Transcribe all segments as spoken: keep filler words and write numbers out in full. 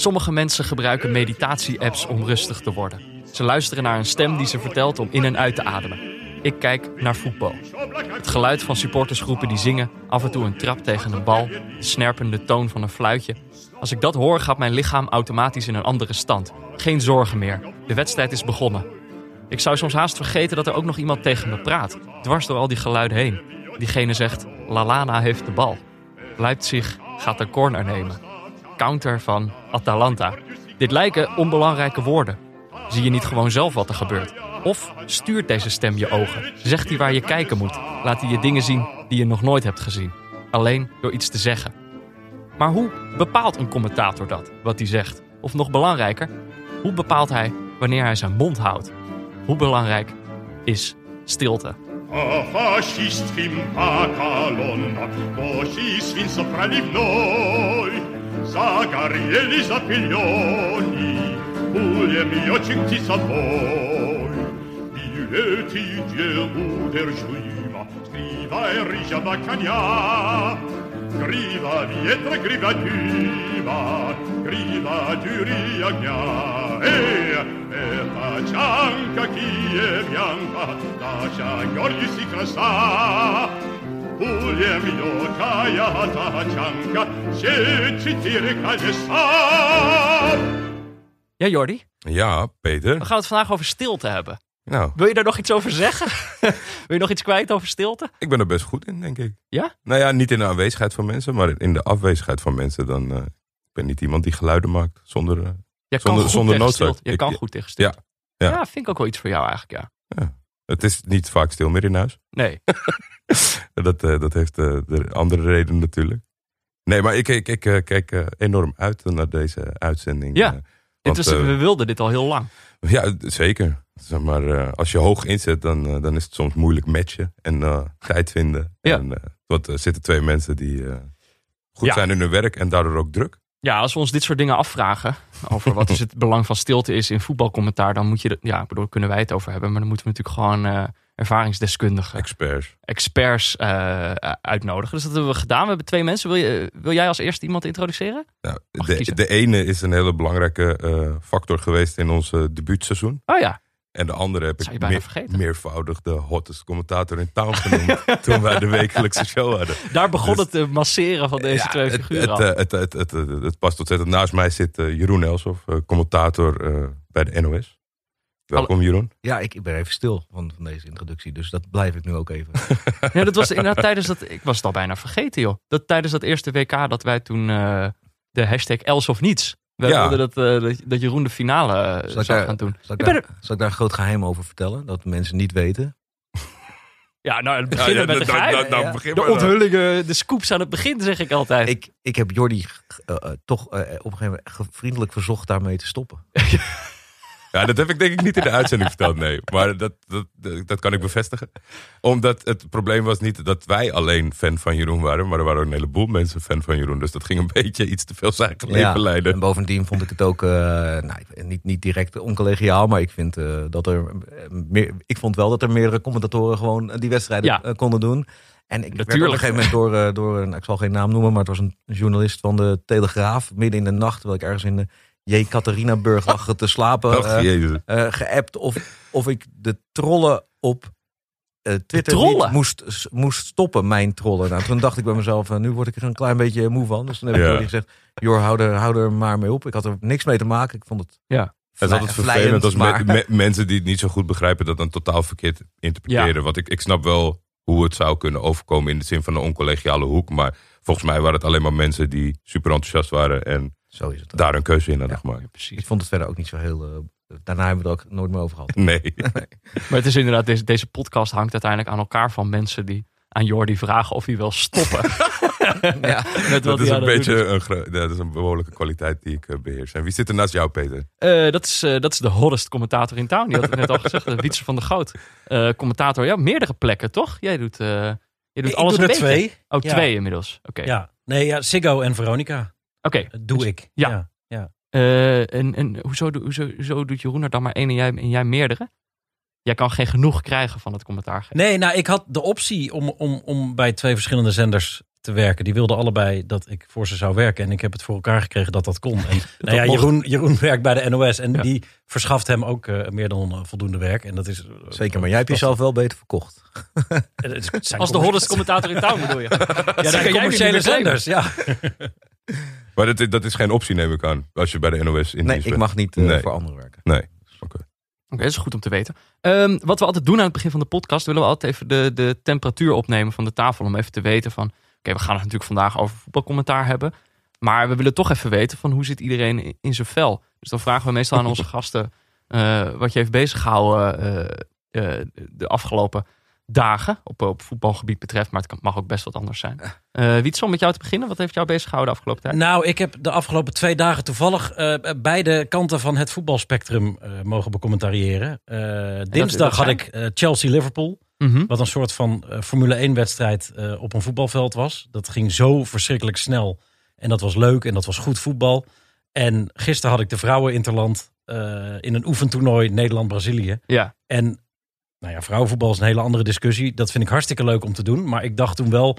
Sommige mensen gebruiken meditatie-apps om rustig te worden. Ze luisteren naar een stem die ze vertelt om in en uit te ademen. Ik kijk naar voetbal. Het geluid van supportersgroepen die zingen, af en toe een trap tegen een bal, de snerpende toon van een fluitje. Als ik dat hoor, gaat mijn lichaam automatisch in een andere stand. Geen zorgen meer. De wedstrijd is begonnen. Ik zou soms haast vergeten dat er ook nog iemand tegen me praat, dwars door al die geluiden heen. Diegene zegt, Lallana heeft de bal. Leipzig gaat de corner nemen. Counter van Atalanta. Dit lijken onbelangrijke woorden. Zie je niet gewoon zelf wat er gebeurt? Of stuurt deze stem je ogen? Zegt hij waar je kijken moet? Laat hij je dingen zien die je nog nooit hebt gezien? Alleen door iets te zeggen. Maar hoe bepaalt een commentator dat, wat hij zegt? Of nog belangrijker, hoe bepaalt hij wanneer hij zijn mond houdt? Hoe belangrijk is stilte? Zagarieli Zapiglioni, Puglia mio cinti sapoi, Biglietti Dieu der Juima, Scriva e Rigia Baccagna, Griva Vietra, Griva Diva, Griva Duriagna, e e Pacianca chi è bianca, lascia Giorgi si crassa. Puglia mio caiata cianca, se ci tire sa. Ja, Jordi? Ja, Peter. We gaan het vandaag over stilte hebben. Nou. Wil je daar nog iets over zeggen? Wil je nog iets kwijt over stilte? Ik ben er best goed in, denk ik. Ja? Nou ja, niet in de aanwezigheid van mensen, maar in de afwezigheid van mensen. Dan, uh, ik ben niet iemand die geluiden maakt zonder, uh, je zonder, kan zonder noodzaak. Je ik, kan goed tegen stilte. Ja. Ja. ja, vind ik ook wel iets voor jou eigenlijk, ja. ja. Het is niet vaak stil meer in huis. Nee. dat, uh, dat heeft uh, de andere reden natuurlijk. Nee, maar ik, ik, ik uh, kijk uh, enorm uit naar deze uitzending. Ja, uh, want, want, is, uh, we wilden dit al heel lang. Ja, zeker. Zeg maar, uh, als je hoog inzet, dan, uh, dan is het soms moeilijk matchen en uh, tijd vinden. Ja. En, uh, want er zitten twee mensen die uh, goed ja. zijn in hun werk en daardoor ook druk. Ja, als we ons dit soort dingen afvragen over wat is het belang van stilte is in voetbalcommentaar, dan moet je, de, ja, bedoel, kunnen wij het over hebben, maar dan moeten we natuurlijk gewoon uh, ervaringsdeskundigen, experts, experts uh, uitnodigen. Dus dat hebben we gedaan. We hebben twee mensen. Wil, je, wil jij als eerste iemand introduceren? Nou, de, de ene is een hele belangrijke uh, factor geweest in ons uh, debuutseizoen. Oh ja. En de andere heb ik meer, meervoudig de hottest commentator in town genoemd. Toen wij de wekelijkse show hadden. Daar begon dus, het uh, masseren van deze ja, twee het, figuren. Het, het, het, het, het, het, het past ontzettend. Naast mij zit uh, Jeroen Elshoff, uh, commentator uh, bij de N O S. Welkom Jeroen. Ja, ik, ik ben even stil van, van deze introductie. Dus dat blijf ik nu ook even. Ja, dat was inderdaad tijdens dat... Ik was het al bijna vergeten, joh. Dat tijdens dat eerste W K dat wij toen uh, de hashtag Els of Niets... We ja. wilden dat, uh, dat Jeroen de finale uh, zou daar, gaan doen. Zal ik, daar, er... zal ik daar een groot geheim over vertellen? Dat mensen niet weten? Ja, nou, het beginnen ja, ja, met de nou, geheim. nou, nou, ja. begin De maar onthullingen, de scoops aan het begin, zeg ik altijd. Ik, ik heb Jordi uh, uh, toch uh, op een gegeven moment vriendelijk verzocht daarmee te stoppen. Ja, dat heb ik denk ik niet in de uitzending verteld, nee. Maar dat, dat, dat kan ik bevestigen. Omdat het probleem was niet dat wij alleen fan van Jeroen waren. Maar er waren ook een heleboel mensen fan van Jeroen. Dus dat ging een beetje iets te veel zijn eigen leven ja, leiden. En bovendien vond ik het ook, uh, nou, niet, niet direct oncollegiaal. Maar ik vind uh, dat er meer, ik vond wel dat er meerdere commentatoren gewoon die wedstrijden ja. uh, konden doen. En ik Natuurlijk. werd op een gegeven moment door, uh, door nou, ik zal geen naam noemen, maar het was een journalist van de Telegraaf. Midden in de nacht, terwijl ik ergens in de Jekaterinaburg lag te slapen, Och, uh, uh, geappt of, of ik de trollen op uh, Twitter trollen? Niet moest, moest stoppen, mijn trollen. Nou, toen dacht ik bij mezelf, uh, nu word ik er een klein beetje moe van. Dus toen heb ik ja. gezegd, joh, hou er, hou er maar mee op. Ik had er niks mee te maken. Ik vond het ja. Het is altijd vervelend als maar... me, me, mensen die het niet zo goed begrijpen dat dan totaal verkeerd interpreteren. Ja. Want ik, ik snap wel hoe het zou kunnen overkomen in de zin van een oncollegiale hoek. Maar volgens mij waren het alleen maar mensen die super enthousiast waren en zo is het daar een keuze in hadden ja, gemaakt. Ja, precies. Ik vond het verder ook niet zo heel... Uh, daarna hebben we het ook nooit meer over gehad. Nee. nee. Maar het is inderdaad, deze, deze podcast hangt uiteindelijk aan elkaar van mensen die aan Jordi vragen of hij wil stoppen. ja, met wat dat is een beetje een, gro- ja, dat is een behoorlijke kwaliteit die ik uh, beheers. En wie zit er naast jou, Peter? Uh, dat, is, uh, dat is de hottest commentator in town. Die had het net al gezegd, Wietse van der Goot. Uh, commentator, ja, meerdere plekken, toch? Jij doet, uh, jij doet ik alles doe een er beetje. twee. Oh, ja. twee inmiddels. Oké. Okay. Ja, nee, ja, Ziggo en Veronica. Oké. Okay. Dat doe dus, ik. Ja. ja. ja. Uh, en en hoezo, hoezo, hoezo doet Jeroen er dan maar één en jij, en jij meerdere? Jij kan geen genoeg krijgen van het commentaar geven. Nee, nou, ik had de optie om, om, om bij twee verschillende zenders te werken. Die wilden allebei dat ik voor ze zou werken. En ik heb het voor elkaar gekregen dat dat kon. En nou ja, Jeroen, Jeroen werkt bij de N O S. En ja. die verschaft hem ook uh, meer dan uh, voldoende werk. En dat is, uh, Zeker, maar jij hebt jezelf wel beter verkocht. Als de hottest commentator in town bedoel je? Ja, dat zijn commerciële zenders, ja. Maar dat is, dat is geen optie, neem ik aan. Als je bij de N O S in Nee, ik mag niet uh, nee. voor anderen werken. Nee, oké. Okay. Oké, okay, dat is goed om te weten. Um, wat we altijd doen aan het begin van de podcast, willen we altijd even de, de temperatuur opnemen van de tafel. Om even te weten van, oké, okay, we gaan het natuurlijk vandaag over voetbalcommentaar hebben. Maar we willen toch even weten van hoe zit iedereen in, in zijn vel. Dus dan vragen we meestal aan onze gasten uh, wat je heeft beziggehouden uh, uh, de afgelopen dagen. Op, op voetbalgebied betreft, maar het mag ook best wat anders zijn. Uh, Wietse, om met jou te beginnen, wat heeft jou beziggehouden de afgelopen tijd? Nou, ik heb de afgelopen twee dagen toevallig uh, beide kanten van het voetbalspectrum uh, mogen becommentariëren. Uh, dinsdag had ik uh, Chelsea-Liverpool. Mm-hmm. Wat een soort van uh, Formule één wedstrijd uh, op een voetbalveld was. Dat ging zo verschrikkelijk snel. En dat was leuk en dat was goed voetbal. En gisteren had ik de vrouwen-interland uh, in een oefentoernooi Nederland-Brazilië. Ja. En nou ja, vrouwenvoetbal is een hele andere discussie. Dat vind ik hartstikke leuk om te doen. Maar ik dacht toen wel,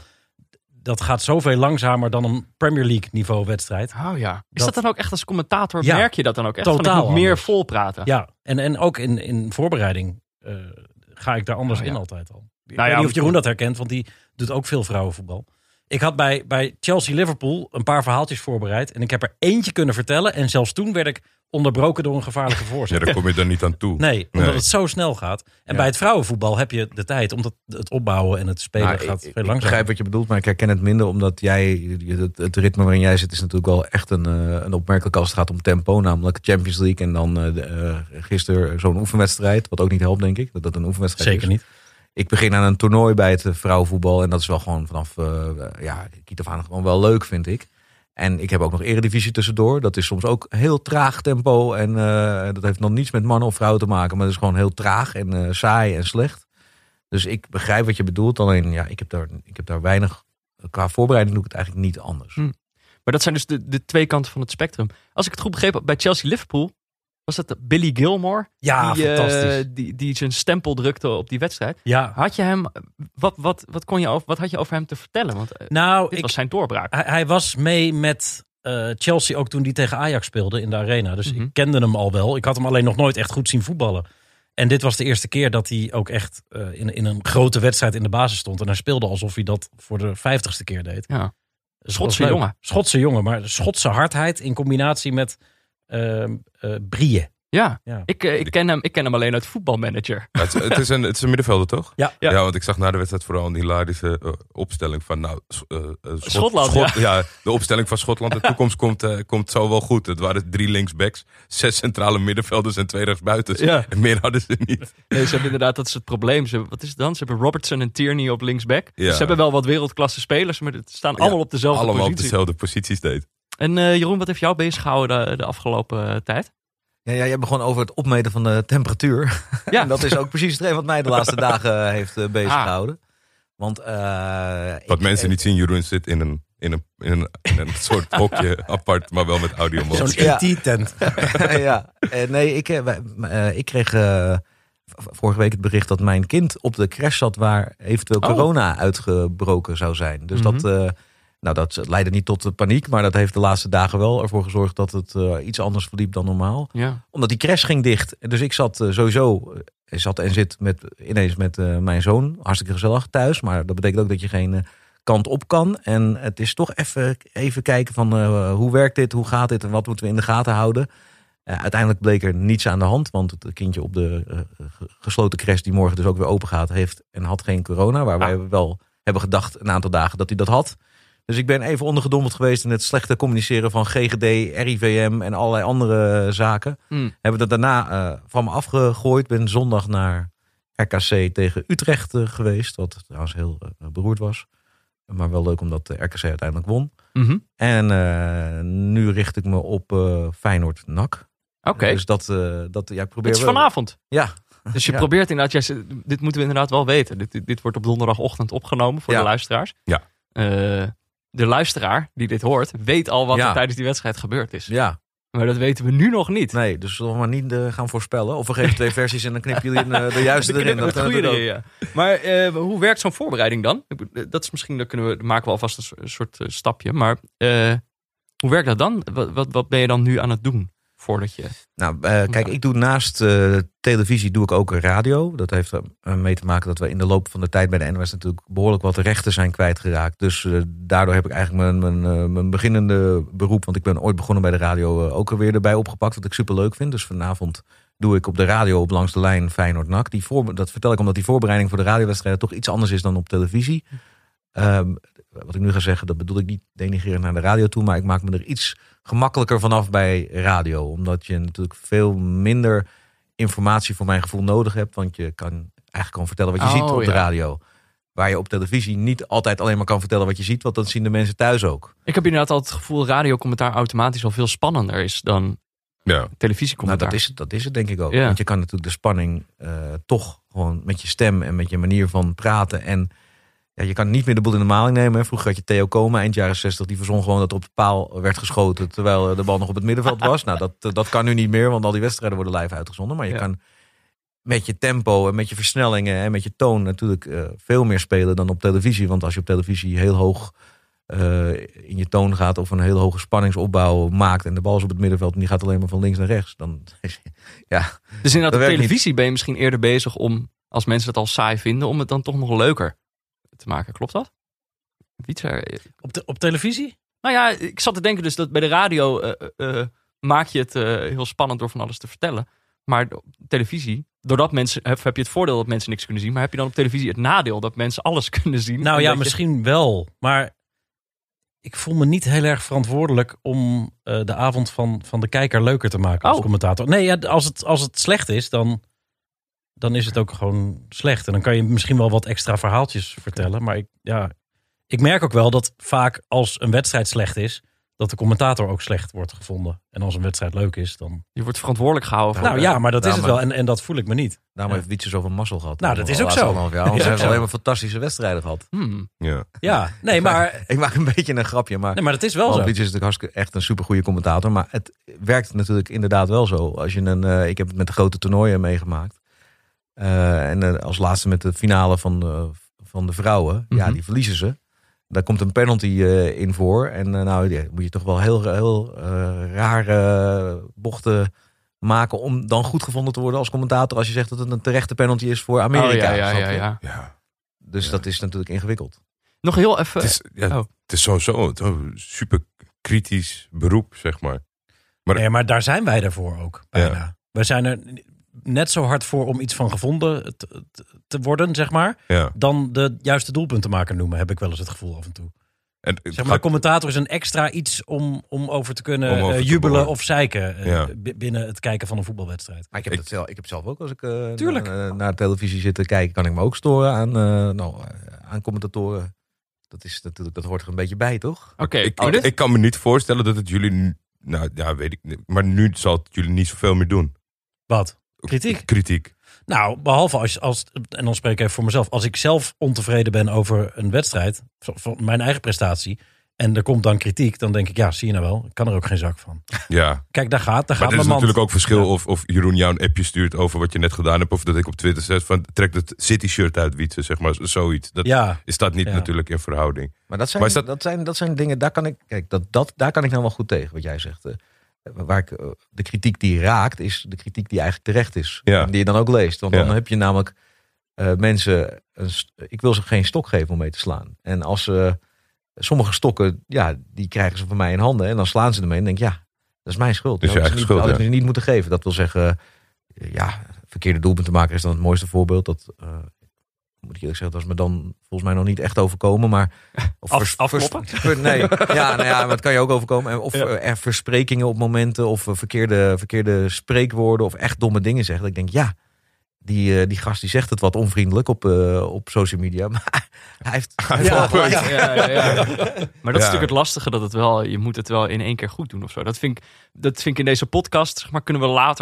dat gaat zoveel langzamer dan een Premier League niveau wedstrijd. Oh ja. Is dat, dat dan ook echt als commentator? Ja, merk je dat dan ook echt? Totaal van, ik moet meer vol praten. Ja, en, en ook in, in voorbereiding uh, ga ik daar anders oh, ja. in altijd al. Ik nou weet ja, niet of Jeroen dat herkent, want die doet ook veel vrouwenvoetbal. Ik had bij, bij Chelsea-Liverpool een paar verhaaltjes voorbereid. En ik heb er eentje kunnen vertellen. En zelfs toen werd ik onderbroken door een gevaarlijke voorzet. Ja, daar kom je dan niet aan toe. Nee, omdat nee. het zo snel gaat. En ja. bij het vrouwenvoetbal heb je de tijd. Omdat het opbouwen en het spelen nou, gaat ik, veel langzamer. Ik begrijp wat je bedoelt, maar ik herken het minder. Omdat jij, het, het ritme waarin jij zit is natuurlijk wel echt een, een opmerkelijk als het gaat om tempo. Namelijk Champions League en dan uh, uh, gisteren zo'n oefenwedstrijd. Wat ook niet helpt, denk ik. Dat dat een oefenwedstrijd Zeker is. niet. Ik begin aan een toernooi bij het vrouwenvoetbal. En dat is wel gewoon vanaf uh, ja, kiet af aan gewoon wel leuk, vind ik. En ik heb ook nog eredivisie tussendoor. Dat is soms ook heel traag tempo. En uh, dat heeft nog niets met mannen of vrouwen te maken. Maar het is gewoon heel traag en uh, saai en slecht. Dus ik begrijp wat je bedoelt. Alleen ja, ik heb daar, ik heb daar weinig... Qua voorbereiding doe ik het eigenlijk niet anders. Hm. Maar dat zijn dus de, de twee kanten van het spectrum. Als ik het goed begreep, bij Chelsea-Liverpool... was dat Billy Gilmore? Ja, die, fantastisch. Uh, die, die zijn stempel drukte op die wedstrijd. Ja. Had je hem... Wat, wat, wat, kon je over, wat had je over hem te vertellen? Want nou, dit ik, was zijn doorbraak. Hij, hij was mee met uh, Chelsea ook toen die tegen Ajax speelde in de arena. Dus Mm-hmm. ik kende hem al wel. Ik had hem alleen nog nooit echt goed zien voetballen. En dit was de eerste keer dat hij ook echt uh, in, in een grote wedstrijd in de basis stond. En hij speelde alsof hij dat voor de vijftigste keer deed. Ja. Schotse jongen. Schotse jongen, maar Schotse hardheid in combinatie met uh, uh, brieën. Ja, ja. Ik, uh, ik, ken hem, ik ken hem alleen uit voetbalmanager. Ja, het, het, is een, het is een middenvelder, toch? Ja. ja. Ja, want ik zag na de wedstrijd vooral een hilarische uh, opstelling van... nou, uh, uh, Schot, Schotland, Schot, ja. ja. De opstelling van Schotland. De toekomst komt, uh, komt zo wel goed. Het waren drie linksbacks, zes centrale middenvelders en twee rechtsbuitens. Ja. En meer hadden ze niet. Nee, ze hebben inderdaad, dat is het probleem. Ze, wat is het dan? Ze hebben Robertson en Tierney op linksback. Ja. Dus ze hebben wel wat wereldklasse spelers, maar het staan allemaal ja, op dezelfde allemaal positie. Allemaal op dezelfde posities deed. En uh, Jeroen, wat heeft jou beziggehouden de, de afgelopen uh, tijd? Ja, ja, jij begon over het opmeten van de temperatuur. Ja. En dat is ook precies hetgeen wat mij de laatste dagen heeft uh, bezig ah. gehouden. Want, uh, wat ik, mensen uh, niet zien, Jeroen zit in een, in een, in een, in een soort hokje apart, maar wel met audio. Zo'n E T-tent. Ja, ja. Uh, nee, ik, uh, uh, ik kreeg uh, vorige week het bericht dat mijn kind op de crash zat waar eventueel oh. corona uitgebroken zou zijn. Dus mm-hmm. dat... Uh, Nou, dat leidde niet tot paniek, maar dat heeft de laatste dagen wel ervoor gezorgd dat het uh, iets anders verliep dan normaal. Ja. Omdat die crash ging dicht. Dus ik zat uh, sowieso, uh, zat en zit met, ineens met uh, mijn zoon. Hartstikke gezellig thuis, maar dat betekent ook dat je geen uh, kant op kan. En het is toch even, even kijken van uh, hoe werkt dit, hoe gaat dit en wat moeten we in de gaten houden. Uh, uiteindelijk bleek er niets aan de hand, want het kindje op de uh, gesloten crash die morgen dus ook weer open gaat, heeft en had geen corona. Waar ah. wij wel hebben gedacht een aantal dagen dat hij dat had. Dus ik ben even ondergedompeld geweest in het slechte communiceren van G G D, R I V M en allerlei andere zaken. Mm. Hebben dat daarna uh, van me afgegooid. Ben zondag naar R K C tegen Utrecht uh, geweest. Wat trouwens heel uh, beroerd was. Maar wel leuk omdat de R K C uiteindelijk won. Mm-hmm. En uh, nu richt ik me op uh, Feyenoord N A C. Oké. Okay. Dus dat, uh, dat ja, ik probeer. Het is wel... vanavond. Ja. Dus je ja. probeert inderdaad, jij, dit moeten we inderdaad wel weten. Dit, dit wordt op donderdagochtend opgenomen voor ja. de luisteraars. Ja. Uh, de luisteraar die dit hoort, weet al wat ja. er tijdens die wedstrijd gebeurd is. Ja. Maar dat weten we nu nog niet. Nee, dus zullen we maar niet uh, gaan voorspellen. Of we geven twee versies en dan knippen jullie uh, de juiste erin. Dat dat, goede dat erin, ja. Maar uh, hoe werkt zo'n voorbereiding dan? Dat is misschien, dat kunnen we, maken we alvast een soort uh, stapje. Maar uh, hoe werkt dat dan? Wat, wat, wat ben je dan nu aan het doen? Voordat je... Nou, uh, kijk, ik doe naast uh, televisie doe ik ook radio. Dat heeft er uh, mee te maken dat we in de loop van de tijd bij de N O S natuurlijk behoorlijk wat rechten zijn kwijtgeraakt. Dus uh, daardoor heb ik eigenlijk mijn, mijn, uh, mijn beginnende beroep, want ik ben ooit begonnen bij de radio, uh, ook weer erbij opgepakt. Wat ik superleuk vind. Dus vanavond doe ik op de radio op Langs de Lijn Feyenoord-N A C. Die voor, dat vertel ik omdat die voorbereiding voor de radiowedstrijden toch iets anders is dan op televisie. Um, wat ik nu ga zeggen, dat bedoel ik niet denigrerend naar de radio toe, maar ik maak me er iets gemakkelijker vanaf bij radio. Omdat je natuurlijk veel minder informatie voor mijn gevoel nodig hebt. Want je kan eigenlijk gewoon vertellen wat je oh, ziet op ja. de radio. Waar je op televisie niet altijd alleen maar kan vertellen wat je ziet. Want dat zien de mensen thuis ook. Ik heb inderdaad altijd het gevoel radiocommentaar automatisch al veel spannender is dan ja. televisiecommentaar. Nou, dat is het, dat is het denk ik ook. Ja. Want je kan natuurlijk de spanning uh, toch gewoon met je stem en met je manier van praten en... Ja, je kan niet meer de boel in de maling nemen. Vroeger had je Theo Komen, eind jaren zestig. Die verzon gewoon dat op de paal werd geschoten terwijl de bal nog op het middenveld was. Nou, dat, dat kan nu niet meer, want al die wedstrijden worden live uitgezonden. Maar je ja. kan met je tempo en met je versnellingen en met je toon natuurlijk uh, veel meer spelen dan op televisie. Want als je op televisie heel hoog uh, in je toon gaat of een heel hoge spanningsopbouw maakt en de bal is op het middenveld en die gaat alleen maar van links naar rechts. Dan, ja, dus inderdaad op televisie niet. Ben je misschien eerder bezig om, als mensen het al saai vinden, om het dan toch nog leuker te maken. Klopt dat? Wietse, op, de, op televisie? Nou ja, ik zat te denken dus dat bij de radio uh, uh, maak je het uh, heel spannend door van alles te vertellen. Maar op televisie, doordat mensen, heb, heb je het voordeel dat mensen niks kunnen zien. Maar heb je dan op televisie het nadeel dat mensen alles kunnen zien? Nou ja, je... misschien wel. Maar ik voel me niet heel erg verantwoordelijk om uh, de avond van, van de kijker leuker te maken als oh. commentator. Nee, ja, als, het, als het slecht is, dan... dan is het ook gewoon slecht. En dan kan je misschien wel wat extra verhaaltjes vertellen. Maar ik, ja, ik merk ook wel dat vaak als een wedstrijd slecht is, dat de commentator ook slecht wordt gevonden. En als een wedstrijd leuk is, dan... Je wordt verantwoordelijk gehouden. Nou ja, maar dat is het wel. En, en dat voel ik me niet. Daarom ja. heeft Wietse zoveel mazzel gehad. Nou, dat is ook zo. Jaar. Anders hebben we alleen maar fantastische wedstrijden gehad. Hmm. Ja. ja, nee, maar... Ik maak een beetje een grapje, maar... Nee, maar dat is wel zo. Wietse is natuurlijk hartstikke echt een supergoeie commentator. Maar het werkt natuurlijk inderdaad wel zo. Als je een, uh, ik heb het met de grote toernooien meegemaakt. Uh, en uh, als laatste met de finale van de, van de vrouwen. Mm-hmm. Ja, die verliezen ze. Daar komt een penalty uh, in voor. En uh, nou, ja, moet je toch wel heel, heel uh, rare bochten maken om dan goed gevonden te worden als commentator. Als je zegt dat het een terechte penalty is voor Amerika. Oh, ja, ja, ja, ja. ja. Dus ja. dat is natuurlijk ingewikkeld. Nog heel even... Het is, ja, oh. het is sowieso een super kritisch beroep, zeg maar. Maar, nee, maar daar zijn wij ervoor ook, bijna. Ja. Wij zijn er... net zo hard voor om iets van gevonden te, te worden, zeg maar. Ja. Dan de juiste doelpuntenmaker noemen, heb ik wel eens het gevoel af en toe. En zeg maar, gaat... de commentator is een extra iets om, om over te kunnen over uh, jubelen te of zeiken uh, ja. b- binnen het kijken van een voetbalwedstrijd. Maar ik heb, ik... Het zelf, ik heb zelf ook, als ik uh, Tuurlijk. N- naar televisie zit te kijken, kan ik me ook storen aan, uh, nou, aan commentatoren. Dat, is, dat, dat hoort er een beetje bij, toch? Oké. Okay. Ik, ik, ik kan me niet voorstellen dat het jullie, nou ja, weet ik niet, maar nu zal het jullie niet zoveel meer doen. Wat? Kritiek? Kritiek. Nou, behalve als, als, en dan spreek ik even voor mezelf. Als ik zelf ontevreden ben over een wedstrijd, van mijn eigen prestatie, en er komt dan kritiek, dan denk ik, ja, zie je nou wel, ik kan er ook geen zak van. Ja. Kijk, daar gaat, daar maar gaat er is mijn natuurlijk man. ook verschil ja. of, of Jeroen jou een appje stuurt over wat je net gedaan hebt, of dat ik op Twitter zet van, trek het City-shirt uit, Wietse, zeg maar, zoiets. Dat ja. is dat niet ja. natuurlijk in verhouding. Maar dat zijn, maar dat... Dat, zijn, dat zijn dingen, daar kan ik, kijk, dat, dat, daar kan ik nou wel goed tegen, wat jij zegt. Waar ik, de kritiek die raakt, is de kritiek die eigenlijk terecht is. Ja. En die je dan ook leest. Want ja. dan heb je namelijk uh, mensen... Een, ik wil ze geen stok geven om mee te slaan. En als ze... Uh, sommige stokken, ja, die krijgen ze van mij in handen. En dan slaan ze ermee en denk ja, dat is mijn schuld. Dus dat had ik schuld, niet, ja. niet moeten geven. Dat wil zeggen, ja, verkeerde doelpunten maken is dan het mooiste voorbeeld. Dat... Uh, moet ik eerlijk zeggen, dat is me dan volgens mij nog niet echt overkomen. Maar of Af, afkloppen? Vers, nee, ja, nou ja, maar het kan je ook overkomen. Of ja. er versprekingen op momenten, of verkeerde, verkeerde spreekwoorden, of echt domme dingen zeggen. Dat ik denk, ja, die, die gast die zegt het wat onvriendelijk op, uh, op social media. Maar hij heeft... Hij ja, heeft ja, ja, ja, ja. Maar dat is ja. natuurlijk het lastige, dat het wel, je moet het wel in één keer goed doen of zo. Dat vind ik, dat vind ik in deze podcast, zeg maar, kunnen we later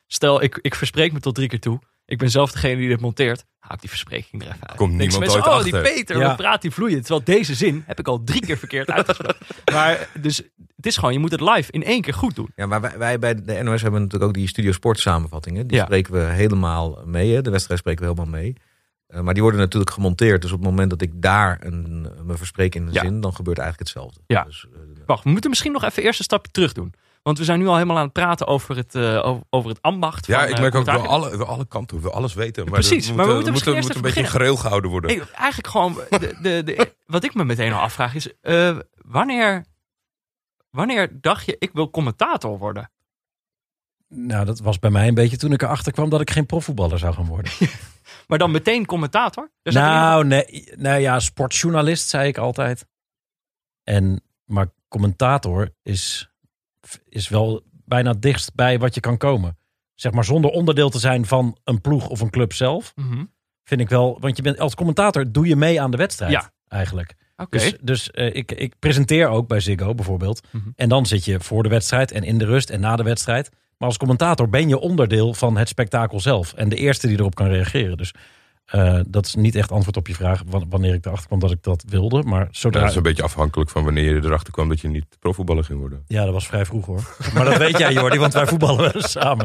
Stel, ik, ik verspreek me tot drie keer toe. Ik ben zelf degene die dit monteert. Haal ik die verspreking er even uit. Komt niemand mensen, ooit oh, achter. die Peter, Ja. wat praat die vloeiend. Terwijl deze zin heb ik al drie keer verkeerd uitgesproken. Maar dus het is gewoon, je moet het live in één keer goed doen. Ja, maar wij, wij bij de N O S hebben natuurlijk ook die Studio Sport samenvattingen. Die Ja. spreken we helemaal mee. Hè? De wedstrijd spreken we helemaal mee. Uh, maar die worden natuurlijk gemonteerd. Dus op het moment dat ik daar een, me verspreek in een Ja. zin, dan gebeurt eigenlijk hetzelfde. Ja. Dus, uh, Wacht, we moeten misschien nog even eerst een stapje terug doen. Want we zijn nu al helemaal aan het praten over het, uh, over, over het ambacht. Ja, van, ik uh, merk ook wel commentaar. alle, wel alle kanten, ik wil alles weten. Maar Precies, dat maar we moet, moeten uh, misschien moet, eerst moet een even beetje gereel gehouden worden. Hey, eigenlijk gewoon, de, de, de, wat ik me meteen al afvraag is, uh, wanneer, wanneer dacht je, ik wil commentator worden? Nou, dat was bij mij een beetje toen ik erachter kwam dat ik geen profvoetballer zou gaan worden. Maar dan meteen commentator? Er zat in ieder Nou, nee, nou ja, sportjournalist zei ik altijd. En, maar commentator is, is wel bijna het dichtst bij wat je kan komen. Zeg maar zonder onderdeel te zijn van een ploeg of een club zelf. Mhm. Vind ik wel, want je bent als commentator doe je mee aan de wedstrijd Ja. eigenlijk. Oké. Dus, dus uh, ik, ik presenteer ook bij Ziggo bijvoorbeeld. Mhm. En dan zit je voor de wedstrijd en in de rust en na de wedstrijd. Maar als commentator ben je onderdeel van het spektakel zelf. En de eerste die erop kan reageren. Dus uh, dat is niet echt antwoord op je vraag wanneer ik erachter kwam dat ik dat wilde. Maar zodra... Ja, dat is een beetje afhankelijk van wanneer je erachter kwam dat je niet profvoetballer ging worden. Ja, dat was vrij vroeg hoor. Maar dat weet jij Jordi, want wij voetballen wel eens samen.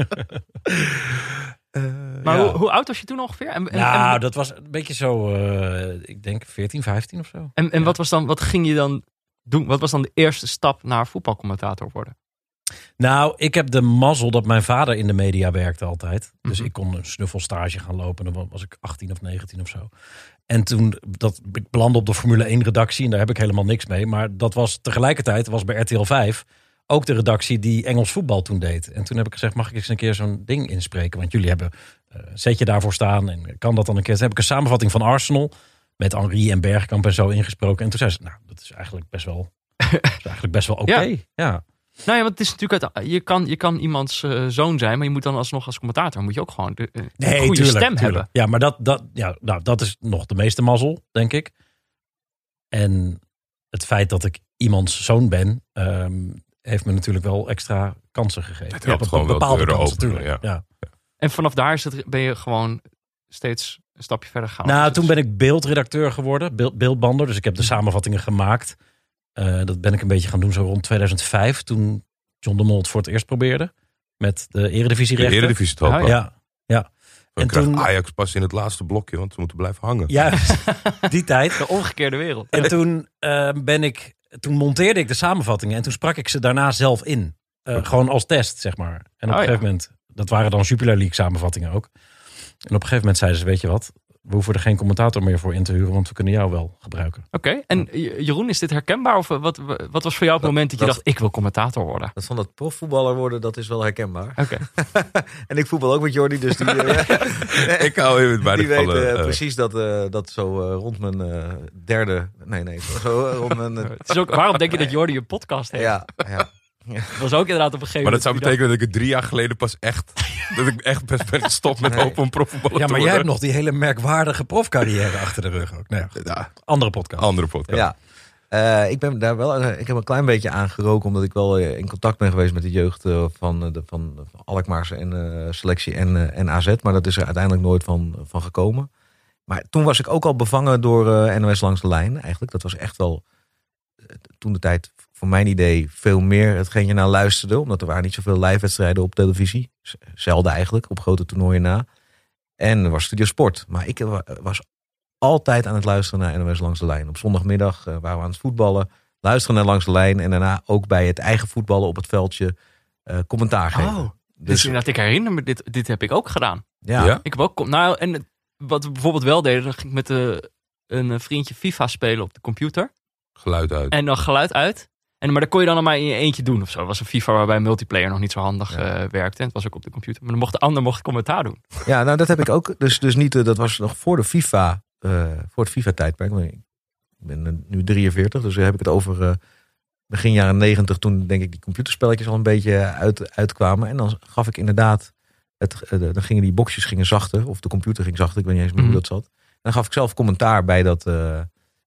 Uh, Maar ja. hoe, hoe oud was je toen ongeveer? En, en, Nou, en, dat was een beetje zo, uh, ik denk veertien, vijftien of zo. en, en ja. wat was dan, wat ging je dan doen? Wat was dan de eerste stap naar voetbalcommentator worden? Nou, ik heb de mazzel dat mijn vader in de media werkte altijd. Dus Mhm. ik kon een snuffelstage gaan lopen. Dan was ik achttien of negentien of zo. En toen, dat, ik belandde op de Formule één redactie. En daar heb ik helemaal niks mee. Maar dat was tegelijkertijd, was bij R T L vijf... ook de redactie die Engels voetbal toen deed. En toen heb ik gezegd, mag ik eens een keer zo'n ding inspreken? Want jullie hebben uh, zet je daarvoor staan. En kan dat dan een keer? Toen heb ik een samenvatting van Arsenal. Met Henry en Bergkamp en zo ingesproken. En toen zei ze, nou, dat is eigenlijk best wel, dat is eigenlijk best wel oké. Okay. Ja. Ja. Nou ja, want het is natuurlijk, uit, je, kan, je kan iemands uh, zoon zijn, maar je moet dan alsnog als commentator, moet je ook gewoon de, uh, een Nee, goede tuurlijk, stem tuurlijk. hebben. Ja, maar dat, dat, ja, nou, dat is nog de meeste mazzel, denk ik. En het feit dat ik iemands zoon ben, um, heeft me natuurlijk wel extra kansen gegeven. Het helpt ja, gewoon wel bepaalde deuren kansen, openen, natuurlijk. ja. Ja. En vanaf daar is het, ben je gewoon steeds een stapje verder gegaan. Nou, Dus- toen ben ik beeldredacteur geworden, beeld, beeldbander. Dus ik heb de samenvattingen gemaakt. Uh, dat ben ik een beetje gaan doen zo rond tweeduizend vijf. Toen John de Mol het voor het eerst probeerde. Met de De eredivisierechten. Eredivisie te hopen. Oh, Ja, ja. Dan En krijgt toen- Ajax pas in het laatste blokje, want ze moeten blijven hangen. Juist, die tijd. de omgekeerde wereld. En toen uh, ben ik, toen monteerde ik de samenvattingen en toen sprak ik ze daarna zelf in. Uh, gewoon als test, zeg maar. En op Oh, een gegeven ja. moment, dat waren dan Jupiler League samenvattingen ook. En op een gegeven moment zeiden ze, weet je wat, we hoeven er geen commentator meer voor in te huren, want we kunnen jou wel gebruiken. Oké, okay. En Jeroen, is dit herkenbaar? Of wat, wat was voor jou het moment dat je dat- dacht, ik wil commentator worden? Dat van dat profvoetballer worden, dat is wel herkenbaar. Oké. En ik voetbal ook met Jordi, dus die, uh, Ik hou in beide die weet gevallen. uh, uh, precies dat, uh, dat zo uh, rond mijn uh, derde... Nee, nee, zo, zo uh, rond mijn... Uh, Het is ook, waarom denk je dat Jordi een podcast heeft? ja, ja. Dat was ook inderdaad op een gegeven Maar dat moment. zou betekenen dat ik het drie jaar geleden pas echt... dat ik echt best ben gestopt met Nee. hopen om profvoetballer Ja, te maar jij worden. hebt nog die hele merkwaardige profcarrière achter de rug ook. Nou ja, Ja, andere podcast. andere podcast. Ja. Uh, ik ben daar wel. Uh, ik heb een klein beetje aangeroken, omdat ik wel uh, in contact ben geweest met de jeugd uh, van, uh, de, van, van Alkmaarse en uh, selectie en, uh, en A Z. Maar dat is er uiteindelijk nooit van, van gekomen. Maar toen was ik ook al bevangen door uh, N O S Langs de Lijn. Eigenlijk, dat was echt wel uh, toen de tijd voor mijn idee veel meer hetgeen je naar luisterde, omdat er waren niet zoveel live-wedstrijden op televisie, Z- zelden eigenlijk op grote toernooien na. En er was Studio Sport, maar ik uh, was altijd aan het luisteren naar N O S Langs de Lijn. Op zondagmiddag uh, waren we aan het voetballen, luisteren naar Langs de Lijn en daarna ook bij het eigen voetballen op het veldje uh, commentaar geven. Oh, dus dus inderdaad, ik herinner me, dit, dit heb ik ook gedaan. ja, Ja? Ik heb ook, nou, en wat we bijvoorbeeld wel deden, dan ging ik met de, een vriendje FIFA spelen op de computer. Geluid uit. En dan geluid uit. En, maar dat kon je dan maar in je eentje doen of zo. Het was een FIFA waarbij multiplayer nog niet zo handig Ja. uh, werkte. En het was ook op de computer. Maar dan mocht de ander mocht commentaar doen. ja, nou dat heb ik ook. Dus, dus niet, uh, dat was nog voor de FIFA, uh, voor het FIFA-tijdperk. Ik ben uh, nu drieënveertig, dus daar heb ik het over uh, begin jaren negentig. Toen denk ik die computerspelletjes al een beetje uit, uitkwamen. En dan gaf ik inderdaad, het, uh, dan gingen die boxjes gingen zachter. Of de computer ging zachter, ik weet niet eens meer Mhm. hoe dat zat. En dan gaf ik zelf commentaar bij dat, uh,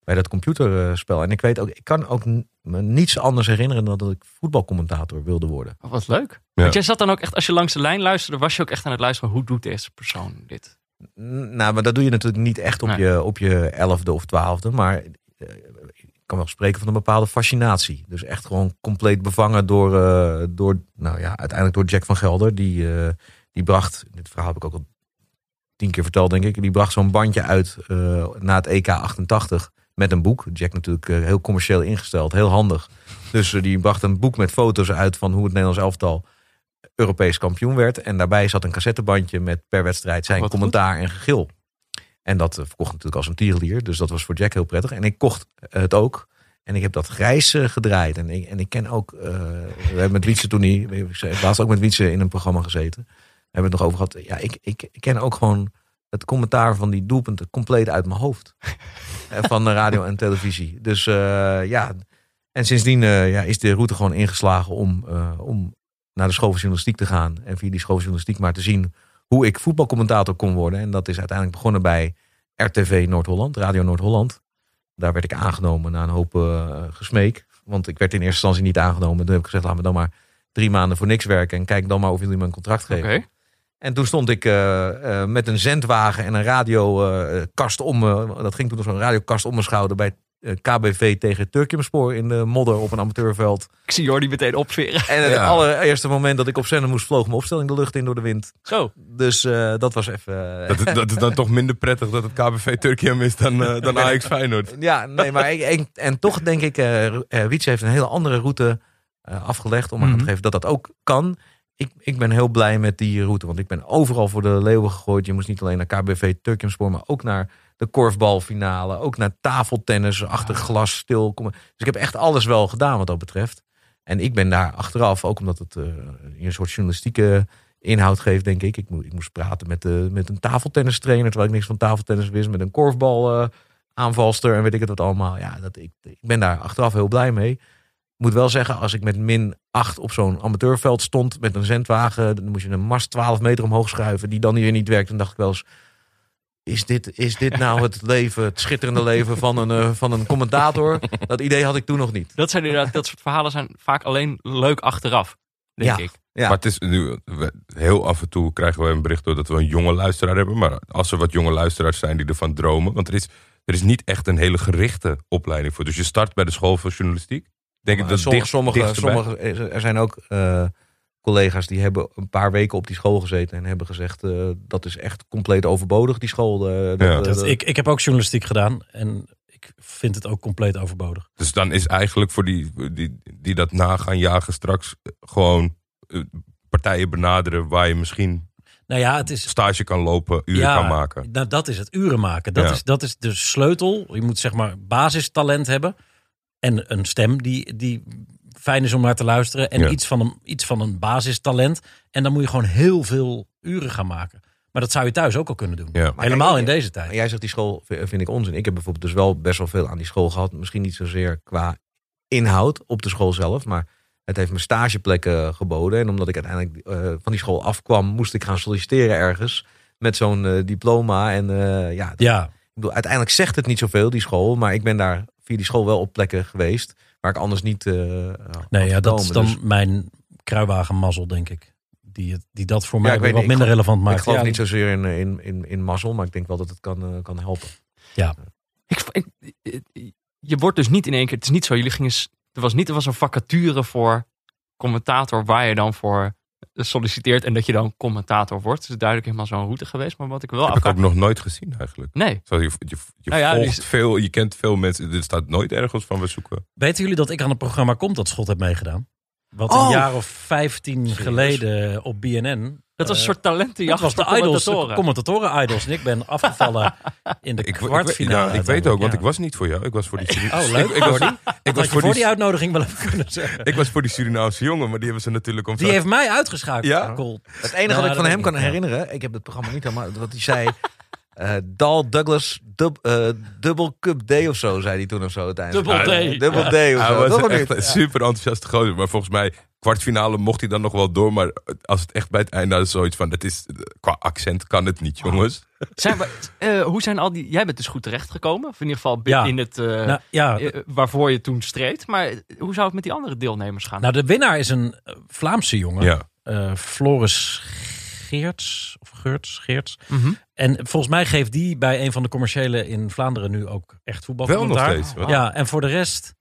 bij dat computerspel. En ik weet ook, ik kan ook n- me niets anders herinneren dan dat ik voetbalcommentator wilde worden. Oh, wat leuk. Ja. Want jij zat dan ook echt, als je langs de lijn luisterde, was je ook echt aan het luisteren, hoe doet deze persoon dit? N- Nou, maar dat doe je natuurlijk niet echt op, Nee. je, op je elfde of twaalfde. Maar uh, ik kan wel spreken van een bepaalde fascinatie. Dus echt gewoon compleet bevangen door, uh, door nou ja, uiteindelijk door Jack van Gelder. Die, uh, die bracht, dit verhaal heb ik ook al tien keer verteld denk ik. Die bracht zo'n bandje uit uh, na het E K achtentachtig met een boek. Jack natuurlijk uh, heel commercieel ingesteld, heel handig. Dus uh, die bracht een boek met foto's uit van hoe het Nederlands elftal Europees kampioen werd. En daarbij zat een cassettebandje met per wedstrijd zijn Wat commentaar en gegil. En dat uh, verkocht natuurlijk als een tierenlier. Dus dat was voor Jack heel prettig. En ik kocht uh, het ook. En ik heb dat grijs uh, gedraaid. En ik, en ik ken ook... Uh, we hebben met Wietse toen niet... Ik heb laatst ook met Wietse in een programma gezeten. We hebben het nog over gehad. Ja, ik, ik, ik ken ook gewoon het commentaar van die doelpunten compleet uit mijn hoofd. Van de radio en televisie. Dus uh, ja... En sindsdien uh, ja, is de route gewoon ingeslagen om, uh, om naar de school van journalistiek te gaan. En via die school van journalistiek maar te zien hoe ik voetbalcommentator kon worden. En dat is uiteindelijk begonnen bij R T V Noord-Holland, Radio Noord-Holland. Daar werd ik aangenomen na een hoop uh, gesmeek. Want ik werd in eerste instantie niet aangenomen. Toen heb ik gezegd, laten we dan maar drie maanden voor niks werken. En kijk dan maar of jullie me een contract geven. Okay. En toen stond ik uh, uh, met een zendwagen en een radiokast uh, om me. Dat ging toen nog zo'n radiokast om mijn schouder bij K B V tegen Turkimspoor in de modder op een amateurveld. Ik zie Jordi meteen opveren. En het Ja. allereerste moment dat ik op zender moest, vloog mijn opstelling de lucht in door de wind. Zo. Dus uh, dat was even... Uh, Dat, is- dat is dan toch minder prettig dat het K B V Turkije is dan, uh, dan Ajax Feyenoord. ja, nee, maar ik, ik, en toch denk ik, uh, uh, Wietse heeft een hele andere route uh, afgelegd om aan Mhm. te geven dat dat ook kan. Ik, ik ben heel blij met die route, want ik ben overal voor de leeuwen gegooid. Je moest niet alleen naar K B V Turkimspoor, maar ook naar de korfbalfinale, ook naar tafeltennis, achter glas stil. Dus ik heb echt alles wel gedaan wat dat betreft. En ik ben daar achteraf, ook omdat het uh, een soort journalistieke inhoud geeft, denk ik. Ik, mo- ik moest praten met, uh, met een tafeltennistrainer, terwijl ik niks van tafeltennis wist, met een korfbal uh, aanvalster en weet ik het wat allemaal. Ja, dat, ik, ik ben daar achteraf heel blij mee. Ik moet wel zeggen, als ik met min acht op zo'n amateurveld stond met een zendwagen, dan moest je een mast twaalf meter omhoog schuiven, die dan weer niet werkt. Dan dacht ik wel eens, is dit, is dit nou het leven, het schitterende leven van een, uh, van een commentator? Dat idee had ik toen nog niet. Dat zijn inderdaad, dat soort verhalen zijn vaak alleen leuk achteraf, denk Ja. ik. Ja. Maar het is nu, we- heel af en toe krijgen we een bericht door dat we een jonge luisteraar hebben. Maar als er wat jonge luisteraars zijn die ervan dromen. Want er is, er is niet echt een hele gerichte opleiding voor. Dus je start bij de school van journalistiek. Denk ik dat sommige, dicht, sommige, dichterbij. sommige, er zijn ook uh, collega's die hebben een paar weken op die school gezeten en hebben gezegd, uh, dat is echt compleet overbodig, die school. Uh, dat, Ja. uh, Dat, dat- ik, ik heb ook journalistiek gedaan en ik vind het ook compleet overbodig. Dus dan is eigenlijk voor die, die, die dat na gaan jagen straks gewoon uh, partijen benaderen waar je misschien Nou ja, het is... stage kan lopen, uren ja, kan maken. Nou, dat is het, uren maken. Dat, Ja. is, dat is de sleutel. Je moet zeg maar basistalent hebben. En een stem die, die fijn is om naar te luisteren. En Ja. iets, van een, iets van een basistalent. En dan moet je gewoon heel veel uren gaan maken. Maar dat zou je thuis ook al kunnen doen. Ja. Maar Helemaal jij- in deze tijd. Maar jij zegt die school v- vind ik onzin. Ik heb bijvoorbeeld dus wel best wel veel aan die school gehad. Misschien niet zozeer qua inhoud op de school zelf, maar het heeft me stageplekken geboden. En omdat ik uiteindelijk uh, van die school afkwam, moest ik gaan solliciteren ergens met zo'n uh, diploma. En uh, ja, dat- Ja, ik bedoel, uiteindelijk zegt het niet zoveel, die school. Maar ik ben daar via die school wel op plekken geweest waar ik anders niet uh, nee, ja, dat is dan Dus mijn kruiwagenmazzel, denk ik. Die, het- die dat voor Ja, mij ik weer weet wat niet. minder relevant ik maakt. geloof Ja, niet zozeer in, in, in, in mazzel, maar ik denk wel dat het kan, uh, kan helpen. Ik, ik, je wordt dus niet in één keer, het is niet zo, jullie gingen, s- er was niet, er was een vacature voor commentator waar je dan voor solliciteert en dat je dan commentator wordt. Het is duidelijk helemaal zo'n route geweest, maar wat ik wel Heb ik afvraag... ook nog nooit gezien eigenlijk. Nee. Zo, je je, je Nou ja, volgt dus- veel, je kent veel mensen. Er staat nooit ergens van we zoeken. Weten jullie dat ik aan het programma Komt dat Schot heb meegedaan? Wat Oh! een jaar of vijftien Serieus? geleden op B N N. Dat was een eh, soort talentenjacht Dat was voor de idols, de commentatoren. commentatoren-idols. En ik ben afgevallen in de Ik, ik, weet- kwartfinale. nou, ik weet ook, want Ja. ik was niet voor jou. Ik was voor die Surina- Oh, leuk. Ik, ik was, Jordi. ik, Dat was had je voor voor die, die uitnodiging wel even kunnen zeggen. ik was voor die Surinaamse jongen, maar die hebben ze natuurlijk om Die heeft mij uitgeschakeld. Ja? Cool. Het enige Nou, wat ik dat van hem weet kan ik niet, ja. herinneren, ik heb het programma niet helemaal, wat hij zei, Uh, Dal Douglas dub, uh, Double Cup D of zo, zei hij toen of zo uiteindelijk. Double D. Double D of zo. Hij was Toch echt niet? een super enthousiaste gozer. Maar volgens mij, kwartfinale mocht hij dan nog wel door. Maar als het echt bij het einde is zoiets van... Het is, qua accent kan het niet, jongens. Zijn we, uh, hoe zijn al die... Jij bent dus goed terechtgekomen. Of in ieder geval Ja. in het... Uh, Nou, ja. uh, waarvoor je toen streed. Maar hoe zou het met die andere deelnemers gaan? Nou, de winnaar is een uh, Vlaamse jongen. Ja. Uh, Floris Geerts. Of Geerts. Geerts. Mm-hmm. En volgens mij geeft die bij een van de commerciële in Vlaanderen nu ook echt voetbalcommentaar. Wel nog steeds. Wat? Ja, en voor de rest...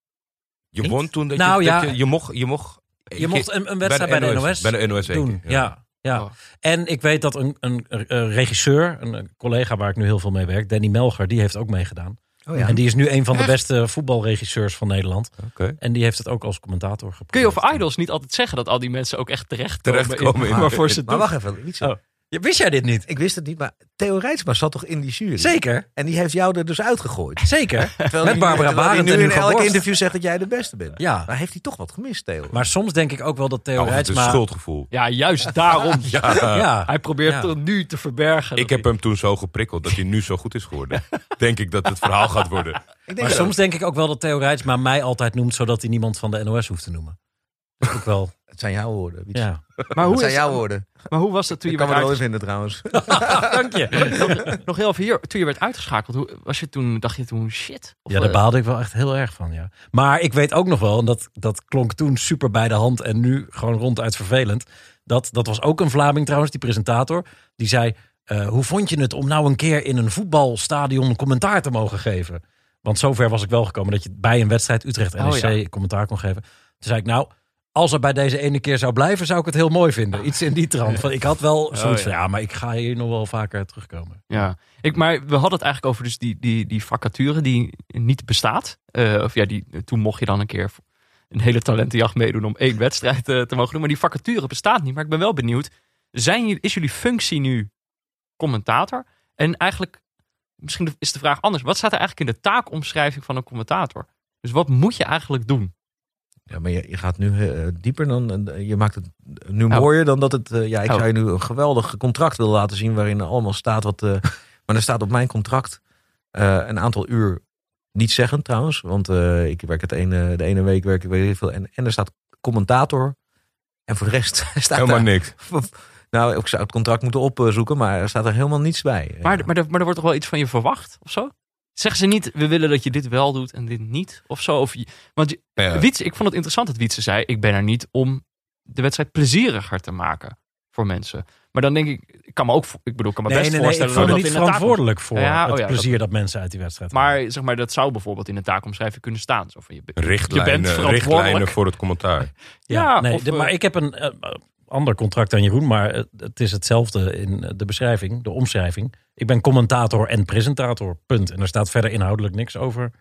Je Niet? won toen dat, Nou, je, ja. dat je... Je mocht... Je mocht, je mocht een, een wedstrijd bij de, bij N O S Bij de N O S doen. zeker, Ja. ja. Ja. Oh. En ik weet dat een, een, een regisseur, een, een collega waar ik nu heel veel mee werk, Danny Melger, die heeft ook meegedaan. Oh ja. En die is nu een van de beste voetbalregisseurs van Nederland. Oké. En die heeft het ook als commentator geprobeerd. Kun je over Idols niet altijd zeggen dat al die mensen ook echt terechtkomen? Terechtkomen in, in- waarvoor ze Maar doen? wacht even. Wietse. Oh. Ja, wist jij dit niet? Ik wist het niet, maar Theo Reitsma zat toch in die jury? Zeker. En die heeft jou er dus uitgegooid. Zeker. Terwijl Met die- Barbara terwijl die Barend nu en in Hugo elk Borst. interview zegt dat jij de beste bent. Ja. Maar heeft hij toch wat gemist, Theo? Maar soms denk ik ook wel dat Theo Nou, of het is een Reitsma... schuldgevoel. Ja, juist daarom. Ja. Ja. Hij probeert Ja. het nu te verbergen. Ik heb hem toen zo geprikkeld dat hij nu zo goed is geworden. Denk ik dat het verhaal gaat worden. Ik denk Maar dat- soms denk ik ook wel dat Theo Reitsma mij altijd noemt, zodat hij niemand van de N O S hoeft te noemen. Dat is ook wel... Het zijn jouw woorden. Wietse. Ja. Maar Het hoe, zijn is, jouw woorden. maar hoe was dat toen Ik je kan werd me er wel in uitgeschakeld? vinden trouwens. Dank je. nog, nog heel even hier. Toen je werd uitgeschakeld, hoe, was je toen, dacht je toen shit? Of, Ja, daar eh, baalde ik wel echt heel erg van, ja. Maar ik weet ook nog wel, en dat, dat klonk toen super bij de hand en nu gewoon ronduit vervelend. Dat, dat was ook een Vlaming trouwens, die presentator. Die zei, uh, hoe vond je het om nou een keer in een voetbalstadion commentaar te mogen geven? Want zover was ik wel gekomen dat je bij een wedstrijd Utrecht N E C Oh, ja. commentaar kon geven. Toen zei ik, nou, als er bij deze ene keer zou blijven, zou ik het heel mooi vinden. Iets in die trant. Van, ik had wel zoiets ja. van, ja, maar ik ga hier nog wel vaker terugkomen. Ja, ik, maar we hadden het eigenlijk over dus die, die, die vacature die niet bestaat. Uh, of ja, die, toen mocht je dan een keer een hele talentenjacht meedoen om één wedstrijd uh, te mogen doen. Maar die vacature bestaat niet. Maar ik ben wel benieuwd, zijn jullie, is jullie functie nu commentator? En eigenlijk, misschien is de vraag anders. Wat staat er eigenlijk in de taakomschrijving van een commentator? Dus wat moet je eigenlijk doen? Ja, maar je, je gaat nu uh, dieper dan. Uh, je maakt het nu Oh. mooier dan dat het. Uh, ja, ik Oh. zou je nu een geweldig contract willen laten zien. Waarin allemaal staat wat. Uh, maar er staat op mijn contract uh, een aantal uur niet zeggen trouwens. Want uh, ik werk het ene, de ene week werk ik weet niet veel. En, en er staat commentator. En voor de rest staat Helemaal daar, niks. Nou, ik zou het contract moeten opzoeken. Maar er staat er helemaal niets bij. Maar, maar, er, maar er wordt toch wel iets van je verwacht of zo? Zeggen ze niet, we willen dat je dit wel doet en dit niet? Of zo? Of je, want je, Ja. Wietse, ik vond het interessant dat Wietse zei, ik ben er niet om de wedstrijd plezieriger te maken voor mensen. Maar dan denk ik, ik kan me ook, ik bedoel, ik kan me Nee, best nee, nee, ik voorstellen voel me dat niet dat in de taak- verantwoordelijk voor Ja, het oh ja, plezier dat- dat, mensen uit die wedstrijd hebben. Maar zeg maar, dat zou bijvoorbeeld in een taakomschrijving kunnen staan. Zo van, je, je bent Richtlijnen, verantwoordelijk. richtlijnen voor het commentaar. Ja, nee, of, de- eh, maar ik heb een uh, ander contract dan Jeroen, maar het, het is hetzelfde in de beschrijving, de omschrijving. Ik ben commentator en presentator, punt. En er staat verder inhoudelijk niks over.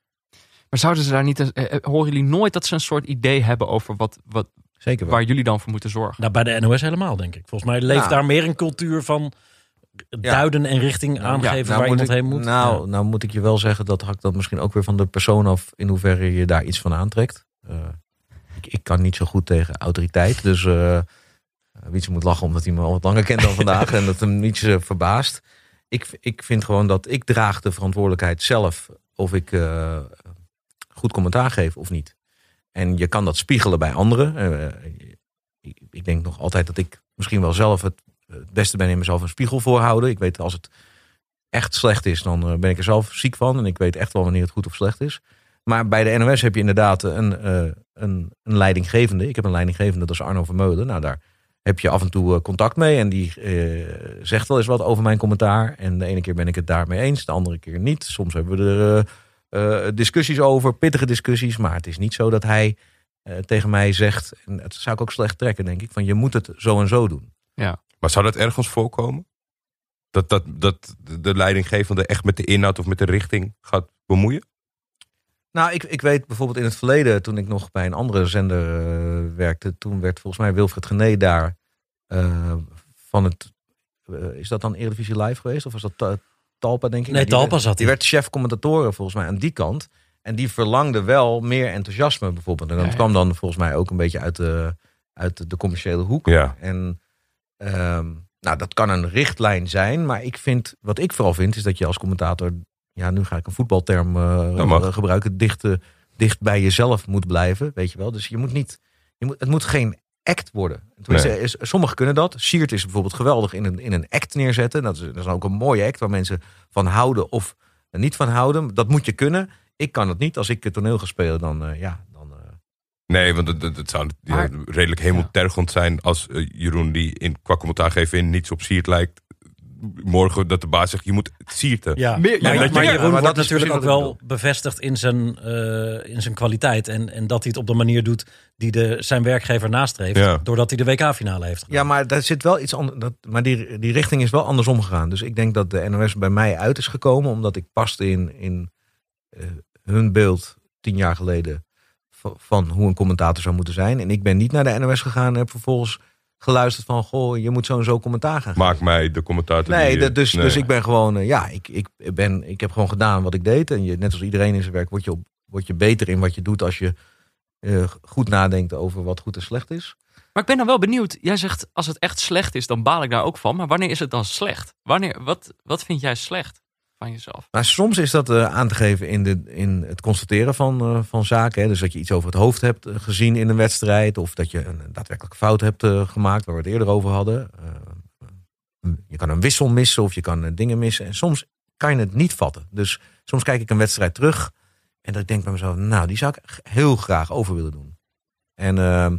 Maar zouden ze daar niet, eh, eh, horen jullie nooit dat ze een soort idee hebben over wat, wat, Zeker wel. waar jullie dan voor moeten zorgen? Nou, bij de N O S helemaal, denk ik. Volgens mij leeft Nou. daar meer een cultuur van duiden en richting aangeven nou waar moet iemand ik- heen moet. Nou, Ja. nou moet ik je wel zeggen, dat hangt dan misschien ook weer van de persoon af in hoeverre je daar iets van aantrekt. Uh, ik, ik kan niet zo goed tegen autoriteit, dus uh, Wietse moet lachen omdat hij me al wat langer kent dan vandaag en dat hem niets uh, verbaast. Ik, ik vind gewoon dat ik draag de verantwoordelijkheid zelf of ik uh, goed commentaar geef of niet. En je kan dat spiegelen bij anderen. Uh, ik, ik denk nog altijd dat ik misschien wel zelf het het beste ben in mezelf een spiegel voorhouden. Ik weet als het echt slecht is, dan ben ik er zelf ziek van. En ik weet echt wel wanneer het goed of slecht is. Maar bij de N O S heb je inderdaad een, uh, een, een leidinggevende. Ik heb een leidinggevende, dat is Arno Vermeulen. Nou, daar heb je af en toe contact mee. En die uh, zegt wel eens wat over mijn commentaar. En de ene keer ben ik het daarmee eens, de andere keer niet. Soms hebben we er uh, uh, discussies over, pittige discussies. Maar het is niet zo dat hij uh, tegen mij zegt, en dat zou ik ook slecht trekken, denk ik, van je moet het zo en zo doen. Ja. Maar zou dat ergens voorkomen? Dat, dat, dat de leidinggevende echt met de inhoud of met de richting gaat bemoeien? Nou, ik, ik weet bijvoorbeeld in het verleden, toen ik nog bij een andere zender uh, werkte, toen werd volgens mij Wilfred Gené daar uh, van het, uh, is dat dan Eredivisie Live geweest? Of was dat uh, Talpa, denk ik? Nee, die Talpa werd, zat Die hij. werd chef-commentatoren volgens mij aan die kant. En die verlangde wel meer enthousiasme bijvoorbeeld. En dat Ja, ja. kwam dan volgens mij ook een beetje uit de, uit de commerciële hoek. Ja. En um, Nou, dat kan een richtlijn zijn. Maar ik vind, wat ik vooral vind, is dat je als commentator... Ja, nu ga ik een voetbalterm uh, gebruiken. Dicht, uh, dicht bij jezelf moet blijven, weet je wel. Dus je moet niet... Je moet, het moet geen act worden. Nee. Is, sommigen kunnen dat. Siert is bijvoorbeeld geweldig in een, in een act neerzetten. Dat is, dat is ook een mooie act waar mensen van houden of niet van houden. Dat moet je kunnen. Ik kan het niet. Als ik toneel ga spelen, dan uh, ja... Dan, uh... Nee, want het, het zou ja, maar, redelijk hemeltergend ja. zijn als uh, Jeroen die in qua commentaar geven in niets op Siert lijkt... morgen dat de baas zegt, je moet het sierten. Ja, meer, ja, ja maar, maar Jeroen ja, maar wordt natuurlijk ook wel bevestigd in zijn, uh, in zijn kwaliteit. En, en dat hij het op de manier doet die de, zijn werkgever nastreeft. Ja. Doordat hij de W K-finale heeft gedaan. Ja, maar daar zit wel iets anders. Dat, maar die, die richting is wel andersom gegaan. Dus ik denk dat de N O S bij mij uit is gekomen. Omdat ik paste in, in uh, hun beeld tien jaar geleden van, van hoe een commentator zou moeten zijn. En ik ben niet naar de N O S gegaan en heb vervolgens... geluisterd van, goh, je moet zo en zo commentaar gaan geven. Maak mij de commentator. Nee, die, de, dus, nee. dus ik ben gewoon, uh, ja, ik, ik, ben, ik heb gewoon gedaan wat ik deed. En je, net als iedereen in zijn werk, word je, op, word je beter in wat je doet als je uh, goed nadenkt over wat goed en slecht is. Maar ik ben dan wel benieuwd. Jij zegt, als het echt slecht is, dan baal ik daar ook van. Maar wanneer is het dan slecht? Wanneer, wat, wat vind jij slecht van jezelf? Nou, soms is dat uh, aan te geven in, de, in het constateren van, uh, van zaken. Hè. Dus dat je iets over het hoofd hebt uh, gezien in een wedstrijd. Of dat je een daadwerkelijke fout hebt uh, gemaakt, waar we het eerder over hadden. Uh, je kan een wissel missen of je kan uh, dingen missen. En soms kan je het niet vatten. Dus soms kijk ik een wedstrijd terug. En dat ik denk bij mezelf, nou, die zou ik heel graag over willen doen. En uh,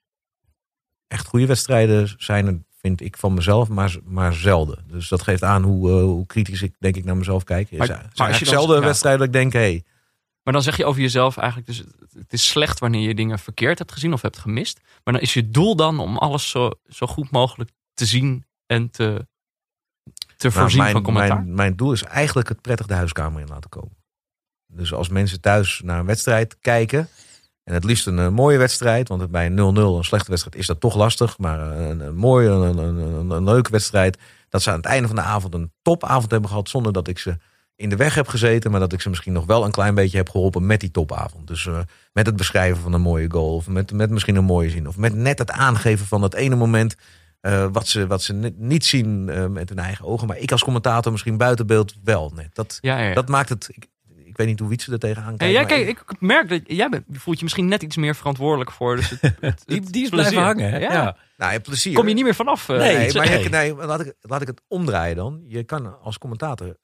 echt goede wedstrijden zijn er, vind ik van mezelf, maar, maar zelden. Dus dat geeft aan hoe, uh, hoe kritisch ik denk ik naar mezelf kijk. Er zijn eigenlijk zelden ja. wedstrijden dat ik denk, hé. Hey. Maar dan zeg je over jezelf eigenlijk, dus het is slecht wanneer je dingen verkeerd hebt gezien of hebt gemist. Maar dan is je doel dan om alles zo, zo goed mogelijk te zien en te, te voorzien nou, mijn, van commentaar? Mijn, mijn doel is eigenlijk het prettig de huiskamer in laten komen. Dus als mensen thuis naar een wedstrijd kijken... En het liefst een, een mooie wedstrijd. Want bij een nul nul, een slechte wedstrijd, is dat toch lastig. Maar een, een mooie, een, een, een, een leuke wedstrijd. Dat ze aan het einde van de avond een topavond hebben gehad. Zonder dat ik ze in de weg heb gezeten. Maar dat ik ze misschien nog wel een klein beetje heb geholpen met die topavond. Dus uh, met het beschrijven van een mooie goal. Of met, met misschien een mooie zin. Of met net het aangeven van dat ene moment. Uh, wat ze, wat ze niet zien uh, met hun eigen ogen. Maar ik als commentator misschien buiten beeld wel net. Dat, ja, ja, ja. dat maakt het... Ik, Ik weet niet hoe Wietse er tegenaan kijkt. Ja, ja, kijk, ik merk dat jij bent, voelt je misschien net iets meer verantwoordelijk voor. Dus het, het, het die, die is blijven hangen. Hè? Ja. Ja. Nou, plezier. Kom je niet meer vanaf. Uh, nee, nee, maar nee. nee, laat, ik, laat ik het omdraaien dan. Je kan als commentator...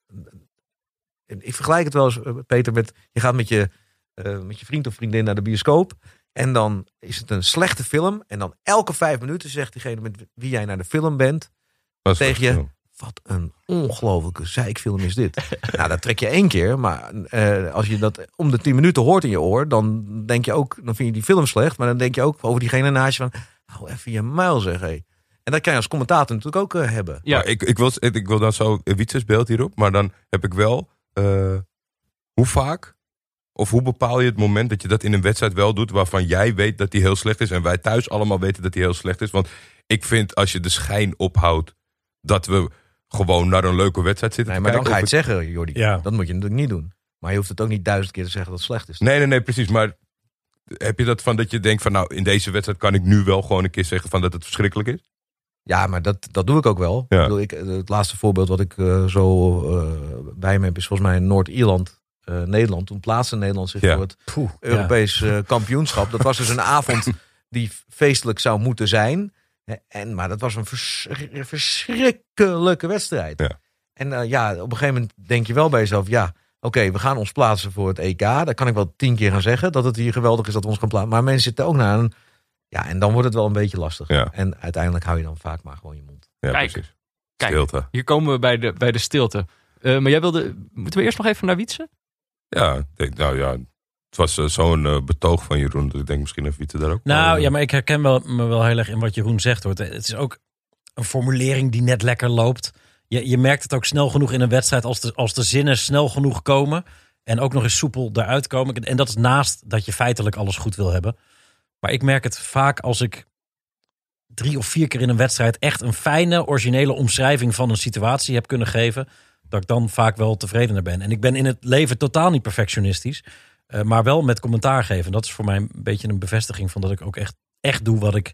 Ik vergelijk het wel eens, Peter, met... Je gaat met je, uh, met je vriend of vriendin naar de bioscoop. En dan is het een slechte film. En dan elke vijf minuten zegt diegene met wie jij naar de film bent... tegen je... Film. Wat een ongelofelijke zeikfilm is dit. Nou, dat trek je één keer. Maar uh, als je dat om de tien minuten hoort in je oor... dan denk je ook, dan vind je die film slecht. Maar dan denk je ook over diegene naast je van... hou even je muil, zeg. Hey. En dat kan je als commentator natuurlijk ook uh, hebben. Ja, ik, ik, wil, ik wil dan zo Wietzes beeld hierop. Maar dan heb ik wel... Uh, hoe vaak... of hoe bepaal je het moment dat je dat in een wedstrijd wel doet... waarvan jij weet dat die heel slecht is... en wij thuis allemaal weten dat die heel slecht is. Want ik vind als je de schijn ophoudt... dat we... gewoon naar een leuke wedstrijd zitten nee, te maar kijken. Dan ga je het zeggen, Jordi. Ja. Dat moet je natuurlijk niet doen. Maar je hoeft het ook niet duizend keer te zeggen dat het slecht is. Nee, nee, nee, precies. Maar heb je dat van dat je denkt van... nou, in deze wedstrijd kan ik nu wel gewoon een keer zeggen... van dat het verschrikkelijk is? Ja, maar dat, dat doe ik ook wel. Ja. Ik bedoel, ik, het laatste voorbeeld wat ik uh, zo uh, bij me heb... is volgens mij Noord-Ierland, uh, Nederland. Toen plaatste Nederland zich ja. voor het Poeh, Europees ja. uh, kampioenschap. Dat was dus een avond die feestelijk zou moeten zijn... En, maar dat was een vers- verschrikkelijke wedstrijd. Ja. En uh, ja, op een gegeven moment denk je wel bij jezelf... ja, oké, okay, we gaan ons plaatsen voor het E K. Daar kan ik wel tien keer gaan zeggen... dat het hier geweldig is dat we ons gaan plaatsen. Maar mensen zitten ook naar een... Ja, en dan wordt het wel een beetje lastig. Ja. En uiteindelijk hou je dan vaak maar gewoon je mond. Ja, Kijk, precies. Kijk, stilte. Hier komen we bij de, bij de stilte. Uh, maar jij wilde... Moeten we eerst nog even naar Wietse? Ja, denk, nou ja... Het was uh, zo'n uh, betoog van Jeroen. Dat ik denk misschien even Wietse daar ook. Nou uh, ja, maar ik herken wel, me wel heel erg in wat Jeroen zegt. Hoor. Het is ook een formulering die net lekker loopt. Je, je merkt het ook snel genoeg in een wedstrijd als de, als de zinnen snel genoeg komen. En ook nog eens soepel eruit komen. En dat is naast dat je feitelijk alles goed wil hebben. Maar ik merk het vaak als ik drie of vier keer in een wedstrijd echt een fijne, originele omschrijving van een situatie heb kunnen geven. Dat ik dan vaak wel tevredener ben. En ik ben in het leven totaal niet perfectionistisch. Uh, maar wel met commentaar geven. Dat is voor mij een beetje een bevestiging van dat ik ook echt, echt doe wat ik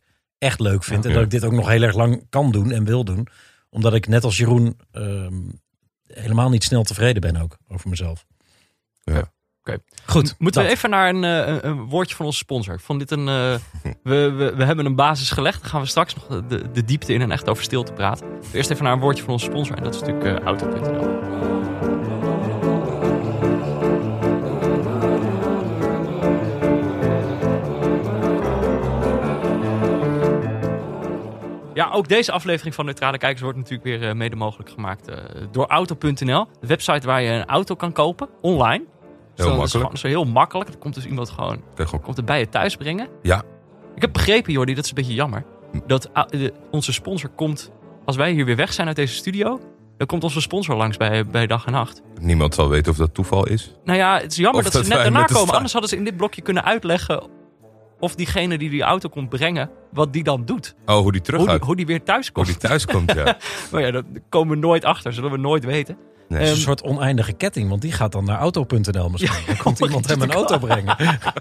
echt leuk vind. Ja. En dat ik dit ook nog heel erg lang kan doen en wil doen. Omdat ik net als Jeroen um, helemaal niet snel tevreden ben ook over mezelf. Ja. Okay. Goed. Moeten dat. we even naar een, een, een woordje van onze sponsor. Ik vond dit een... Uh, we, we, we hebben een basis gelegd. Dan gaan we straks nog de, de diepte in en echt over stilte praten. Eerst even naar een woordje van onze sponsor. En dat is natuurlijk uh, Auto punt n l. Ja, ook deze aflevering van Neutrale Kijkers wordt natuurlijk weer uh, mede mogelijk gemaakt uh, door Auto punt n l. De website waar je een auto kan kopen, online. Heel zo, makkelijk. Dat is, gewoon, dat is heel makkelijk. Er komt dus iemand gewoon, gewoon... komt het bij je thuis brengen. Ja. Ik heb begrepen, Jordi, dat is een beetje jammer. Dat uh, de, onze sponsor komt, als wij hier weer weg zijn uit deze studio, dan komt onze sponsor langs bij, bij dag en nacht. Niemand zal weten of dat toeval is. Nou ja, het is jammer Of dat, dat ze net wij daarna met de komen. sta- Anders hadden ze in dit blokje kunnen uitleggen of diegene die die auto komt brengen, wat die dan doet. Oh, hoe die terug Hoe gaat. die, hoe die weer thuis Hoe komt. die thuis komt, ja. Maar ja, daar komen we nooit achter. Zullen we nooit weten. Nee. Het is Um, een soort oneindige ketting, want die gaat dan naar auto punt n l misschien. Ja, dan komt iemand hem een auto brengen.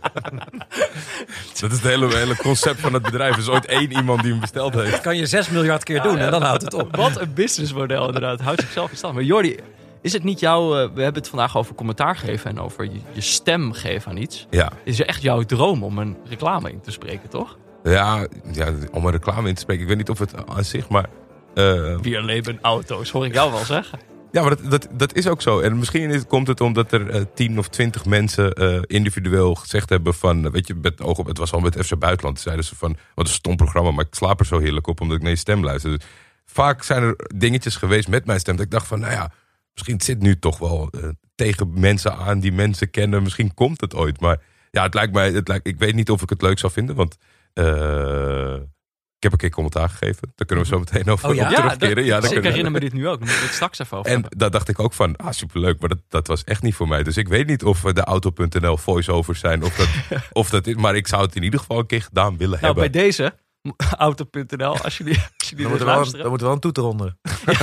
Dat is het hele, hele concept van het bedrijf. Er is ooit één iemand die hem besteld heeft. Dat kan je zes miljard keer doen en dan houdt het op. Wat een businessmodel inderdaad. Houdt zichzelf in stand. Maar Jordi, is het niet jouw... Uh, we hebben het vandaag over commentaar geven en over je, je stem geven aan iets. Ja. Is het echt jouw droom om een reclame in te spreken, toch? Ja, ja, om een reclame in te spreken. Ik weet niet of het aan zich, maar... Uh, Wir leven auto's, hoor ik jou wel zeggen. Ja, maar dat, dat, dat is ook zo. En misschien is, komt het omdat er uh, tien of twintig mensen uh, individueel gezegd hebben van... Weet je, met oog op, het was al met F C Buitenland. Zeiden ze van, wat een stom programma, maar ik slaap er zo heerlijk op omdat ik naar je stem luister. Dus vaak zijn er dingetjes geweest met mijn stem dat ik dacht van, nou ja, misschien zit nu toch wel uh, tegen mensen aan die mensen kennen. Misschien komt het ooit. Maar ja, het lijkt mij, het lijkt, ik weet niet of ik het leuk zou vinden, want... Uh, Ik heb een keer commentaar gegeven. Daar kunnen we zo meteen over oh, ja? op terugkeren. Ja, Ja, dat, ja, ik herinner me dit nu ook. Dan moeten we het straks even over En hebben. daar dacht ik ook van, ah, superleuk. Maar dat, dat was echt niet voor mij. Dus ik weet niet of de Auto punt n l voice-overs zijn. Of dat, of dat is. Maar ik zou het in ieder geval een keer gedaan willen Nou, hebben. bij deze, Auto punt n l, als jullie, als jullie Dan dit moet, er wel, luisteren. dan moet er wel een toeter onder.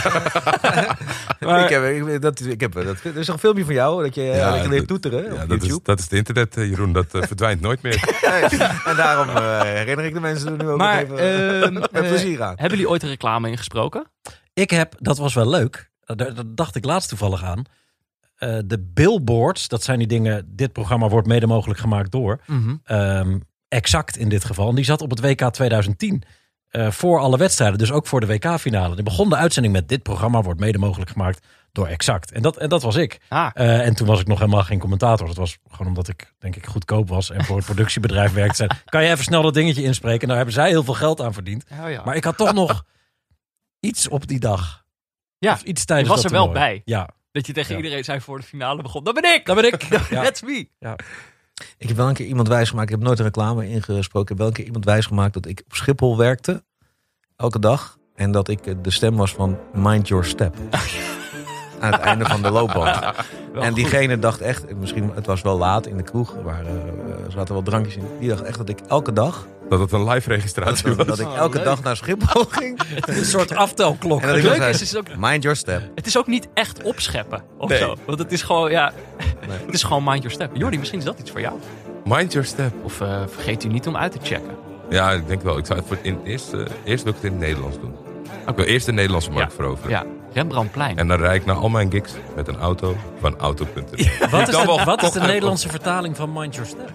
Maar- ik heb, ik, dat, ik heb, dat, er is nog een filmpje van jou dat je, Ja, ja, dat je leert dat- toeteren Ja, op dat, is, YouTube. dat is het internet, eh, Jeroen. Dat uh, verdwijnt nooit meer. Nee, en daarom uh, herinner ik de mensen er nu ook Maar, nog even ehm, met eh, plezier aan. Hebben jullie ooit een reclame ingesproken? Ik heb, dat was wel leuk, daar, daar dacht ik laatst toevallig aan. Uh, de billboards, dat zijn die dingen, dit programma wordt mede mogelijk gemaakt door. Um, exact in dit geval. En die zat op het W K twintig tien. Uh, voor alle wedstrijden, dus ook voor de W K-finale. Er begon de uitzending met dit programma wordt mede mogelijk gemaakt door Exact. En dat, en dat was ik. Ah. Uh, en toen was ik nog helemaal geen commentator. Dat was gewoon omdat ik, denk ik, goedkoop was en voor het productiebedrijf werkte. Zei, kan je even snel dat dingetje inspreken? Daar hebben zij heel veel geld aan verdiend. Oh ja. Maar ik had toch nog iets op die dag. Ja, Of iets tijdens je was dat er wel toernooi. bij. Ja, Dat je tegen Ja. iedereen zei voor de finale begon. Dat ben ik! dat ben ik. Ja. That's me! Ik heb wel een keer iemand wijsgemaakt. Ik heb nooit een reclame ingesproken. Ik heb wel een keer iemand wijsgemaakt dat ik op Schiphol werkte. Elke dag. En dat ik de stem was van Mind Your Step. Aan het einde van de loopband. Wel En goed. diegene dacht echt, misschien, het was wel laat in de kroeg. Er waren, uh, er zaten wel drankjes in. Die dacht echt dat ik elke dag, Dat het een live registratie dat, was. dat ik Oh, elke leuk. dag naar Schiphol ging. Een soort aftelklok. En dat Het ik leuke dan is, zei, is ook, Mind Your Step. het is ook niet echt opscheppen of Nee. zo. Want het is gewoon, ja, het is gewoon mind your step. Jordi, misschien is dat iets voor jou. Mind your step. Of uh, vergeet u niet om uit te checken. Ja, ik denk wel. Ik zou het voor in het eerst, uh, eerst wil ik het in het Nederlands doen. Ik wil eerst de Nederlandse markt Ja. veroveren. Ja, Rembrandtplein. En dan rijd ik naar al mijn gigs met een auto van Auto punt n l. Wat is kan de, wel wat is de gokken. Nederlandse vertaling van Mind Your Step?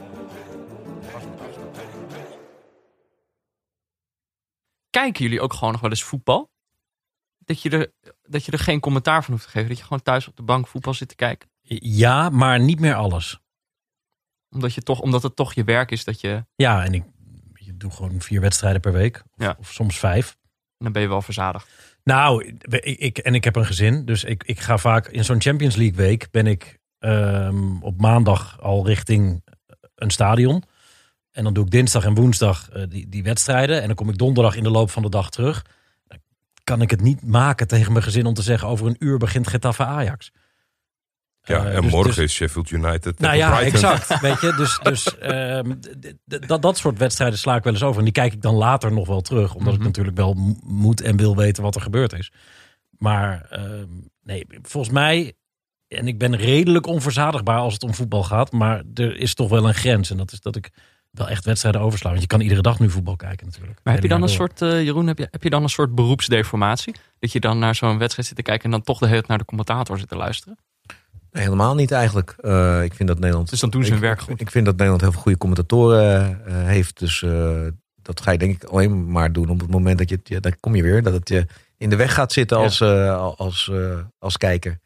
Kijken jullie ook gewoon nog wel eens voetbal? Dat je, er, dat je er geen commentaar van hoeft te geven. Dat je gewoon thuis op de bank voetbal zit te kijken. Ja, maar niet meer alles. Omdat, je toch, omdat het toch je werk is dat je... Ja, en ik, ik doe gewoon vier wedstrijden per week. Of, Ja. of soms vijf. Dan ben je wel verzadigd. Nou, ik, ik, en ik heb een gezin. Dus ik, ik ga vaak in zo'n Champions League week ben ik um, op maandag al richting een stadion. En dan doe ik dinsdag en woensdag uh, die, die wedstrijden. En dan kom ik donderdag in de loop van de dag terug. Dan kan ik het niet maken tegen mijn gezin om te zeggen over een uur begint Getafe Ajax. Ja, Uh, en dus- morgen dus- is Sheffield United. Nou tegen ja, Brighton. exact. Weet je, dus, dus um, d- d- dat, dat soort wedstrijden sla ik wel eens over. En die kijk ik dan later nog wel terug. Omdat Mm-hmm. ik natuurlijk wel m- moet en wil weten wat er gebeurd is. Maar um, nee, volgens mij... En ik ben redelijk onverzadigbaar als het om voetbal gaat. Maar er is toch wel een grens. En dat is dat ik wel echt wedstrijden overslaan. Want je kan iedere dag nu voetbal kijken natuurlijk. Maar heb je dan een soort, uh, Jeroen, heb je, heb je dan een soort beroepsdeformatie? Dat je dan naar zo'n wedstrijd zit te kijken en dan toch de hele tijd naar de commentator zit te luisteren? Nee, helemaal niet eigenlijk. Uh, ik vind dat Nederland... Dus dan doen ze hun ik, werk goed. Ik vind dat Nederland heel veel goede commentatoren uh, heeft. Dus uh, dat ga je denk ik alleen maar doen op het moment dat je... Ja, daar kom je weer, dat het je in de weg gaat zitten als, ja. uh, als, uh, als kijker.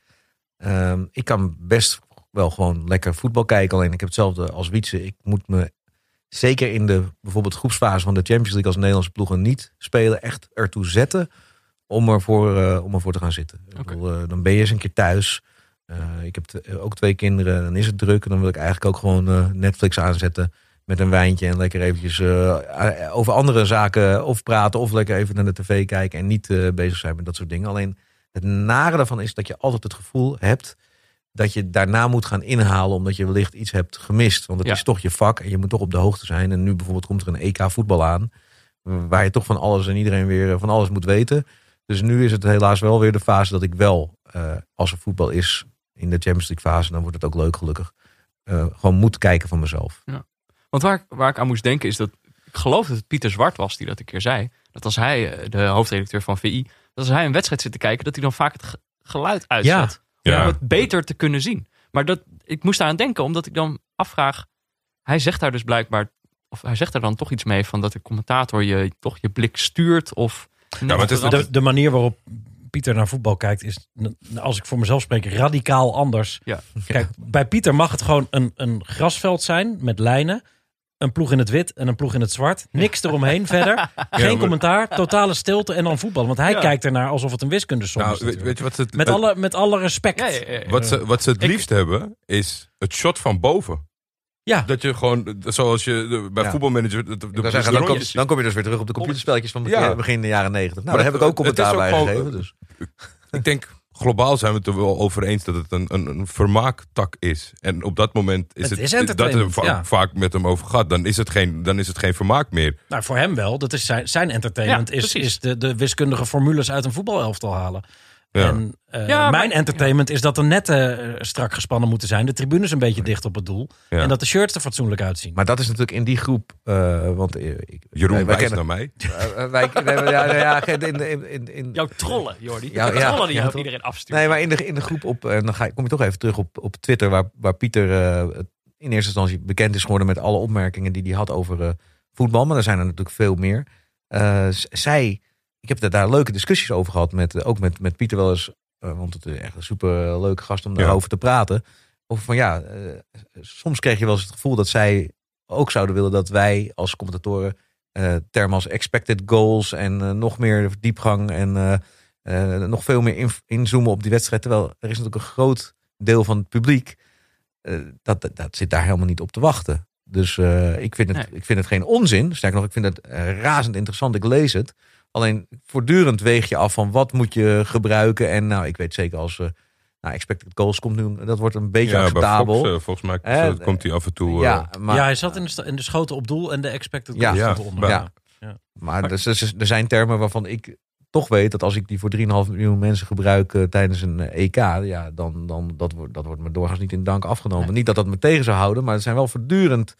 Um, ik kan best wel gewoon lekker voetbal kijken. Alleen ik heb hetzelfde als Wietse. Ik moet me zeker in de bijvoorbeeld groepsfase van de Champions League als Nederlandse ploegen niet spelen, echt ertoe zetten om ervoor, uh, om ervoor te gaan zitten. Okay. Ik bedoel, uh, dan ben je eens een keer thuis. Uh, ik heb t- ook twee kinderen, dan is het druk. En dan wil ik eigenlijk ook gewoon uh, Netflix aanzetten met een wijntje en lekker eventjes uh, over andere zaken of praten of lekker even naar de tv kijken en niet uh, bezig zijn met dat soort dingen. Alleen het nare daarvan is dat je altijd het gevoel hebt dat je daarna moet gaan inhalen omdat je wellicht iets hebt gemist. Want het ja. is toch je vak en je moet toch op de hoogte zijn. En nu bijvoorbeeld komt er een E K voetbal aan, waar je toch van alles en iedereen weer van alles moet weten. Dus nu is het helaas wel weer de fase dat ik wel, uh, als er voetbal is in de Champions League fase, dan wordt het ook leuk gelukkig, uh, gewoon moet kijken van mezelf. Ja. Want waar, waar ik aan moest denken is dat, ik geloof dat het Pieter Zwart was die dat een keer zei, dat als hij, de hoofdredacteur van V I, dat als hij een wedstrijd zit te kijken, dat hij dan vaak het geluid uitzet. Ja. Ja. Om het beter te kunnen zien. Maar dat, ik moest daaraan denken, omdat ik dan afvraag, hij zegt daar dus blijkbaar, of hij zegt er dan toch iets mee van dat de commentator je toch je blik stuurt of... Ja, maar het is de, de manier waarop Pieter naar voetbal kijkt is, als ik voor mezelf spreek, radicaal anders. Ja. Kijk, bij Pieter mag het gewoon een, een grasveld zijn met lijnen. Een ploeg in het wit en een ploeg in het zwart. Niks eromheen verder. Geen ja, maar... commentaar, totale stilte en dan voetballen. Want hij ja. kijkt ernaar alsof het een wiskundesom nou, is. Weet, weet je wat het, met, alle, met alle respect. Ja, ja, ja, ja. Wat, ze, wat ze het liefst ik... hebben, is het shot van boven. Ja. Dat je gewoon, zoals je bij ja. voetbalmanager... De, de, de zeggen, dan, kom, dan kom je dus weer terug op de computerspelletjes van begin, ja. begin de jaren negentig. Nou, maar daar heb ik ook commentaar bij gewoon, gegeven. Dus. Ik denk, globaal zijn we het er wel over eens dat het een, een, een vermaaktak is. En op dat moment is het, het is dat er va- ja. vaak met hem over gaat. Dan is het geen, dan is het geen vermaak meer. Nou, voor hem wel. Dat is zijn, zijn entertainment ja, is, is de, de wiskundige formules uit een voetbalelftal halen. Ja. En uh, ja, mijn maar, entertainment ja. is dat de netten uh, strak gespannen moeten zijn. De tribunes een beetje dicht op het doel. Ja. En dat de shirts er fatsoenlijk uitzien. Maar dat is natuurlijk in die groep... Uh, want, uh, ik, Jeroen wij, wij wijst naar mij. Uh, wij, nee, ja, ja, in, in, in, in, Jouw trollen, Jordi. Jouw ja, trollen die ja, ja, iedereen afstuurt. Nee, maar in de, in de groep op... Uh, dan ga, kom je toch even terug op, op Twitter... waar, waar Pieter uh, in eerste instantie bekend is geworden... met alle opmerkingen die hij had over uh, voetbal. Maar er zijn er natuurlijk veel meer. Uh, zij... Ik heb daar leuke discussies over gehad, met, ook met, met Pieter wel eens, uh, want het is echt een super leuke gast om daarover ja. te praten. Over van ja, uh, soms kreeg je wel eens het gevoel dat zij ook zouden willen dat wij als commentatoren uh, termen als expected goals en uh, nog meer diepgang en uh, uh, nog veel meer in, inzoomen op die wedstrijd. Terwijl er is natuurlijk een groot deel van het publiek uh, dat, dat, dat zit daar helemaal niet op te wachten. Dus uh, ik, vind het, nee. ik vind het geen onzin. Sterker nog, ik vind het uh, razend interessant. Ik lees het. Alleen voortdurend weeg je af van wat moet je gebruiken. En nou, ik weet zeker als uh, nou, expected goals komt nu, dat wordt een beetje ja, acceptabel. Fox, uh, volgens mij eh, komt hij af en toe. Uh, ja, maar, ja, hij zat in de, in de schoten op doel en de expected goals ja, stond eronder. Ja, ja. Maar maar dus, dus, er zijn termen waarvan ik toch weet dat als ik die voor drie komma vijf miljoen mensen gebruik uh, tijdens een uh, E K, ja, dan, dan dat, wordt, dat wordt me doorgaans niet in dank afgenomen. Nee. Niet dat dat me tegen zou houden, maar het zijn wel voortdurend...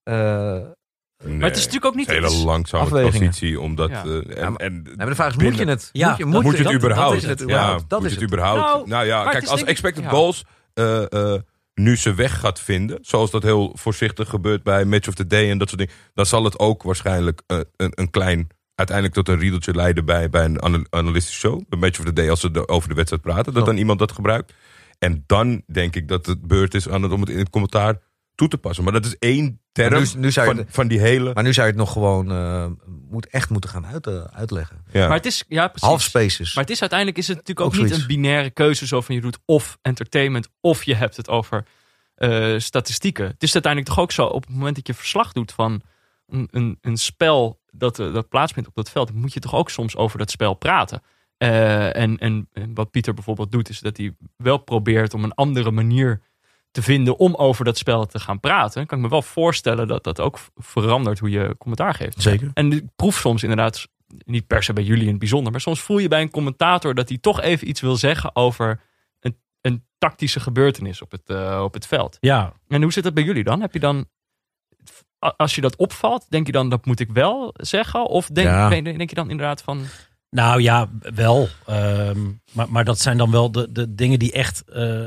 Uh, Nee, maar het is natuurlijk ook niet een hele langzame positie, omdat ja. uh, en, ja, maar, en maar de vraag is, moet je het? Ja, moet je, moet, moet je het dat, überhaupt? Dat is het überhaupt. Ja, dat moet is je het het überhaupt? Nou, nou ja, kijk, als expected ja. goals uh, uh, nu zijn weg gaat vinden, zoals dat heel voorzichtig gebeurt bij Match of the Day en dat soort dingen, dan zal het ook waarschijnlijk uh, een, een klein, uiteindelijk tot een riedeltje leiden bij, bij een analystische show, bij Match of the Day, als ze de, over de wedstrijd praten, dat oh. dan iemand dat gebruikt. En dan denk ik dat het beurt is aan het, om het in het commentaar toe te passen. Maar dat is één term nu, nu van, het, van die hele... Maar nu zou je het nog gewoon uh, moet echt moeten gaan uit, uh, uitleggen. Ja. Maar het is, ja, precies. Half spaces. Maar het is uiteindelijk is het natuurlijk ook, ook niet een binaire keuze zo van je doet of entertainment of je hebt het over uh, statistieken. Het is uiteindelijk toch ook zo op het moment dat je verslag doet van een, een, een spel dat, uh, dat plaatsvindt op dat veld, moet je toch ook soms over dat spel praten. Uh, en, en, en wat Pieter bijvoorbeeld doet is dat hij wel probeert om een andere manier te vinden om over dat spel te gaan praten, kan ik me wel voorstellen dat dat ook verandert hoe je commentaar geeft. Zeker. En ik proef soms inderdaad, niet per se bij jullie in het bijzonder, maar soms voel je bij een commentator dat hij toch even iets wil zeggen over een, een tactische gebeurtenis op het, uh, op het veld. Ja. En hoe zit dat bij jullie dan? Heb je dan als je dat opvalt, denk je dan dat moet ik wel zeggen? Of denk, Ja. denk, denk je dan inderdaad van... Nou ja, wel. Um, maar, maar dat zijn dan wel de, de dingen die echt uh,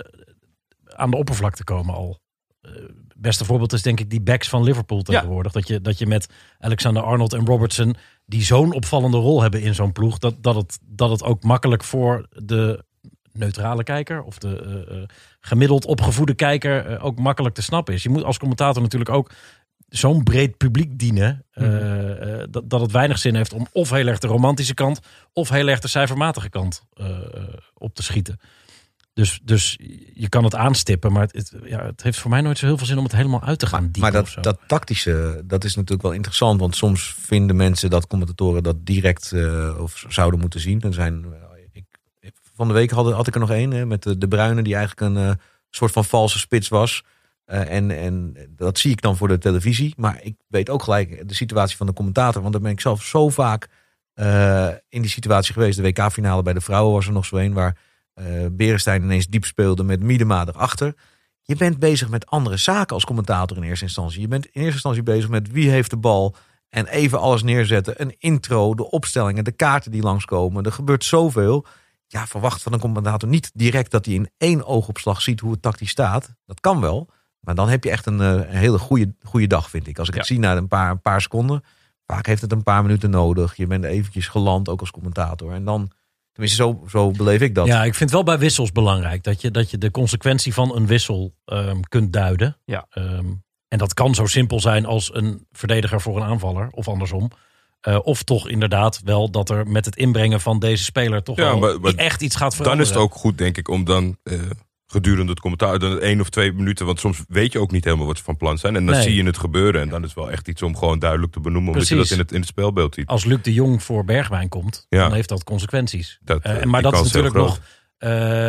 aan de oppervlakte komen al. Het uh, beste voorbeeld is denk ik die backs van Liverpool tegenwoordig. Ja. Dat, je, dat je met Alexander-Arnold en Robertson, die zo'n opvallende rol hebben in zo'n ploeg, dat, dat, het, dat het ook makkelijk voor de neutrale kijker of de uh, uh, gemiddeld opgevoede kijker uh, ook makkelijk te snappen is. Je moet als commentator natuurlijk ook zo'n breed publiek dienen, uh, uh, dat, dat het weinig zin heeft om of heel erg de romantische kant of heel erg de cijfermatige kant uh, op te schieten. Dus, dus je kan het aanstippen, maar het, het, ja, het heeft voor mij nooit zo heel veel zin om het helemaal uit te gaan diepen. Maar dat, dat tactische, dat is natuurlijk wel interessant, want soms vinden mensen dat commentatoren dat direct uh, of zouden moeten zien. Er zijn, ik, van de week had, had ik er nog één met de, de Bruyne, die eigenlijk een uh, soort van valse spits was. Uh, en, en dat zie ik dan voor de televisie. Maar ik weet ook gelijk de situatie van de commentator. Want daar ben ik zelf zo vaak uh, in die situatie geweest. De W K-finale bij de vrouwen was er nog zo een waar uh, Beresteyn ineens diep speelde met Miedema erachter. Je bent bezig met andere zaken als commentator in eerste instantie. Je bent in eerste instantie bezig met wie heeft de bal. En even alles neerzetten. Een intro, de opstellingen, de kaarten die langskomen. Er gebeurt zoveel. Ja, verwacht van een commentator niet direct dat hij in één oogopslag ziet hoe het tactisch staat. Dat kan wel. Maar dan heb je echt een, een hele goede, goede dag, vind ik. Als ik ja. het zie na een paar, een paar seconden. Vaak heeft het een paar minuten nodig. Je bent eventjes geland, ook als commentator. En dan, tenminste zo, zo beleef ik dat. Ja, ik vind wel bij wissels belangrijk. Dat je, dat je de consequentie van een wissel um, kunt duiden. Ja. Um, en dat kan zo simpel zijn als een verdediger voor een aanvaller. Of andersom. Uh, of toch inderdaad wel dat er met het inbrengen van deze speler toch ja, wel maar, maar echt iets gaat veranderen. Dan is het ook goed, denk ik, om dan... Uh... gedurende het commentaar, dan één of twee minuten, want soms weet je ook niet helemaal wat ze van plan zijn. En dan nee. zie je het gebeuren en dan is het wel echt iets om gewoon duidelijk te benoemen, omdat Precies. je dat in het, in het spelbeeld ziet. Als Luc de Jong voor Bergwijn komt, ja. dan heeft dat consequenties. Dat, uh, uh, maar dat is natuurlijk nog uh,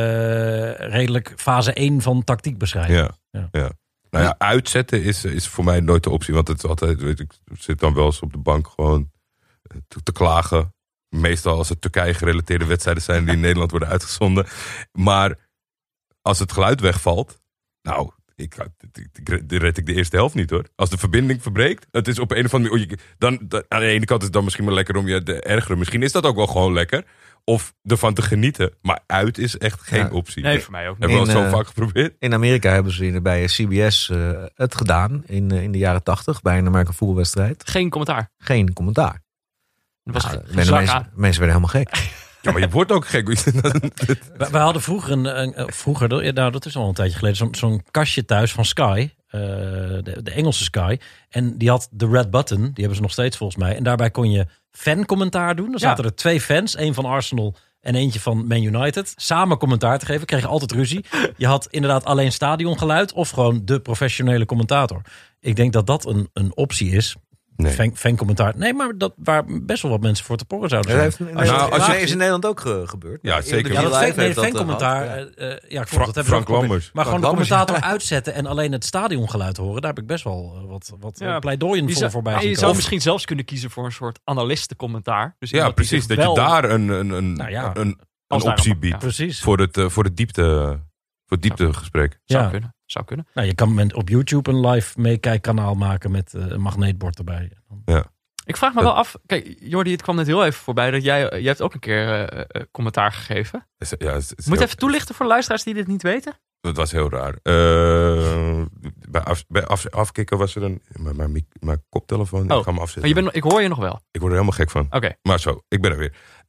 redelijk fase één van tactiek beschrijven. Ja. Ja. Ja. Nou ja, uitzetten is, is voor mij nooit de optie, want het is altijd, weet ik, zit dan wel eens op de bank gewoon te, te klagen. Meestal als het Turkije gerelateerde wedstrijden zijn die in Nederland worden uitgezonden. Maar als het geluid wegvalt, nou, ik, ik, ik, red ik de eerste helft niet hoor. Als de verbinding verbreekt, het is op een of andere manier... Dan, dan, aan de ene kant is het dan misschien wel lekker om je te ergeren. Misschien is dat ook wel gewoon lekker. Of ervan te genieten. Maar uit is echt geen ja, optie. Nee, voor mij ook niet. Hebben we al zo uh, vaak geprobeerd. In Amerika hebben ze in, bij C B S uh, het gedaan. In, uh, in de jaren tachtig, bij een Amerikaanse voetbalwedstrijd. Geen commentaar? Geen commentaar. Dat was nou, geen, mensen, mensen, mensen werden helemaal gek. Ja, maar je wordt ook gek. we, we hadden vroeger, een, een, vroeger nou, dat is al een tijdje geleden, zo'n, zo'n kastje thuis van Sky. Uh, de, de Engelse Sky. En die had de red button. Die hebben ze nog steeds volgens mij. En daarbij kon je fancommentaar doen. Dan zaten ja. er twee fans. Één van Arsenal en eentje van Man United. Samen commentaar te geven. Kreeg je altijd ruzie. Je had inderdaad alleen stadiongeluid. Of gewoon de professionele commentator. Ik denk dat dat een, een optie is. Nee. Fan, fancommentaar. Nee, maar dat waar best wel wat mensen voor te porren zouden zijn. Dat heeft, nou, als je, is in Nederland ook ge, gebeurd. Ja, zeker. Ja, dat fan, nee, fancommentaar. Ja, uh, ja Fra- dat Frank Lammers. Maar gewoon de commentator uitzetten en alleen het stadiongeluid horen. Daar heb ik best wel uh, wat, wat ja, pleidooien voor voorbij zien. Je zou misschien zelfs kunnen kiezen voor een soort analistencommentaar. Dus ja, precies. Dat wel... je daar een, een, een, nou ja, een, een optie biedt. Precies. Voor het, uh, voor het diepte, voor het dieptegesprek. Zou ja. kunnen. Zou kunnen. Nou, je kan met, op YouTube een live meekijkkanaal maken met uh, een magneetbord erbij. Ja. Ik vraag me wel af, kijk Jordi, het kwam net heel even voorbij dat jij, jij hebt ook een keer uh, commentaar gegeven. Is, ja, is, is Moet heel, even toelichten voor de luisteraars die dit niet weten? Dat was heel raar. Uh, bij af, bij af, afkikken was er een, mijn, mijn, mijn koptelefoon, oh. ik ga hem afzetten. Je bent, ik hoor je nog wel. Ik word er helemaal gek van. Oké. Okay. Maar zo, ik ben er weer.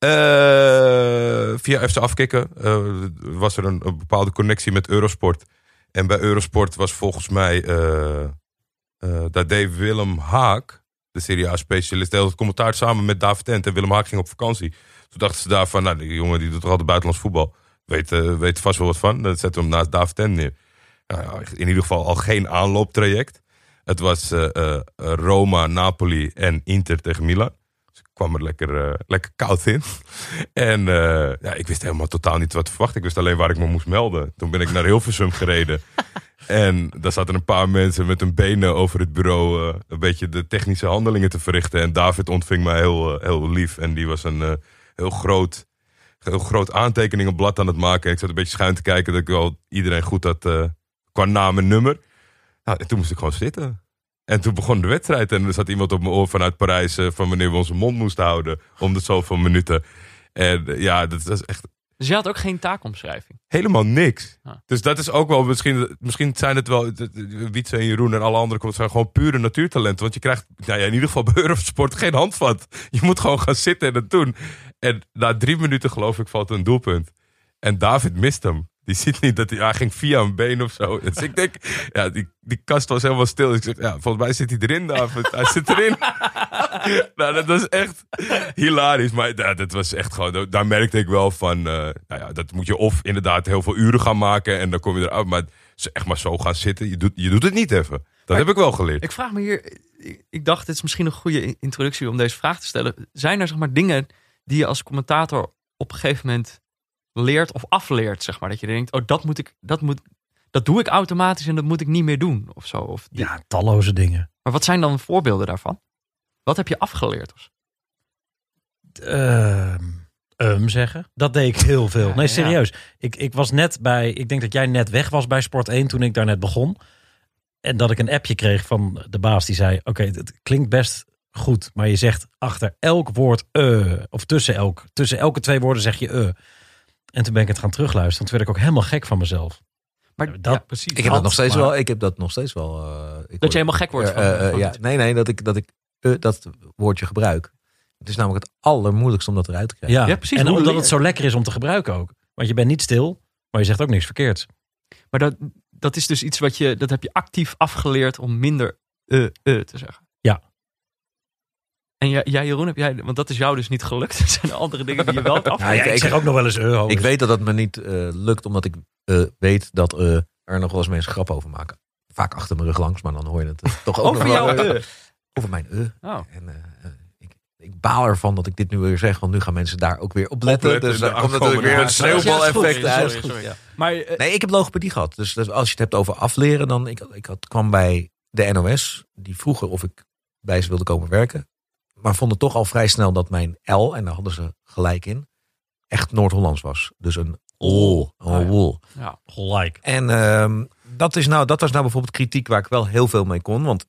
Uh, via F C Afkikken uh, was er een, een bepaalde connectie met Eurosport. En bij Eurosport was volgens mij, uh, uh, daar deed Willem Haak, de Serie A-specialist, deelde het commentaar samen met David Ent. En Willem Haak ging op vakantie. Toen dachten ze daar van, nou, die jongen die doet toch altijd buitenlands voetbal. Weet, uh, weet vast wel wat van. Dan zetten we hem naast David Ent neer. Nou, in ieder geval al geen aanlooptraject. Het was uh, uh, Roma, Napoli en Inter tegen Milan. Dus ik kwam er lekker, uh, lekker koud in. En uh, ja, ik wist helemaal totaal niet wat te verwachten. Ik wist alleen waar ik me moest melden. Toen ben ik naar Hilversum gereden. En daar zaten een paar mensen met hun benen over het bureau uh, een beetje de technische handelingen te verrichten. En David ontving mij heel, uh, heel lief. En die was een uh, heel groot, heel groot aantekeningenblad aan het maken. En ik zat een beetje schuin te kijken dat ik wel iedereen goed had uh, qua naam en nummer. Nou, en toen moest ik gewoon zitten. En toen begon de wedstrijd. En er zat iemand op mijn oor vanuit Parijs... Uh, van wanneer we onze mond moesten houden. Om de zoveel minuten. En uh, ja, dat was echt... Dus je had ook geen taakomschrijving? Helemaal niks. Ah. Dus dat is ook wel misschien... Misschien zijn het wel... Wietse en Jeroen en alle anderen... Het zijn gewoon pure natuurtalenten. Want je krijgt nou ja, in ieder geval bij Eurosport geen handvat. Je moet gewoon gaan zitten en het doen. En na drie minuten geloof ik valt een doelpunt. En David mist hem. Die ziet niet dat hij, hij ging via een been of zo. Dus ik denk, ja, die, die kast was helemaal stil. Dus ik zeg, ja, volgens mij zit hij erin, David. Hij zit erin. Nou, dat was echt hilarisch. Maar ja, dat was echt gewoon, daar merkte ik wel van, uh, nou ja, dat moet je of inderdaad heel veel uren gaan maken. En dan kom je eruit. Maar echt maar zo gaan zitten, je doet, je doet het niet even. Dat maar heb ik wel geleerd. Ik vraag me hier, ik dacht, dit is misschien een goede introductie om deze vraag te stellen. Zijn er zeg maar dingen die je als commentator op een gegeven moment leert of afleert, zeg maar, dat je denkt, oh, dat moet ik, dat moet, dat doe ik automatisch en dat moet ik niet meer doen, of zo. Of die... Ja, talloze dingen. Maar wat zijn dan voorbeelden daarvan? Wat heb je afgeleerd? Uh, um zeggen. Dat deed ik heel veel. Nee, serieus. Ja. Ik, ik was net bij, ik denk dat jij net weg was bij Sport één toen ik daar net begon. En dat ik een appje kreeg van de baas die zei, oké, okay, het klinkt best goed, maar je zegt achter elk woord uh, of tussen elk, tussen elke twee woorden zeg je uh. En toen ben ik het gaan terugluisteren. Toen werd ik ook helemaal gek van mezelf. Maar dat, ja, precies. Ik heb dat nog steeds maar, wel. Ik heb dat nog steeds wel. Uh, ik dat word, je helemaal gek wordt. Uh, van, uh, van ja, nee, nee, dat ik dat ik uh, dat woordje gebruik. Het is namelijk het allermoeilijkste om dat eruit te krijgen. Ja, ja precies. En omdat leer. het zo lekker is om te gebruiken ook. Want je bent niet stil, maar je zegt ook niks verkeerds. Maar dat, dat is dus iets wat je, dat heb je actief afgeleerd om minder uh, uh te zeggen. Ja. En jij, jij, Jeroen, heb jij, want dat is jou dus niet gelukt. Er zijn andere dingen die je wel kan. Ja, ja, ik zeg ook nog wel eens uh, Ik weet dat dat me niet uh, lukt, omdat ik uh, weet dat uh, er nog wel eens mensen grap over maken. Vaak achter mijn rug langs, maar dan hoor je het uh, toch ook over nog jou, wel. Uh. Over mijn uh. Oh. En uh, uh, ik, ik baal ervan dat ik dit nu weer zeg, want nu gaan mensen daar ook weer op letten. Opletten, dus daar komt afkomen, natuurlijk weer een sneeuwbaleffect uit. Sorry, sorry, ja. Maar, uh, nee, ik heb logopedie gehad. Dus, dus als je het hebt over afleren, dan ik, ik had, kwam bij de N O S. Die vroegen of ik bij ze wilde komen werken. Maar vonden toch al vrij snel dat mijn L, en daar hadden ze gelijk in, echt Noord-Hollands was. Dus een ol, een wol. Ja, gelijk. En um, dat, is nou, dat was nou bijvoorbeeld kritiek waar ik wel heel veel mee kon. Want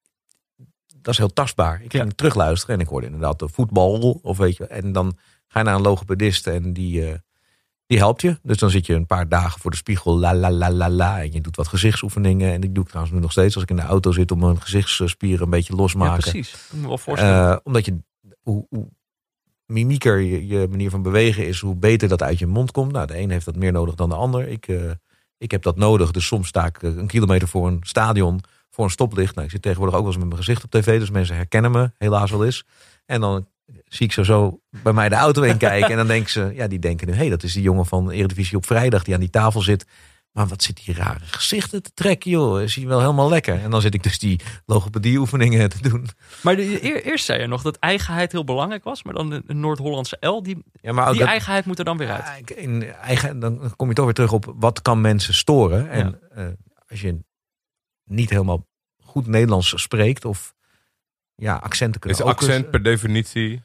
dat is heel tastbaar. Ik ging ja. terugluisteren en ik hoorde inderdaad de voetbal. Of weet je, en dan ga je naar een logopedist en die, uh, die helpt je. Dus dan zit je een paar dagen voor de spiegel. La la la la la. En je doet wat gezichtsoefeningen. En die doe ik trouwens nu nog steeds als ik in de auto zit om mijn gezichtsspieren een beetje losmaken. Ja, precies. Dat moet me wel voorstellen. Uh, omdat je, hoe, hoe mimieker je, je manier van bewegen is, hoe beter dat uit je mond komt. Nou, de een heeft dat meer nodig dan de ander. Ik, uh, ik heb dat nodig. Dus soms sta ik een kilometer voor een stadion, voor een stoplicht. Nou, ik zit tegenwoordig ook wel eens met mijn gezicht op tv. Dus mensen herkennen me, helaas wel eens. En dan zie ik zo, zo bij mij de auto in kijken. En dan denken ze, ja, die denken nu, hé, hey, dat is die jongen van Eredivisie op vrijdag die aan die tafel zit. Maar wat zit die rare gezichten te trekken, joh. Is hij wel helemaal lekker. En dan zit ik dus die logopedie-oefeningen te doen. Maar de, eerst zei je nog dat eigenheid heel belangrijk was. Maar dan een Noord-Hollandse L, die, ja, maar die dat, eigenheid moet er dan weer uit. In eigen, dan kom je toch weer terug op wat kan mensen storen. En ja. uh, als je niet helemaal goed Nederlands spreekt of ja, accenten kunnen is ook... Is accent uh, per definitie...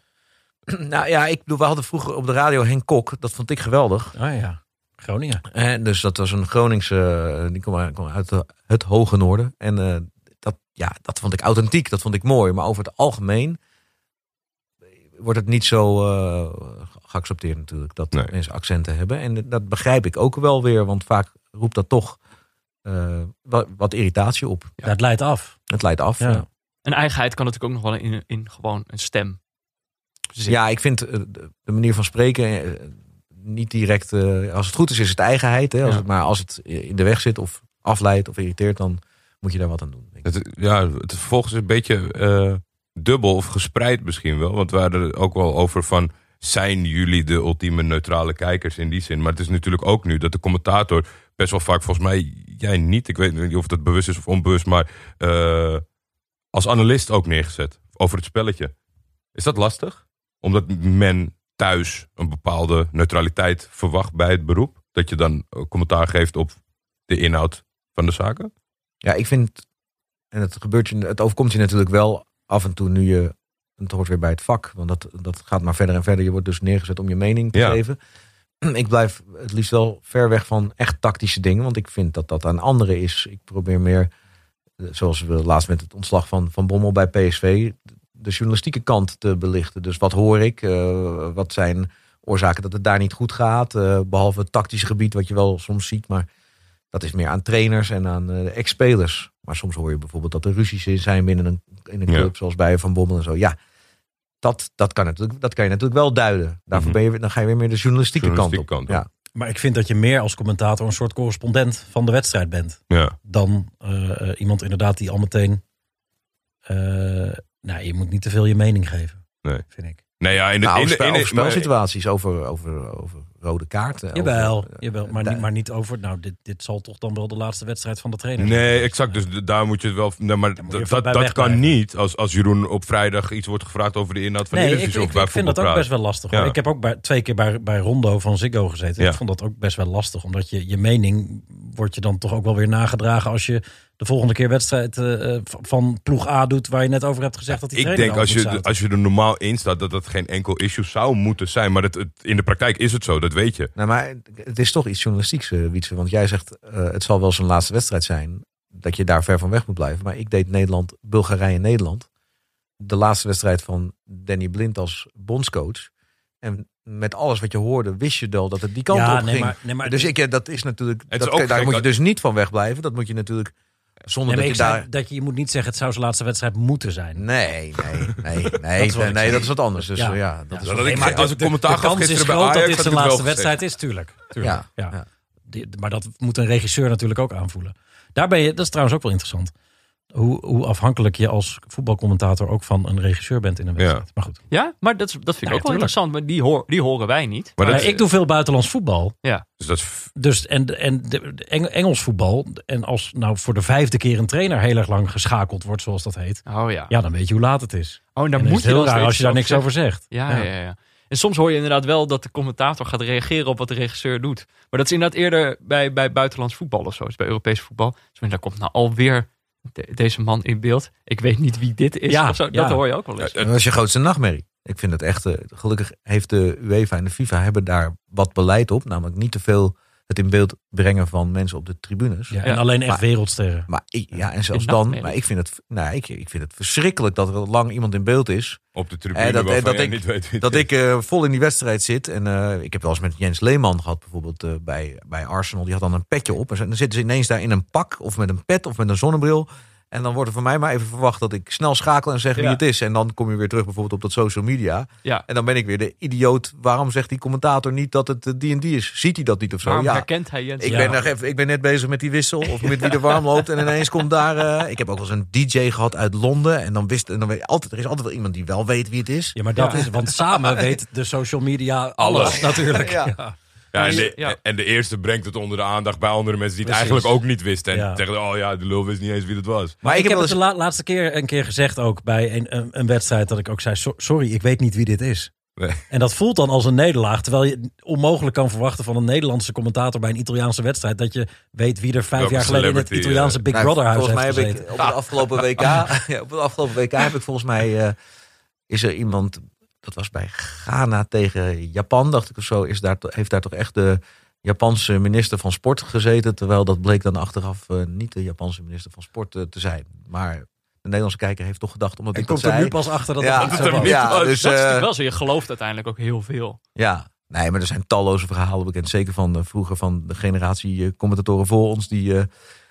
Nou ja, ik bedoel, we hadden vroeger op de radio Henk Kok. Dat vond ik geweldig. Ah ja, Groningen. En dus dat was een Groningse, die kwam uit het hoge noorden. En uh, dat, ja, dat vond ik authentiek, dat vond ik mooi. Maar over het algemeen wordt het niet zo uh, geaccepteerd natuurlijk. Dat nee. mensen accenten hebben. En dat begrijp ik ook wel weer. Want vaak roept dat toch uh, wat, wat irritatie op. Ja, het leidt af. Het leidt af, ja. ja. En eigenheid kan natuurlijk ook nog wel in, in gewoon een stem zitten. Ja, ik vind uh, de manier van spreken... Uh, niet direct, uh, als het goed is, is het eigenheid. Hè? Als ja. het, maar als het in de weg zit of afleidt of irriteert, dan moet je daar wat aan doen. Denk ik. Het, ja, het vervolgens is een beetje uh, dubbel of gespreid misschien wel. Want we hadden er ook wel over van, zijn jullie de ultieme neutrale kijkers in die zin? Maar het is natuurlijk ook nu dat de commentator best wel vaak, volgens mij, jij niet, ik weet niet of dat bewust is of onbewust, maar uh, als analist ook neergezet over het spelletje. Is dat lastig? Omdat men thuis een bepaalde neutraliteit verwacht bij het beroep? Dat je dan commentaar geeft op de inhoud van de zaken? Ja, ik vind, en het gebeurt je, het overkomt je natuurlijk wel af en toe nu je, het hoort weer bij het vak, want dat, dat gaat maar verder en verder. Je wordt dus neergezet om je mening te ja. geven. Ik blijf het liefst wel ver weg van echt tactische dingen, want ik vind dat dat aan anderen is. Ik probeer meer zoals we laatst met het ontslag van, van Bommel bij P S V... de journalistieke kant te belichten. Dus wat hoor ik? Uh, wat zijn oorzaken dat het daar niet goed gaat? Uh, behalve het tactische gebied wat je wel soms ziet. Maar dat is meer aan trainers en aan uh, ex-spelers. Maar soms hoor je bijvoorbeeld dat er ruzies zijn binnen een, in een club. Ja. Zoals bij Van Bommel en zo. Ja, dat, dat, kan, natuurlijk, dat kan je natuurlijk wel duiden. Daarvoor ben je, dan ga je weer meer de journalistieke, journalistieke kant op. Kant op. Ja. Maar ik vind dat je meer als commentator een soort correspondent van de wedstrijd bent. Ja. Dan uh, iemand inderdaad die al meteen... Uh, nou, je moet niet te veel je mening geven. Nee. Vind ik. Nee, ja, in de, nou, in de, spel, in de, over spelsituaties, over, over, over rode kaarten. Jawel, over, jawel maar, uh, niet, maar niet over... Nou, dit, dit zal toch dan wel de laatste wedstrijd van de trainer zijn. Nee, zijn. exact. Dus daar moet je het wel... Nee, maar dat, dat, dat kan niet als, als Jeroen op vrijdag iets wordt gevraagd over de inhoud van nee, de Eredivisie. Ik, ik, ik vind dat ook praat. best wel lastig. Ja. Ik heb ook bij, twee keer bij, bij Rondo van Ziggo gezeten. Ja. Ik vond dat ook best wel lastig. Omdat je, je mening wordt je dan toch ook wel weer nagedragen als je... de volgende keer wedstrijd uh, van ploeg A doet... waar je net over hebt gezegd dat die trainer Ik denk als je, als je er normaal in staat... dat dat geen enkel issue zou moeten zijn. Maar het, het, in de praktijk is het zo, dat weet je. Nou, maar het is toch iets journalistieks, uh, Wietse. Want jij zegt, uh, het zal wel zijn laatste wedstrijd zijn... dat je daar ver van weg moet blijven. Maar ik deed Nederland, Bulgarije, Nederland. De laatste wedstrijd van Danny Blind als bondscoach... En met alles wat je hoorde, wist je wel dat het die kant ja, op nee, ging. Maar, nee, maar, dus ik, dat is natuurlijk... Het dat, is ook daar gek, moet je dus niet van wegblijven. Dat moet je natuurlijk... Zonder nee, dat je daar... Zei, dat je, je moet niet zeggen, het zou zijn laatste wedstrijd moeten zijn. Nee, nee, nee. Nee, dat, nee, nee, dat is wat anders. Dus, ja. Ja, dat ja, is dat ik, maar als ik commentaar gaf gisteren bij Ajax, dat dit zijn laatste wedstrijd is, tuurlijk. tuurlijk. Ja, ja. ja. Die, maar dat moet een regisseur natuurlijk ook aanvoelen. Daar ben je, dat is trouwens ook wel interessant. Hoe, hoe afhankelijk je als voetbalcommentator ook van een regisseur bent in een wedstrijd. Ja. Maar goed. Ja, maar dat, dat vind ik ja, ook wel interessant. Maar die, hoor, die horen wij niet. Maar maar dat, ik doe veel buitenlands voetbal. Ja. Dus dat is... Dus en, en de, de Engels voetbal. En als nou voor de vijfde keer een trainer heel erg lang geschakeld wordt, zoals dat heet. Oh ja. Ja, dan weet je hoe laat het is. Oh, dan en moet is je heel dan raar als je daar niks zeggen. over zegt. Ja, ja, ja, ja. En soms hoor je inderdaad wel dat de commentator gaat reageren op wat de regisseur doet. Maar dat is inderdaad eerder bij, bij buitenlands voetbal of zo. Dus bij Europees voetbal. Dus daar komt nou alweer de, deze man in beeld. Ik weet niet wie dit is. Ja, of zo. ja. Dat hoor je ook wel eens. Dat is je grootste nachtmerrie. Ik vind het echt... Uh, gelukkig heeft de UEFA en de FIFA hebben daar wat beleid op. Namelijk niet te veel het in beeld brengen van mensen op de tribunes. Ja, en ja. alleen echt maar, wereldsterren. Maar ik, ja, en zelfs dan... Maar ik vind, het, nou, ik, ik vind het verschrikkelijk dat er lang iemand in beeld is. Op de tribune en dat, waarvan dat jij ik, niet weet wie Dat ik uh, vol in die wedstrijd zit. En uh, ik heb wel eens met Jens Leeman gehad. Bijvoorbeeld uh, bij, bij Arsenal. Die had dan een petje op. En dan zitten ze ineens daar in een pak. Of met een pet. Of met een zonnebril. En dan wordt er van mij maar even verwacht dat ik snel schakel en zeg ja. wie het is. En dan kom je weer terug bijvoorbeeld op dat social media. Ja. En dan ben ik weer de idioot. Waarom zegt die commentator niet dat het die en die is? Ziet hij dat niet of zo? Waarom ja. herkent hij Jens? Ik, ja. ben nog even, ik ben net bezig met die wissel. Of met wie er warm loopt. En ineens komt daar... Uh, ik heb ook wel eens een D J gehad uit Londen. En dan wist... En dan weet, altijd, er is altijd wel iemand die wel weet wie het is. Ja, maar dat ja. is... Want samen weet de social media alles, alles. natuurlijk. Ja. Ja. Ja, en, de, ja. en de eerste brengt het onder de aandacht bij andere mensen die het Precies. eigenlijk ook niet wisten. En Ja. zeggen, oh ja, de lul wist niet eens wie het was. Maar, maar ik, ik heb het de la- laatste keer een keer gezegd ook bij een, een, een wedstrijd dat ik ook zei, so- sorry, ik weet niet wie dit is. Nee. En dat voelt dan als een nederlaag, terwijl je onmogelijk kan verwachten van een Nederlandse commentator bij een Italiaanse wedstrijd dat je weet wie er vijf Welke jaar geleden in het Italiaanse Big nou, Brother huis heeft volgens mij heb gezeten. ik op het afgelopen W K, ja, op het afgelopen W K heb ik volgens mij uh, is er iemand, dat was bij Ghana tegen Japan, dacht ik of zo, is daar, heeft daar toch echt de Japanse minister van Sport gezeten. Terwijl dat bleek dan achteraf uh, niet de Japanse minister van Sport uh, te zijn. Maar de Nederlandse kijker heeft toch gedacht, omdat en ik dat komt zei. er nu pas achter dat ja, het dat zo het was. niet ja, was. dus, Dat is uh, natuurlijk wel zo. Je gelooft uiteindelijk ook heel veel. Ja, nee, maar er zijn talloze verhalen bekend. Zeker van uh, vroeger van de generatie uh, commentatoren voor ons die uh,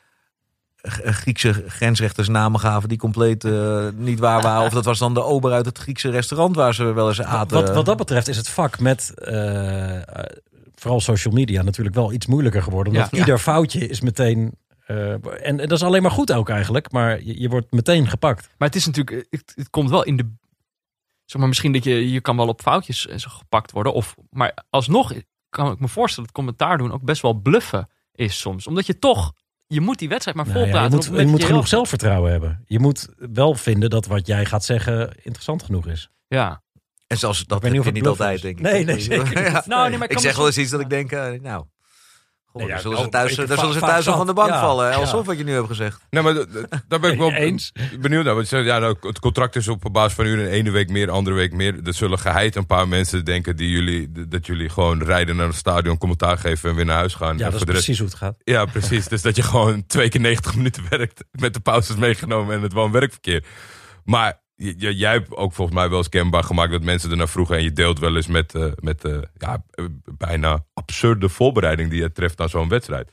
Griekse grensrechters namen gaven die compleet uh, niet waar waren. Of dat was dan de ober uit het Griekse restaurant waar ze wel eens aten. Wat, wat dat betreft is het vak met uh, vooral social media natuurlijk wel iets moeilijker geworden. Omdat Ja. ieder foutje is meteen... Uh, en, en dat is alleen maar goed ook eigenlijk. Maar je, je wordt meteen gepakt. Maar het is natuurlijk, het, het komt wel in de... Zeg maar, misschien dat je, je kan wel op foutjes en zo gepakt worden. Of, maar alsnog kan ik me voorstellen dat commentaar doen ook best wel bluffen is soms. Omdat je toch, je moet die wedstrijd maar Nou vol ja, praten. je moet, je moet genoeg zelfvertrouwen hebben. Je moet wel vinden dat wat jij gaat zeggen interessant genoeg is. Ja. En zelfs dat weet niet heb of je het niet bluff altijd, is. denk ik. Nee, nee, zeker niet. Ja. Nou, nee, maar ik Ik kan zeg me wel eens iets dat ik denk, uh, nou... Goh, Nee, ja, dan zullen oh, ze thuis, ik- dan va- zullen ze vaak thuis nog zat. van de bank Ja, vallen. ja. Alsof wat je nu hebt gezegd. Nee, maar d- d- daar ben ik wel Eens. benieuwd naar. Want je zegt, ja, nou, het contract is op basis van uren. Ene week meer, andere week meer. Er zullen geheid een paar mensen denken die jullie, d- dat jullie gewoon rijden naar het stadion, commentaar geven en weer naar huis gaan. Ja, en dat is voor de rest- precies hoe het gaat. Ja, precies. Dus dat je gewoon twee keer negentig minuten werkt met de pauzes meegenomen en het woon-werkverkeer. Maar j- j- jij hebt ook volgens mij wel eens kenbaar gemaakt dat mensen er naar vroegen. En je deelt wel eens met, uh, met uh, ja, uh, bijna absurde voorbereiding die je treft aan zo'n wedstrijd.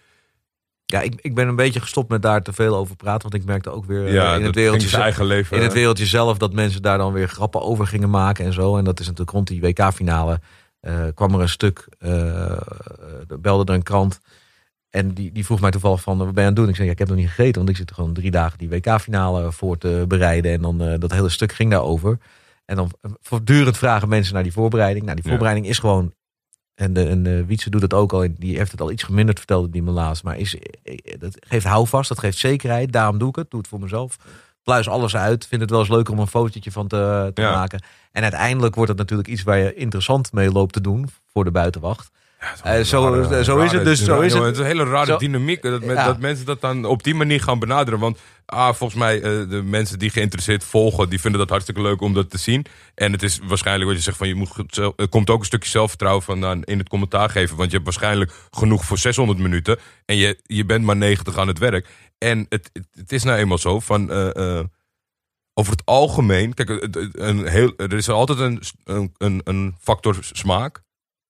Ja, ik, ik ben een beetje gestopt met daar te veel over praten. Want ik merkte ook weer uh, Ja, in, het dat wereldje, ging zijn eigen leven. in het wereldje zelf dat mensen daar dan weer grappen over gingen maken en zo. En dat is natuurlijk rond die W K-finale. Uh, kwam er een stuk, uh, belde er een krant. En die, die vroeg mij toevallig van, wat ben je aan het doen? Ik zei, ja, ik heb nog niet gegeten, want ik zit er gewoon drie dagen die W K-finale voor te bereiden. En dan uh, dat hele stuk ging daarover. En dan uh, voortdurend vragen mensen naar die voorbereiding. Nou, die voorbereiding ja. is gewoon, en de, en de Wietse doet het ook al, die heeft het al iets geminderd, vertelde die me laatst. Maar is, dat geeft houvast, dat geeft zekerheid. Daarom doe ik het, doe het voor mezelf. Pluis alles uit, vind het wel eens leuk om een fotootje van te, te ja. maken. En uiteindelijk wordt het natuurlijk iets waar je interessant mee loopt te doen voor de buitenwacht. Ja, uh, zo, rare, zo is het dus. Zo is het. Het is een hele rare zo, dynamiek dat, ja. dat mensen dat dan op die manier gaan benaderen. Want ah, volgens mij, uh, de mensen die geïnteresseerd volgen, die vinden dat hartstikke leuk om dat te zien. En het is waarschijnlijk wat je zegt van je moet, er komt ook een stukje zelfvertrouwen vandaan in het commentaar geven. Want je hebt waarschijnlijk genoeg voor zeshonderd minuten en je, je bent maar negentig aan het werk. En het, het, het is nou eenmaal zo van uh, uh, over het algemeen, kijk, een heel, er is altijd een, een, een factor smaak.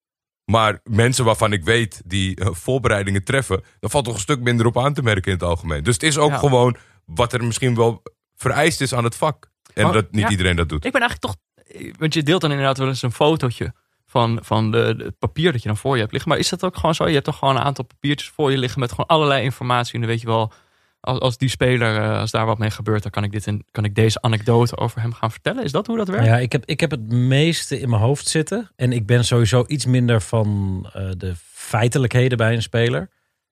Maar mensen waarvan ik weet die uh, voorbereidingen treffen, dan valt toch een stuk minder op aan te merken in het algemeen. Dus het is ook ja. gewoon wat er misschien wel vereist is aan het vak. En maar, dat niet ja, iedereen dat doet. Ik ben eigenlijk toch, want je deelt dan inderdaad wel eens een fotootje van, van de, de, het papier dat je dan voor je hebt liggen. Maar is dat ook gewoon zo? Je hebt toch gewoon een aantal papiertjes voor je liggen met gewoon allerlei informatie. En dan weet je wel, als, als die speler, als daar wat mee gebeurt, dan kan ik, dit in, kan ik deze anekdote over hem gaan vertellen. Is dat hoe dat werkt? Ja, ik heb, ik heb het meeste in mijn hoofd zitten. En ik ben sowieso iets minder van uh, de feitelijkheden bij een speler.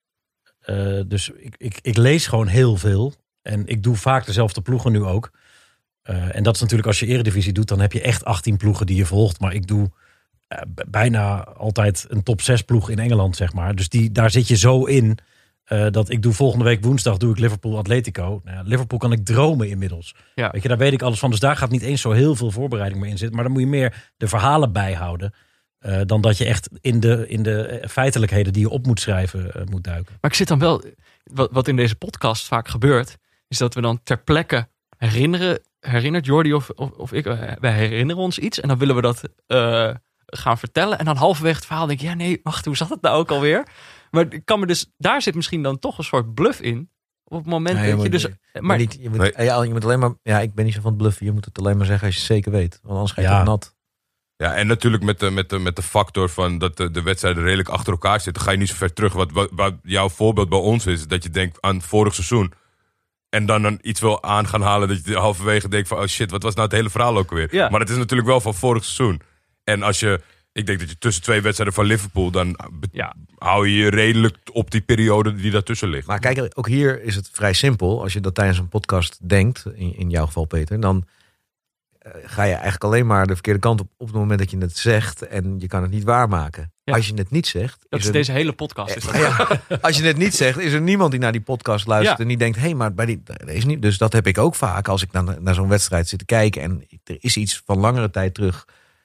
Uh, dus ik, ik, ik lees gewoon heel veel. En ik doe vaak dezelfde ploegen nu ook. Uh, en dat is natuurlijk als je eredivisie doet, dan heb je echt achttien ploegen die je volgt. Maar ik doe uh, bijna altijd een top zes ploeg in Engeland, zeg maar. Dus die, daar zit je zo in. Uh, dat ik doe volgende week woensdag doe ik Liverpool Atletico. Nou ja, Liverpool kan ik dromen inmiddels. Ja. Weet je, daar weet ik alles van. Dus daar gaat niet eens zo heel veel voorbereiding meer in zitten. Maar dan moet je meer de verhalen bijhouden. Uh, dan dat je echt in de, in de feitelijkheden die je op moet schrijven uh, moet duiken. Maar ik zit dan wel, wat, wat in deze podcast vaak gebeurt, is dat we dan ter plekke herinneren, herinnert Jordi of, of, of ik, uh, wij herinneren ons iets en dan willen we dat uh, gaan vertellen. En dan halverwege het verhaal denk ik, ja nee, wacht, hoe zat het nou ook alweer? Maar ik kan me dus, daar zit misschien dan toch een soort bluff in. Op het moment nee, dat je dus... Maar, maar niet, je, moet, nee. ja, je moet alleen maar... Ja, ik ben niet zo van het bluffen. Je moet het alleen maar zeggen als je het zeker weet. Want anders ga je ja. het nat. Ja, en natuurlijk met de, met de, met de factor van dat de, de wedstrijden redelijk achter elkaar zitten. Ga je niet zo ver terug. Wat, wat, wat jouw voorbeeld bij ons is, dat je denkt aan vorig seizoen. En dan, dan iets wil aan gaan halen dat je halverwege denkt van... Oh shit, wat was nou het hele verhaal ook weer? Ja. Maar het is natuurlijk wel van vorig seizoen. En als je... Ik denk dat je tussen twee wedstrijden van Liverpool... dan be- ja. hou je je redelijk op die periode die daartussen ligt. Maar kijk, ook hier is het vrij simpel. Als je dat tijdens een podcast denkt, in, in jouw geval Peter... dan uh, ga je eigenlijk alleen maar de verkeerde kant op... op het moment dat je het zegt en je kan het niet waarmaken. Ja. Als je het niet zegt... Dat is, is deze er, hele podcast. Is dat ja, als je het niet zegt, is er niemand die naar die podcast luistert... Ja. en die denkt, hé, hey, maar bij die, dat is niet... Dus dat heb ik ook vaak als ik naar, naar zo'n wedstrijd zit te kijken... en er is iets van langere tijd terug...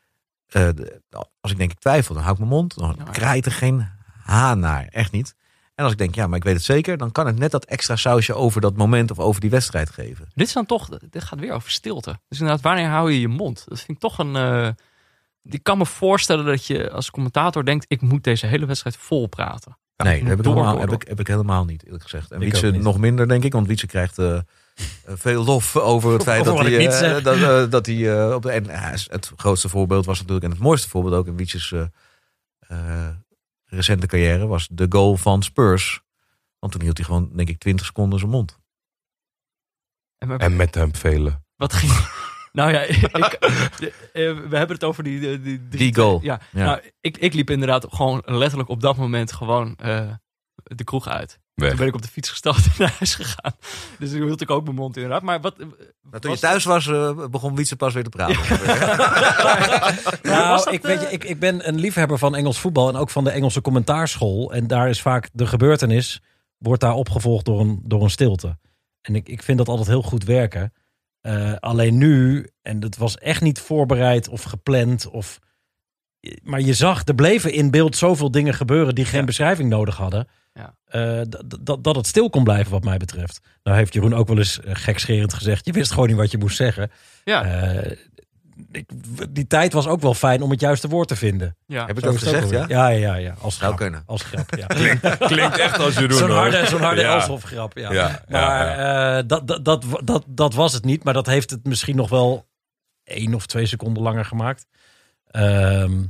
Uh, de, als ik denk ik twijfel, dan hou ik mijn mond. Dan ja, kraait er geen haan naar. Echt niet. En als ik denk, ja, maar ik weet het zeker... dan kan het net dat extra sausje over dat moment... of over die wedstrijd geven. Dit is dan toch... Dit gaat weer over stilte. Dus inderdaad, wanneer hou je je mond? Dat vind ik toch een... Uh, ik kan me voorstellen dat je als commentator denkt... ik moet deze hele wedstrijd vol praten. Ja, nee, dat heb ik, door, helemaal, door, door. Heb, ik, heb ik helemaal niet, eerlijk gezegd. En Wietse nog minder, denk ik. Want Wietse krijgt... Uh, Uh, veel lof over het feit dat hij, uh, dat, uh, dat hij uh, op de, en uh, het grootste voorbeeld was natuurlijk, en het mooiste voorbeeld ook in Wietjes uh, uh, recente carrière, was de goal van Spurs. Want toen hield hij gewoon, denk ik, twintig seconden zijn mond. En, maar, en met hem velen. Wat ging... Nou ja, ik, de, uh, we hebben het over die... Die, die, die goal. Ja, ja. Nou, ik, ik liep inderdaad gewoon letterlijk op dat moment gewoon uh, de kroeg uit. Weg. Toen ben ik op de fiets gestapt en naar huis gegaan. Dus toen hield ik ook mijn mond inderdaad. Maar wat, Maar toen je thuis was, uh, begon Wietse pas weer te praten. Nou, was dat, ik, weet je, ik, ik ben een liefhebber van Engels voetbal en ook van de Engelse commentaarschool. En daar is vaak de gebeurtenis, wordt daar opgevolgd door een, door een stilte. En ik, ik vind dat altijd heel goed werken. Uh, alleen nu, en dat was echt niet voorbereid of gepland. Of, maar je zag, er bleven in beeld zoveel dingen gebeuren die geen Ja. beschrijving nodig hadden. Ja. Uh, d- d- dat het stil kon blijven wat mij betreft. Nou heeft Jeroen ook wel eens uh, gekscherend gezegd, je wist gewoon niet wat je moest zeggen. Ja, Uh, ik, die tijd was ook wel fijn om het juiste woord te vinden. ja. Heb ik Zo dat is het ook gezegd, wel ja? weer. Ja, ja, ja. Als Zou grap. kunnen. Als grap, ja. Klinkt echt als Jeroen. Zo'n hoor. harde, zo'n harde Ja. Elshoff grap, ja. Ja, ja, maar uh, dat, dat, dat, dat, dat was het niet. Maar dat heeft het misschien nog wel één of twee seconden langer gemaakt. Um,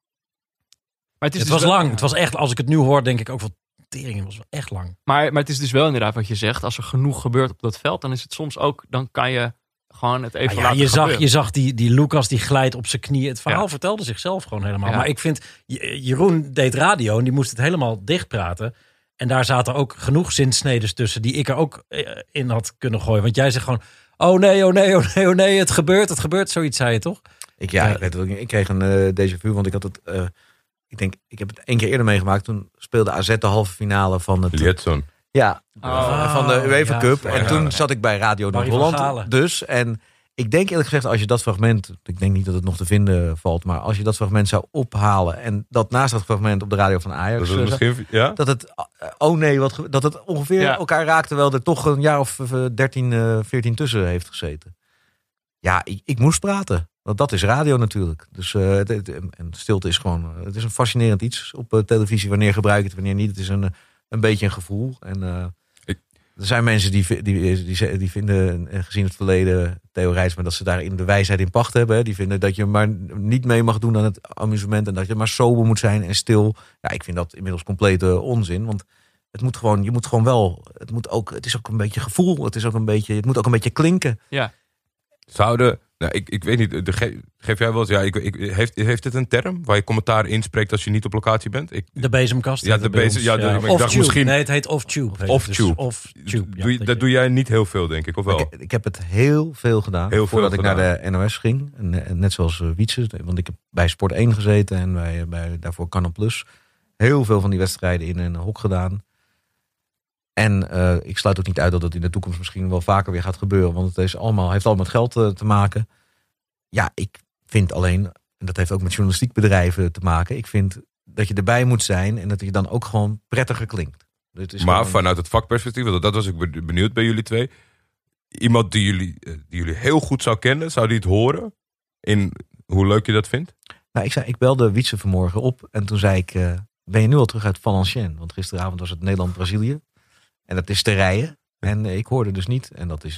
Maar het is het dus was wel- lang. Het was echt, als ik het nu hoor, denk ik ook wel, tering, het was wel echt lang. Maar, maar het is dus wel inderdaad wat je zegt. Als er genoeg gebeurt op dat veld, dan is het soms ook, dan kan je gewoon het even Ah ja, laten je, zag, gebeuren. je zag die, die Lucas die glijdt op zijn knieën. Het verhaal Ja. vertelde zichzelf gewoon helemaal. Ja. Maar ik vind, Je- Jeroen deed radio en die moest het helemaal dicht praten. En daar zaten ook genoeg zinsneden tussen die ik er ook eh, in had kunnen gooien. Want jij zegt gewoon, oh nee, oh nee, oh nee, oh nee, het gebeurt, het gebeurt. Zoiets zei je toch? Ik, ja, Ja. ik weet het ook niet. Ik kreeg een uh, déjà vu, want ik had het... Uh, ik denk, ik heb het één keer eerder meegemaakt. Toen speelde A Z de halve finale van het... Liedson. Ja, Oh. van de UEFA ja, Cup. ja. En toen zat ik bij Radio Barry van Galen. Noord-Holland dus. En ik denk eerlijk gezegd, als je dat fragment... Ik denk niet dat het nog te vinden valt. Maar als je dat fragment zou ophalen... En dat naast dat fragment op de radio van Ajax... Dat is uh, misschien, ja? dat het, uh, oh nee, wat, ge- dat het ongeveer Ja. elkaar raakte... terwijl er toch een jaar of uh, dertien, uh, veertien tussen heeft gezeten. Ja, ik, ik moest praten. Want dat is radio natuurlijk. Dus uh, het, het- en stilte is gewoon... uh, het is een fascinerend iets op uh, televisie. Wanneer gebruik je het, wanneer niet. Het is een, uh, een beetje een gevoel. En uh, Ik- er zijn mensen die, vi- die, die, die, die vinden, uh, gezien het verleden... Theo Rijtsma, dat ze daarin de wijsheid in pacht hebben. Hè. Die vinden dat je maar niet mee mag doen aan het amusement... en dat je maar sober moet zijn en stil. Ja, ik vind dat inmiddels complete onzin. Want het moet gewoon, je moet gewoon wel... Het, moet ook, het is ook een beetje gevoel. Het, is ook een beetje, het moet ook een beetje klinken. Ja. Zouden, nou, ik, ik weet niet, de, ge- geef jij wel eens, ja, ik, ik, heeft, heeft het een term waar je commentaar inspreekt als je niet op locatie bent? Ik, De bezemkast. Ja, heet de het bij bezem- ons. ja, de- maar ik Off dacht tube. misschien- Nee, het heet off-tube. heet Off het. tube. Dus off-tube. ja, doe je, dat dat je- doe jij niet heel veel, denk ik, of wel? Ik, ik heb het heel veel gedaan. Heel veel voordat ik gedaan. naar de N O S ging. En, en net zoals uh, Wietse. Want ik heb bij Sport één gezeten. En bij, bij, daarvoor Canal Plus. Heel veel van die wedstrijden in een hok gedaan. En uh, ik sluit ook niet uit dat het in de toekomst misschien wel vaker weer gaat gebeuren. Want het is allemaal, heeft allemaal met geld uh, te maken. Ja, ik vind alleen, en dat heeft ook met journalistiek bedrijven te maken. Ik vind dat je erbij moet zijn en dat je dan ook gewoon prettiger klinkt. Dus het is Maar gewoon- vanuit het vakperspectief, want dat was ik be- benieuwd bij jullie twee. Iemand die jullie, eh, die jullie heel goed zou kennen, zou die het horen? In hoe leuk je dat vindt? Nou, ik, zei, ik belde Wietse vanmorgen op en toen zei ik... Uh, ben je nu al terug uit Valenciennes? Want gisteravond was het Nederland-Brazilië. En dat is te rijden. En uh, ik hoorde dus niet, en dat is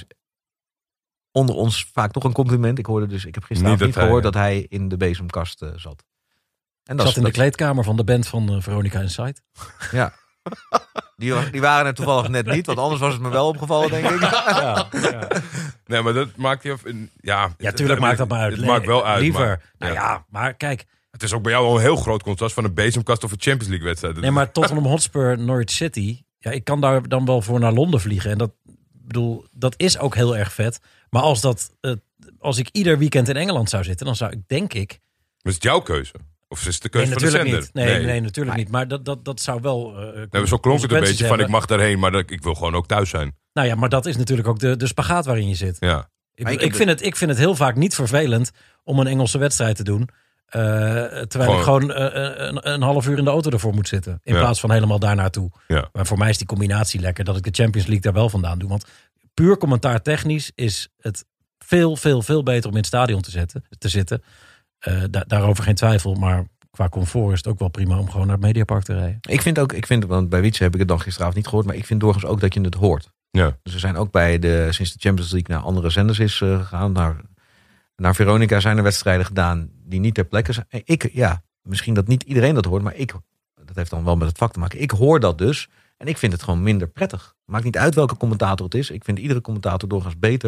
onder ons vaak toch een compliment. Ik hoorde dus, ik heb gisteravond Niet niet, dat hij- gehoord dat hij in de bezemkast uh, zat. En Ik dat zat in de dat- kleedkamer van de band van uh, Veronica Inside. Ja. Die, wa- die waren er toevallig net niet, want anders was het me wel opgevallen, denk ik. Ja, ja. Nee, maar dat maakt je... Ja, ja, tuurlijk maakt dat maar uit. Het maakt wel uit. Liever. Maar, nou ja. ja, maar kijk. Het is ook bij jou wel een heel groot contrast van een bezemkast of een Champions League wedstrijd. Nee, maar Tottenham Hotspur, Norwich City. Ja, ik kan daar dan wel voor naar Londen vliegen. En dat, bedoel, dat is ook heel erg vet. Maar als, dat, uh, als ik ieder weekend in Engeland zou zitten, dan zou ik, denk ik... Maar is het jouw keuze? Of is het de keuze Nee, van de natuurlijk zender? niet. Nee, nee. natuurlijk niet. Maar dat, dat, dat zou wel... Uh, Nee, zo klonk het een beetje van hebben. ik mag daarheen, maar dat, ik wil gewoon ook thuis zijn. Nou ja, maar dat is natuurlijk ook de, de spagaat waarin je zit. Ja. Ik, Maar ik ik, heb vind het, ik vind het heel vaak niet vervelend om een Engelse wedstrijd te doen. Uh, terwijl Gewoon- ik gewoon uh, een, een half uur in de auto ervoor moet zitten. In Ja. plaats van helemaal daar naartoe. Ja. Maar voor mij is die combinatie lekker dat ik de Champions League daar wel vandaan doe. Want puur commentaar technisch is het veel, veel, veel beter om in het stadion te, zetten, te zitten. Uh, da- daarover geen twijfel. Maar qua comfort is het ook wel prima om gewoon naar het Mediapark te rijden. Ik vind ook, ik vind, want bij Wietse heb ik het dan gisteravond niet gehoord, maar ik vind doorgaans ook dat je het hoort. Ja. Dus we zijn ook bij de, sinds de Champions League naar andere zenders is uh, gegaan. Naar, naar Veronica zijn er wedstrijden gedaan die niet ter plekke zijn. Ik, ja, misschien dat niet iedereen dat hoort, maar ik, dat heeft dan wel met het vak te maken. Ik hoor dat dus en ik vind het gewoon minder prettig. Maakt niet uit welke commentator het is. Ik vind iedere commentator doorgaans beter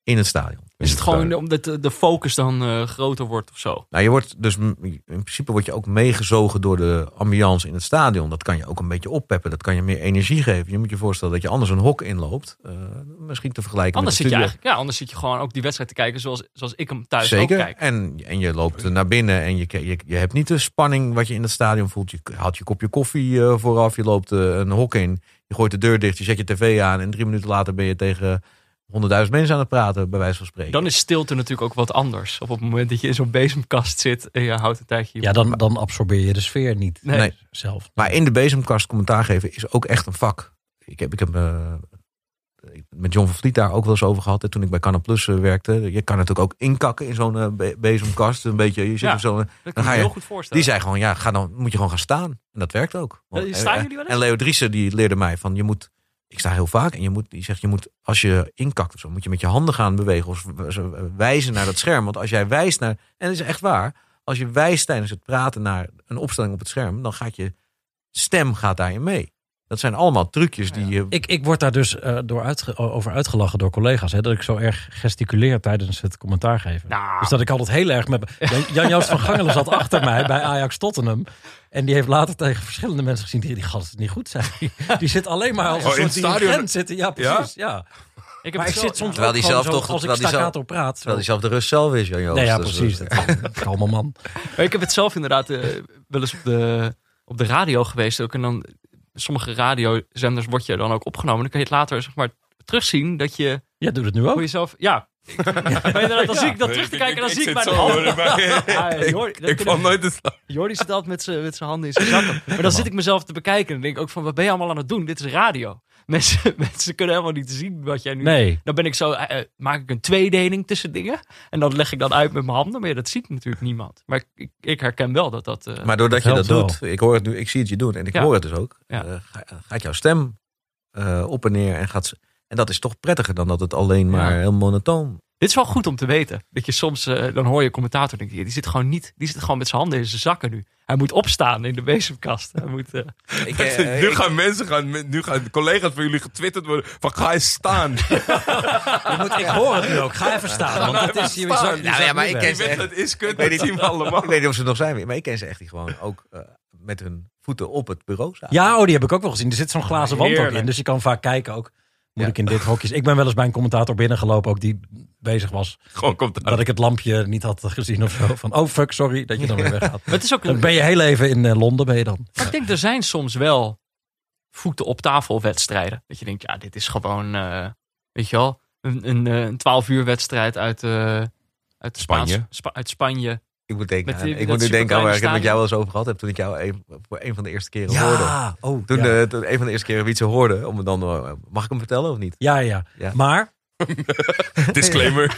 in het stadion. Is het gewoon omdat de, de focus dan uh, groter wordt of zo? Nou, je wordt dus in principe word je ook meegezogen door de ambiance in het stadion. Dat kan je ook een beetje oppeppen. Dat kan je meer energie geven. Je moet je voorstellen dat je anders een hok inloopt. Uh, misschien te vergelijken anders met zit je eigenlijk, ja, anders zit je gewoon ook die wedstrijd te kijken zoals, zoals ik hem thuis Zeker. ook kijk. En, en je loopt naar binnen en je, je, je hebt niet de spanning wat je in het stadion voelt. Je haalt je kopje koffie uh, vooraf. Je loopt uh, een hok in. Je gooit de deur dicht. Je zet je tv aan. En drie minuten later ben je tegen honderdduizend mensen aan het praten, bij wijze van spreken. Dan is stilte natuurlijk ook wat anders. Op het moment dat je in zo'n bezemkast zit en je houdt een tijdje... Ja, dan, dan absorbeer je de sfeer niet nee. Nee. zelf. Maar in de bezemkast commentaar geven is ook echt een vak. Ik heb, ik heb uh, met John van Vliet daar ook wel eens over gehad. Hè, toen ik bij Canal Plus uh, werkte. Je kan natuurlijk ook inkakken in zo'n uh, be- bezemkast. Een beetje, je zit ja, in zo'n, dat dan kan ga je je heel goed voorstellen. Die zei gewoon, ja, ga dan, moet je gewoon gaan staan. En dat werkt ook. Uh, staan jullie wel eens? En Leo Driessen die leerde mij van, je moet... Ik sta heel vaak en je moet, die zegt, je moet, als je inkakt of zo, moet je met je handen gaan bewegen of wijzen naar dat scherm. Want als jij wijst naar, en dat is echt waar, als je wijst tijdens het praten naar een opstelling op het scherm, dan gaat je stem gaat daarin mee. Dat zijn allemaal trucjes die je... Ik, ik word daar dus uh, door uitge- over uitgelachen door collega's. Hè, dat ik zo erg gesticuleer tijdens het commentaar geven. Nou. Dus dat ik altijd heel erg met... Jan-Joost van Gangelen zat achter mij bij Ajax Tottenham. En die heeft later tegen verschillende mensen gezien... die die gasten niet goed zijn. Die, die zit alleen maar als een oh, soort stadion dirigent zitten. Ja, precies. Ja? Ja. Ik maar ik zo, zit soms terwijl ook die zelf zo, toch, als ik terwijl die staccato zelf, praat. Terwijl hij zelf de rust zelf is, Jan Joost. Nee, ja, dus, precies. Uh, dat is allemaal man. Maar ik heb het zelf inderdaad uh, wel eens op de, op de radio geweest ook. En dan sommige radiozenders word je dan ook opgenomen. Dan kun je het later zeg maar terugzien dat je... Jij doet het nu ook. Hoe je zelf... Ja. ja. Maar inderdaad, dan zie ik dat terug te kijken en dan zie ik mijn handen. Ik val nooit te slaan. Jordi zit altijd met zijn met zijn handen in zijn zakken. Maar dan zit ik mezelf te bekijken en dan denk ik ook van, wat ben je allemaal aan het doen? Dit is radio. Mensen, mensen kunnen helemaal niet zien wat jij nu... Nee. Dan ben ik zo, uh, maak ik een tweedeling tussen dingen. En dat leg ik dan uit met mijn handen. Maar ja, dat ziet natuurlijk niemand. Maar ik, ik herken wel dat dat... Uh, maar doordat dat je dat doet, wel. ik hoor het nu, ik zie het je doen en ik ja. hoor het dus ook. Ja. Uh, gaat jouw stem uh, op en neer en gaat... En dat is toch prettiger dan dat het alleen maar ja. heel monotoon... Dit is wel goed om te weten. Dat je soms, uh, dan hoor je een commentator denken, die zit gewoon niet, die zit gewoon met zijn handen in zijn zakken nu. Hij moet opstaan in de bezemkast. Hij moet, uh... ik, uh, nu gaan mensen, gaan, nu gaan collega's van jullie getwitterd worden van ga eens staan. Je moet, ik hoor het nu ook. Ga even staan. Want het is je zak, je nou, zak ja, maar ik ken Je ze weet echt. dat is kut, Ik weet dat niet- zien we allemaal. Ik weet niet of ze er nog zijn, maar ik ken ze echt die gewoon ook uh, met hun voeten op het bureau zaten. Ja, oh, die heb ik ook wel gezien. Er zit zo'n glazen wand ook Heerlijk. in. Dus je kan vaak kijken ook. Moet Ja. ik in dit hokje? Ik ben wel eens bij een commentator binnengelopen, ook die bezig was. Gewoon komt Dat ik het lampje niet had gezien of zo. Van, oh fuck, sorry, dat je dan weer weggaat. Maar het is ook Dan een, ben je heel even in uh, Londen, ben je dan. maar ik denk, er zijn soms wel voeten op tafel wedstrijden. Dat je denkt, ja, dit is gewoon, uh, weet je wel, een, een, uh, een twaalf uur wedstrijd uit, uh, uit Spaans, Spanje. Spa, uit Spanje. Ik moet, denken Met aan, die- ik dat moet nu denken aan waar ik het met jou superkleine wel eens over gehad heb. Toen ik jou een, voor een van de eerste keren hoorde. oh, Toen, ja. uh, toen een van de eerste keren wie iets hoorde. Om het dan, uh, mag ik hem vertellen of niet? ja, ja, Ja. Maar, Disclaimer.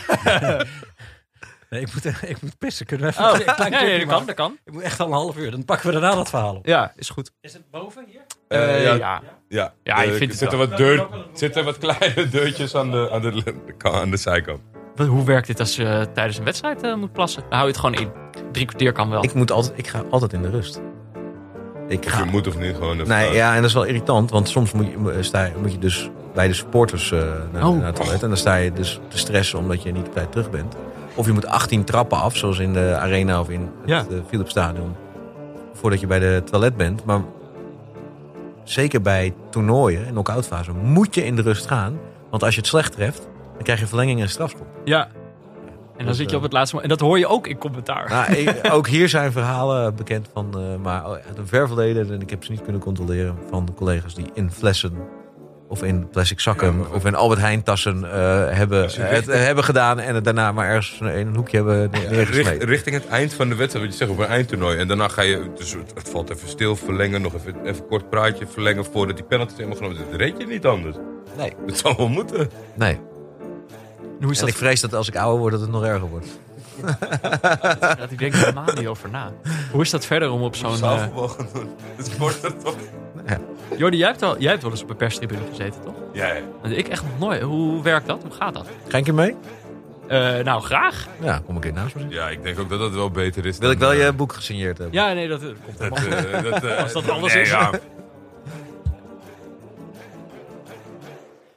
nee, ik, moet, ik moet pissen. Kunnen we even Oh, een klein ja, clipje ja, dat kan, maken? dat kan. Ik moet echt al een half uur. Dan pakken we daarna dat verhaal op. Ja, is goed. Is het boven hier? Uh, Uh, ja. ja. Ja, Ja, je Eh, vindt het zitten wel. wat deur, zitten wat kleine deurtjes aan de, aan de, aan de zijkant. Hoe werkt dit als je tijdens een wedstrijd uh, moet plassen? Dan hou je het gewoon in. Drie kwartier kan wel. Ik, moet altijd, ik ga altijd in de rust. Ik Of ga, je moet of niet gewoon even... nee, ja, en dat is wel irritant. Want soms moet je, sta je, moet je dus bij de supporters uh, naar, Oh. naar het toilet. En dan sta je dus te stressen omdat je niet op tijd terug bent. Of je moet achttien trappen af, zoals in de Arena of in het Ja. uh, Philipsstadion. Voordat je bij de toilet bent. Maar zeker bij toernooien, in knock-out fase, moet je in de rust gaan. Want als je het slecht treft, dan krijg je verlenging en strafschop. Ja. En dan Dus, zit je uh, op het laatste moment. En dat hoor je ook in commentaar. Nou, ik- ook hier zijn verhalen bekend van, uh, maar uit een ver verleden, en ik heb ze niet kunnen controleren, van de collega's die in flessen of in plastic zakken Ja, maar- of in Albert Heijn tassen uh, hebben, Als je uh, richt- het, uh, hebben gedaan en het daarna maar ergens in een hoekje hebben ne- Ja, neergesmeten. richt- richting het eind van de wedstrijd, wat je zegt, op een eindtoernooi. En daarna ga je, dus het, het valt even stil, verlengen, nog even, even kort praatje verlengen voordat die penalty helemaal genomen is. Dat reed je niet anders. Nee. Dat zou wel moeten. Nee. Hoe is En dat? ik vrees dat als ik ouder word, dat het nog erger wordt. Dat ik denk er helemaal niet over na. Hoe is dat verder om op zo'n... Uh... Zaalvoetbal gaan doen. Dat wordt er toch? Jordi, jij hebt, wel, jij hebt wel eens op een perstribune gezeten, toch? Ja, ja. Want ik echt nog nooit. Hoe werkt dat? Hoe gaat dat? Ga ik je mee? Uh, nou, graag. Ja, kom een keer naast me zitten. Ja, ik denk ook dat dat wel beter is. Wil ik dan, wel eh, je boek gesigneerd hebben? Ja, nee, dat uh, komt Dat, helemaal. eh, dat, eh, Als dat alles nee, is. Ja.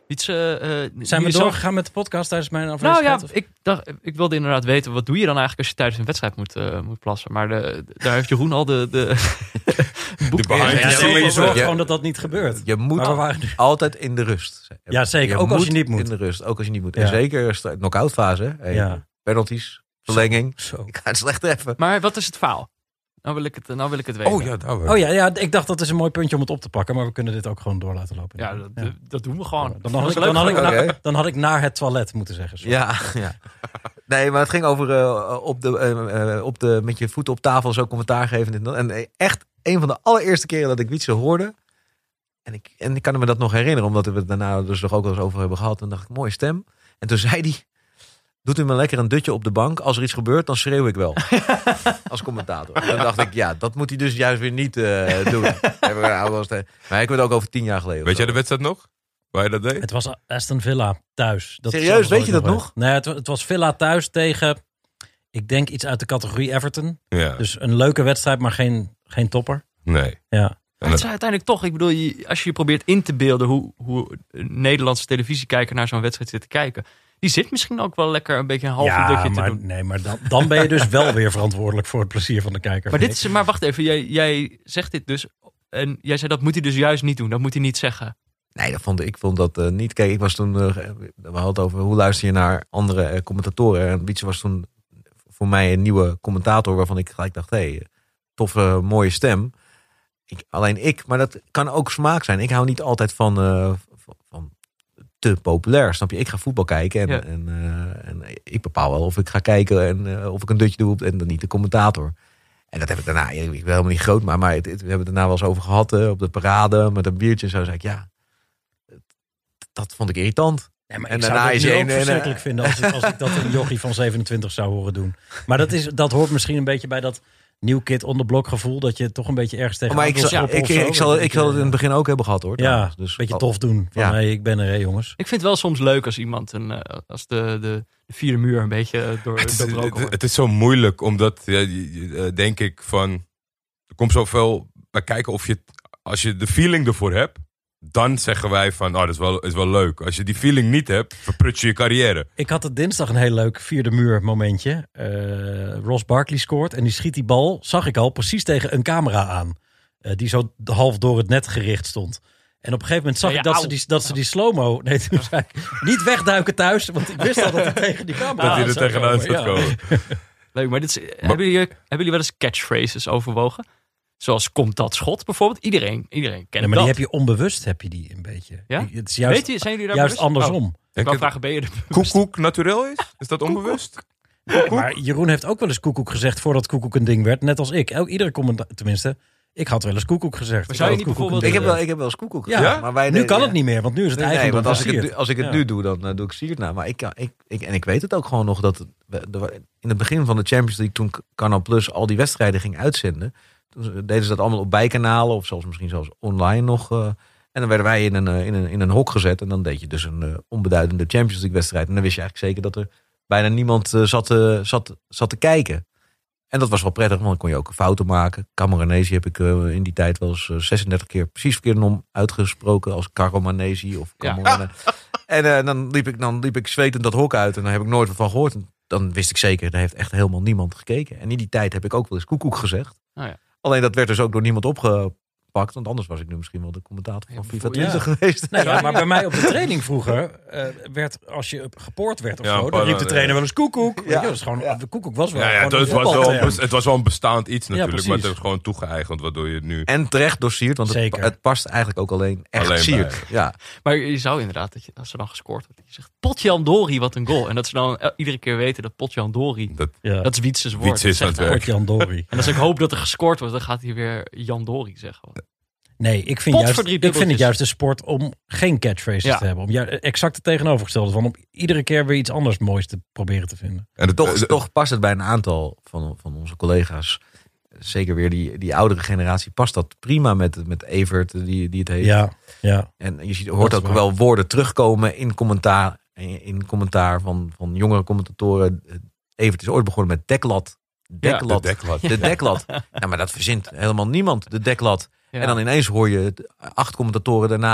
Wietse, uh, Zijn we zelf... doorgegaan met de podcast tijdens mijn afwezigheid? Nou ja, ik, dacht, ik wilde inderdaad weten, wat doe je dan eigenlijk als je tijdens een wedstrijd moet, uh, moet plassen? Maar de, daar heeft Jeroen al de, de, boek de ja, ja, nee, je zorgt ja. gewoon dat dat niet gebeurt. Je moet altijd in de rust. Ja, zeker. Je ook als je niet moet. In de rust, ook als je niet moet. Ja. En zeker knock-out fase. Hey, ja. Penalties, verlenging. Zo, zo. Ik ga het slecht treffen. Maar wat is het verhaal? Nou wil ik het, nou wil ik het weten. Oh ja, daar Oh ja, ja, ik dacht dat is een mooi puntje om het op te pakken. Maar we kunnen dit ook gewoon door laten lopen. Ja, dat, ja. dat doen we gewoon. Dan had, ik, dan, had ik, okay. na, dan had ik naar het toilet moeten zeggen. Sorry. Ja, ja. Nee, maar het ging over uh, op de, uh, uh, op de, met je voeten op tafel zo commentaar geven. En echt een van de allereerste keren dat ik Wietse hoorde. En ik, en ik kan me dat nog herinneren, omdat we het daarna dus nog ook wel eens over hebben gehad. En dacht ik, mooie stem. En toen zei hij, doet u me lekker een dutje op de bank. Als er iets gebeurt, dan schreeuw ik wel. Als commentator. En dan dacht ik, ja, dat moet hij dus juist weer niet uh, doen. Maar ik weet ook over tien jaar geleden. Weet jij de wedstrijd nog? Waar je dat deed? Het was Aston Villa thuis. Dat Serieus, weet je dat nog? nog? Nee, het, het was Villa thuis tegen, ik denk iets uit de categorie Everton. Ja. Dus een leuke wedstrijd, maar geen, geen topper. Nee. Ja. Maar het is uiteindelijk toch, ik bedoel, je, als je je probeert in te beelden hoe, hoe een Nederlandse televisiekijker naar zo'n wedstrijd zit te kijken. Die zit misschien ook wel lekker een beetje een half ja, dutje te maar, doen. Nee, maar dan, dan ben je dus wel weer verantwoordelijk voor het plezier van de kijker. Maar, dit is, maar wacht even, jij, jij zegt dit dus. En jij zei dat moet hij dus juist niet doen. Dat moet hij niet zeggen. Nee, dat vond, ik vond dat uh, niet. Kijk, ik was toen. Uh, we hadden het over hoe luister je naar andere uh, commentatoren. En Wietse was toen voor mij een nieuwe commentator waarvan ik gelijk dacht: hé, hey, toffe, mooie stem. Ik, alleen ik, maar dat kan ook smaak zijn. Ik hou niet altijd van, uh, van, van te populair, snap je? Ik ga voetbal kijken en, ja. en, uh, en ik bepaal wel of ik ga kijken en uh, of ik een dutje doe en dan niet de commentator. En dat heb ik daarna, ik ben helemaal niet groot, maar, maar het, het, we hebben het daarna wel eens over gehad uh, op de parade met een biertje en zo. Zei ik, ja, dat vond ik irritant. Ja, maar en ik zou daarna het is nu een, ook verschrikkelijk uh, vinden als ik, als ik dat een jochie van zevenentwintig zou horen doen. Maar dat, is, dat hoort misschien een beetje bij dat New Kid on the Block gevoel, dat je toch een beetje ergens tegen maar ik, zal, ja, ik, ik, ik, zal, ik zal het in het begin ook hebben gehad, hoor. Ja, dus een beetje tof doen. Van, ja. Hey, ik ben er, hè, jongens. Ik vind het wel soms leuk als iemand, een, uh, als de, de, de vierde muur een beetje door, het, is, doorbroken wordt. Het is zo moeilijk, omdat, ja, denk ik, van, er komt zoveel bij kijken of je, als je de feeling ervoor hebt, dan zeggen wij van, oh, dat is wel, is wel leuk. Als je die feeling niet hebt, verprut je je carrière. Ik had het dinsdag een heel leuk vierde muur momentje. Uh, Ross Barkley scoort en die schiet die bal, zag ik al, precies tegen een camera aan. Uh, die zo half door het net gericht stond. En op een gegeven moment zag ja, ja, ik dat, au, ze die, dat ze die slow-mo... Nee, toen zei ik, niet wegduiken thuis, want ik wist al dat hij tegen die camera dat hij er tegenaan zou komen. Ja. Leuk, maar dit is, maar, hebben, jullie, hebben jullie wel eens catchphrases overwogen? Zoals komt dat schot bijvoorbeeld. Iedereen, iedereen kent ja, maar dat. die heb je onbewust, heb je die een beetje. Ja? Het is juist, Weet je, zijn jullie daar juist bewust? andersom. Oh, ik wou vragen, ben je er bewust? Koekoek naturel is? Is dat onbewust? Koekoek. Maar Jeroen heeft ook wel eens koekoek gezegd voordat koekoek een ding werd. Net als ik. Elk, iedere commentaar, tenminste... Ik had wel eens koekoek gezegd. Maar zou je niet bijvoorbeeld... Ik heb wel, ik heb wel eens koekoek gezegd. Ja, maar wij, nu kan ja. het niet meer, want nu is het nee, eigen. Nee, want als ik het, als ik het ja. nu doe, dan uh, doe ik Siert na. Maar ik, ik, ik, en ik weet het ook gewoon nog dat... Het, in het begin van de Champions League, toen Canal Plus al die wedstrijden ging uitzenden... Toen deden ze dat allemaal op bijkanalen of zelfs misschien zelfs online nog. Uh, en dan werden wij in een, uh, in, een, in een hok gezet. En dan deed je dus een uh, onbeduidende Champions League wedstrijd. En dan wist je eigenlijk zeker dat er bijna niemand uh, zat, uh, zat, zat te kijken. En dat was wel prettig, want dan kon je ook fouten maken. Camoranesi heb ik uh, in die tijd wel eens uh, zesendertig keer precies verkeerd om uitgesproken. Als Caromanesi of Camoranesi. Ja. En uh, dan, liep ik, dan liep ik zwetend dat hok uit. En daar heb ik nooit wat van gehoord. En dan wist ik zeker, daar heeft echt helemaal niemand gekeken. En in die tijd heb ik ook wel eens koekoek gezegd. Oh ja. Alleen dat werd dus ook door niemand opgepakt. Want anders was ik nu misschien wel de commentator van FIFA twintig ja. geweest. Nee, ja, maar bij mij op de training vroeger uh, werd, als je gepoord werd of ja, zo, dan riep de trainer ja. wel eens koekoek. Ja. Dat is gewoon, ja. de koekoek was wel ja, ja, gewoon het, was wel het was wel een bestaand iets natuurlijk, ja, maar het is gewoon toegeëigend, waardoor je het nu... En terecht door Siert, want het, het past eigenlijk ook alleen echt alleen Siert. Ja. Maar je zou inderdaad, dat je, als er dan gescoord wordt, je zegt Potjandori, wat een goal. En dat ze dan uh, iedere keer weten dat Potjandori, dat, ja. dat is Wietse's woord. Wietse is aan het werk. Potjandori. En als ik hoop dat er gescoord wordt, dan gaat hij weer Jandori zeggen. Nee, ik vind, juist, ik vind het juist de sport om geen catchphrases ja. te hebben. Om exact het tegenovergestelde van om iedere keer weer iets anders moois te proberen te vinden. En het, toch, toch past het bij een aantal van, van onze collega's. Zeker weer die, die oudere generatie past dat prima met, met Evert die, die het heeft. Ja, ja. En je ziet, hoort ook waar. wel woorden terugkomen in commentaar, in commentaar van, van jongere commentatoren. Evert is ooit begonnen met deklat. Deklat. Ja, de deklat. De deklat. Ja, maar dat verzint helemaal niemand, de deklat. Ja. En dan ineens hoor je acht commentatoren daarna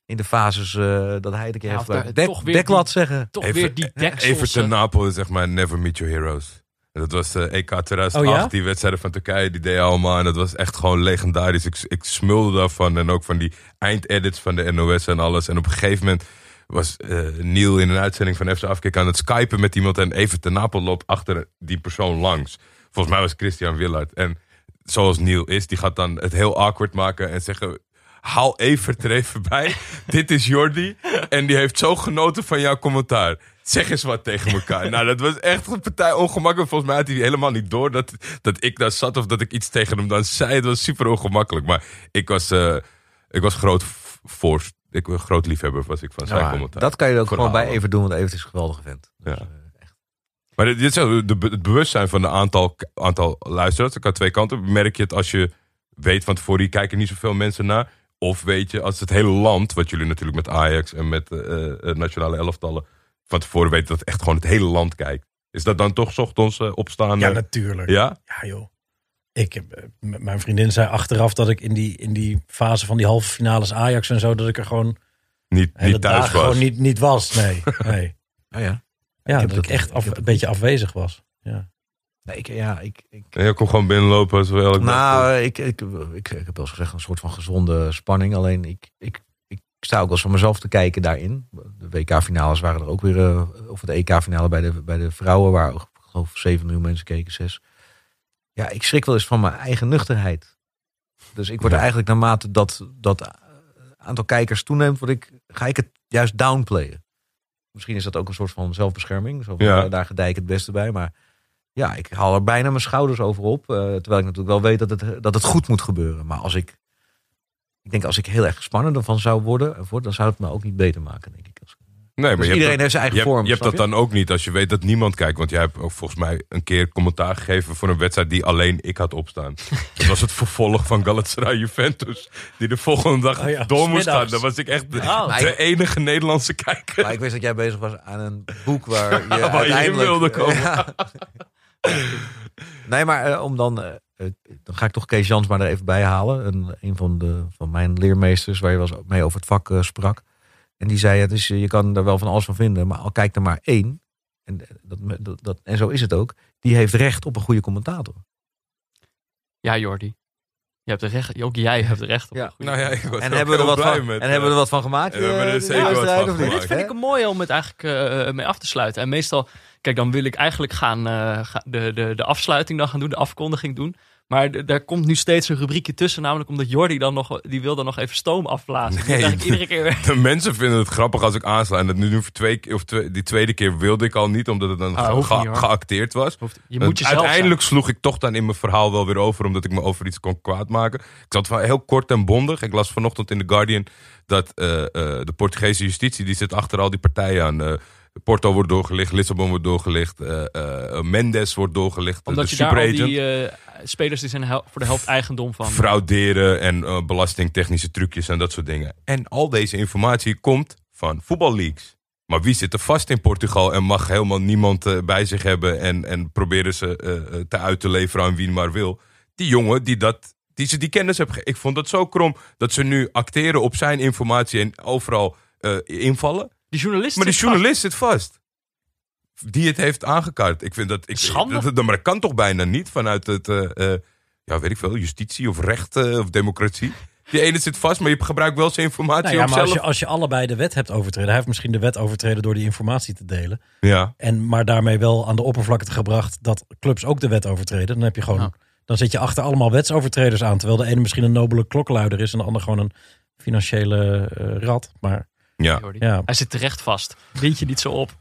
in de fases uh, dat hij het een keer ja, heeft... De, Dek, toch weer deklat die, zeggen. Toch Even, weer die dekselse. Everton Napoli, zeg maar, never meet your heroes. En dat was uh, E K tweeduizend acht, oh, ja? Die wedstrijden van Turkije, die deden allemaal. En dat was echt gewoon legendarisch. Ik, ik smulde daarvan. En ook van die eindedits van de N O S en alles. En op een gegeven moment was uh, Neil in een uitzending van F C Afkik aan het skypen met iemand. En Everton Napoli loopt achter die persoon langs. Volgens mij was Christian Willard. En zoals Neil is, die gaat dan het heel awkward maken en zeggen... Haal Evert er even bij. Dit is Jordi. En die heeft zo genoten van jouw commentaar. Zeg eens wat tegen elkaar. Nou, dat was echt een partij ongemakkelijk. Volgens mij had hij helemaal niet door dat, dat ik daar zat of dat ik iets tegen hem dan zei. Het was super ongemakkelijk. Maar ik was, uh, ik was groot voor, ik was groot liefhebber was ik van zijn ja, commentaar. Dat kan je ook gewoon bij Evert doen, want Evert is een geweldige vent. Dus, ja. uh, echt. Maar dit, dit is de, het bewustzijn van een aantal, aantal luisteraars. Ik aan twee kanten. Merk je het als je weet van tevoren, hier kijken niet zoveel mensen naar. Of weet je, als het hele land, wat jullie natuurlijk met Ajax en met uh, uh, nationale elftallen van tevoren weten dat echt gewoon het hele land kijkt. Is dat dan toch 's ochtends uh, opstaan? Ja, natuurlijk. Ja? Ja, joh. Ik heb, uh, mijn vriendin zei achteraf dat ik in die, in die fase van die halve finales Ajax en zo, dat ik er gewoon niet, niet thuis was. Gewoon niet, niet was. Nee. nee. Oh ja. Ja, ik dat ik echt af, een beetje afwezig was. Ja. Nee, ik, ja, ik, ik... En je kon gewoon binnenlopen als wel. Nou, ik, ik, ik, ik, ik heb wel eens gezegd een soort van gezonde spanning. Alleen ik, ik, ik sta ook wel eens van mezelf te kijken daarin. De W K-finales waren er ook weer, uh, of de E K-finale bij de, bij de vrouwen, waar ik geloof zeven miljoen mensen keken, zes. Ja, ik schrik wel eens van mijn eigen nuchterheid. Dus ik word ja. eigenlijk naarmate dat, dat aantal kijkers toeneemt, word ik, ga ik het juist downplayen. Misschien is dat ook een soort van zelfbescherming. Zo van, ja. Daar gedij ik het beste bij, maar... Ja, ik haal er bijna mijn schouders over op. Uh, terwijl ik natuurlijk wel weet dat het, dat het goed moet gebeuren. Maar als ik... Ik denk als ik heel erg spannend ervan zou worden... dan zou het me ook niet beter maken, denk ik. Nee, maar dus je iedereen dat, heeft zijn eigen je vorm. Hebt, je hebt dat je? dan ook niet als je weet dat niemand kijkt. Want jij hebt ook volgens mij een keer commentaar gegeven... voor een wedstrijd die alleen ik had opstaan. Dat was het vervolg van Galatasaray Juventus. Die de volgende dag oh ja, door moest gaan. Dan was ik echt de, oh, de enige Nederlandse kijker. Maar ik wist dat jij bezig was aan een boek waar je waar uiteindelijk... je wilde komen. Ja. Nee, maar uh, om dan... Uh, uh, dan ga ik toch Kees Jans maar er even bij halen. Een, een van, de, van mijn leermeesters... waar je wel eens mee over het vak uh, sprak. En die zei, het is, je kan er wel van alles van vinden... maar al kijkt er maar één... En, dat, dat, dat, en zo is het ook... die heeft recht op een goede commentator. Ja, Jordi. Je hebt er recht, ook jij hebt er recht op. Ja. Nou ja, ik was en hebben we er wat van, met, en uh, hebben we er wat van gemaakt? En we hebben er zeker wat van gemaakt. Dit vind ik een mooie om het eigenlijk uh, mee af te sluiten. En meestal, kijk, dan wil ik eigenlijk gaan uh, de, de, de afsluiting dan gaan doen, de afkondiging doen. Maar d- daar komt nu steeds een rubriekje tussen, namelijk omdat Jordi dan nog, die wil dan nog even stoom afblazen. Nee, dus ik iedere keer weer... De mensen vinden het grappig als ik aansla. En dat nu, nu voor twee, of twee, die tweede keer wilde ik al niet, omdat het dan ah, ge, niet, geacteerd was. Je moet jezelf uiteindelijk zijn. sloeg ik toch dan in mijn verhaal wel weer over, omdat ik me over iets kon kwaad maken. Ik zat van heel kort en bondig. Ik las vanochtend in The Guardian dat uh, uh, de Portugese justitie, die zit achter al die partijen aan... Uh, Porto wordt doorgelicht, Lissabon wordt doorgelicht, uh, uh, Mendes wordt doorgelicht. Omdat de je super daar agent. al die uh, spelers die zijn hel- voor de helft eigendom van. Frauderen en uh, belastingtechnische trucjes en dat soort dingen. En al deze informatie komt van voetballeaks. Maar wie zit er vast in Portugal en mag helemaal niemand uh, bij zich hebben... en, en proberen ze uh, te uit te leveren aan wie maar wil. Die jongen die dat... die ze die kennis hebben. Ik vond dat zo krom dat ze nu acteren op zijn informatie en overal uh, invallen. Die journalist maar die zit journalist vast. zit vast. Die het heeft aangekaart. Ik vind dat... Ik, Schande. Dat, dat, maar dat kan toch bijna niet vanuit het... Uh, uh, ja, weet ik veel. Justitie of recht uh, of democratie. Die ene zit vast, maar je gebruikt wel zijn informatie nou ja, om maar zelf... als je, als je allebei de wet hebt overtreden... hij heeft misschien de wet overtreden door die informatie te delen. Ja. En, maar daarmee wel aan de oppervlakte gebracht... dat clubs ook de wet overtreden. Dan heb je gewoon... Ja. Dan zit je achter allemaal wetsovertreders aan. Terwijl de ene misschien een nobele klokluider is... en de ander gewoon een financiële uh, rat. Maar... Ja. ja. Hij zit terecht vast. Wind je niet zo op.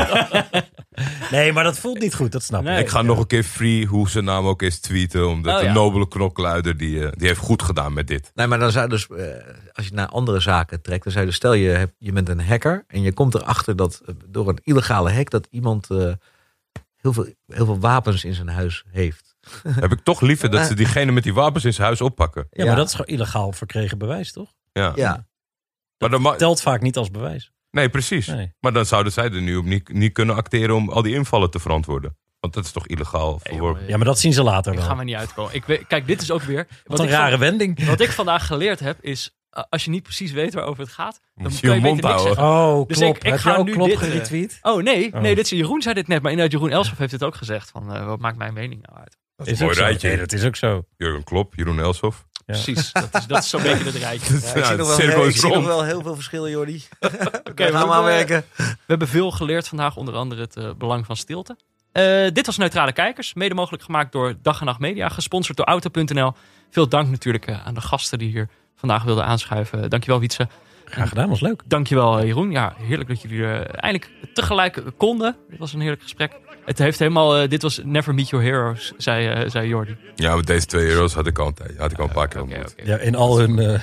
Nee, maar dat voelt niet goed. Dat snap ik. Nee, ik ga ja. nog een keer Free, hoe zijn naam ook is, tweeten. Omdat oh, de ja. nobele knokluider, die, uh, die heeft goed gedaan met dit. Nee, maar dan zou dus, uh, als je naar andere zaken trekt... dan zou je dus, stel je, hebt, je bent een hacker... en je komt erachter dat uh, door een illegale hack... dat iemand uh, heel, veel, heel veel wapens in zijn huis heeft. Heb ik toch liever dat ze diegene met die wapens in zijn huis oppakken. Ja, ja. maar dat is gewoon illegaal verkregen bewijs, toch? Ja. ja. Dat maar ma- telt vaak niet als bewijs. Nee, precies. Nee. Maar dan zouden zij er nu op niet, niet kunnen acteren om al die invallen te verantwoorden. Want dat is toch illegaal verworpen. Hey, ja, maar dat zien ze later wel. Ik ga maar niet uitkomen. Ik weet, kijk, dit is ook weer... Wat een rare van, wending. Wat ik vandaag geleerd heb is... als je niet precies weet waarover het gaat, dan Moet je kun je je mond beter niks houden. zeggen. Oh, Dus Klop. ik- ik Heb ga je ook nu Klop dit, eh, geretweet? Oh nee, Oh. nee dit is, Jeroen zei dit net, maar inderdaad Jeroen Elshoff heeft dit ook gezegd. Van, uh, wat maakt mijn mening nou uit? Dat is een ook mooi zo. rijtje. Nee, dat is ook zo. Jurgen Klopp, Jeroen Elshoff. Ja. Precies, dat is, dat is zo'n beetje het rijtje. Ja, ik Ja, zie, nog het wel, cirkel ik is zie nog rond. wel heel veel verschillen, Jordi. Oké, we gaan we hebben- aanwerken. We hebben veel geleerd vandaag, onder andere het uh, belang van stilte. Uh, dit was Neutrale Kijkers, mede mogelijk gemaakt door Dag en Nacht Media, gesponsord door Auto punt n l. Veel dank natuurlijk uh, aan de gasten die hier vandaag wilden aanschuiven. Dankjewel Wietse. Graag gedaan, was leuk. Dankjewel uh, Jeroen. Ja, heerlijk dat jullie uh, eindelijk tegelijk konden. Dit was een heerlijk gesprek. Het heeft helemaal, uh, dit was Never Meet Your Heroes, zei, uh, zei Jordi. Ja, maar deze twee heroes had ik al een, tijd- had ik al een paar keer Oké, ontmoet. oké. Ja, in al hun uh,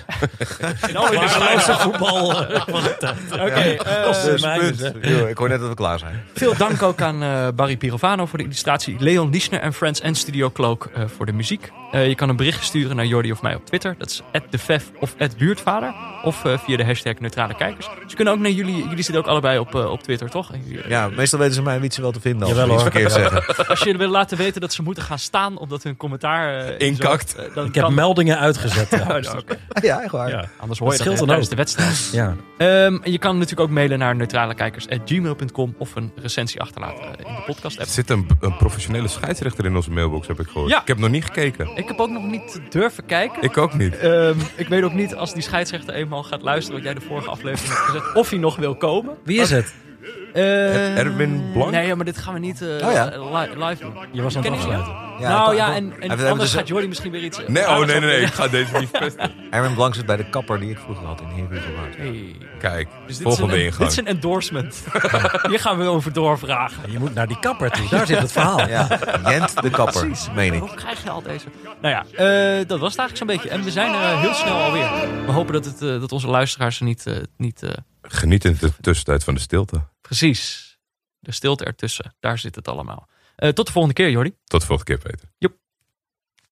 In al jullie waardeloze voetbal uh, van de tijd. Oké, uh, Dus, Punt. hè. Yo, ik hoor net dat we klaar zijn. veel dank ook aan uh, Barry Pirovano voor de illustratie. Leon Liesner en Friends en Studio Cloak uh, voor de muziek. Uh, je kan een bericht sturen naar Jordi of mij op Twitter. Dat is at defef of at buurtvader. Of uh, via de hashtag Neutrale Kijkers. Ze kunnen ook naar jullie. Jullie zitten ook allebei op, uh, op Twitter, toch? En jullie, uh, Ja, meestal weten ze mij Wietse wel te vinden als Jawel, we iets hoor. verkeerd zeggen. Als je wil laten weten dat ze moeten gaan staan omdat hun commentaar uh, Inkakt. zo- uh, dan Ik heb kan- meldingen uitgezet. Oh, trouwens. nou, oké. Ja, echt waar. Ja. Anders hoor je Dat dat, scheelt hè, dan tijdens ook. de wedstrijd. Ja. Um, en je kan natuurlijk ook mailen naar neutralekijkers at gmail punt com of een recensie achterlaten uh, in de podcast app. Er zit een, een professionele scheidsrechter in onze mailbox, heb ik gehoord. Ja. Ik heb nog niet gekeken. Ik heb ook nog niet durven kijken. Ik ook niet. Um, ik weet ook niet als die scheidsrechter eenmaal gaat luisteren wat jij de vorige aflevering hebt gezegd, of hij nog wil komen. Wie is het? Uh, Erwin Blank? Nee, maar dit gaan we niet uh, Oh ja. li- live doen. Je was aan het Ken je die? afsluiten. Ja, nou ik- ja, ik- en, Hij en heeft- anders dus- gaat Jordi misschien weer iets... uh, Nee, oh aardigs nee, nee, nee. Ik afleveren. ga deze niet vesten. Erwin Blank zit bij de kapper die ik vroeger had in Heerhugowaard. Hey. Kijk, Dus dit volgende is een, ingang. dit is een endorsement. Hier gaan we over doorvragen. Je moet naar die kapper toe. Daar zit het verhaal. Ja, Jent de kapper, meen ik. Hoe krijg je al deze? Nou ja, uh, dat was het eigenlijk zo'n beetje. En we zijn uh, heel snel alweer. We hopen dat, het, uh, dat onze luisteraars er niet... Uh, niet uh, Geniet in de tussentijd van de stilte. precies. De stilte ertussen. Daar zit het allemaal. Uh, tot de volgende keer, Jordi. Tot de volgende keer, Peter. Joep.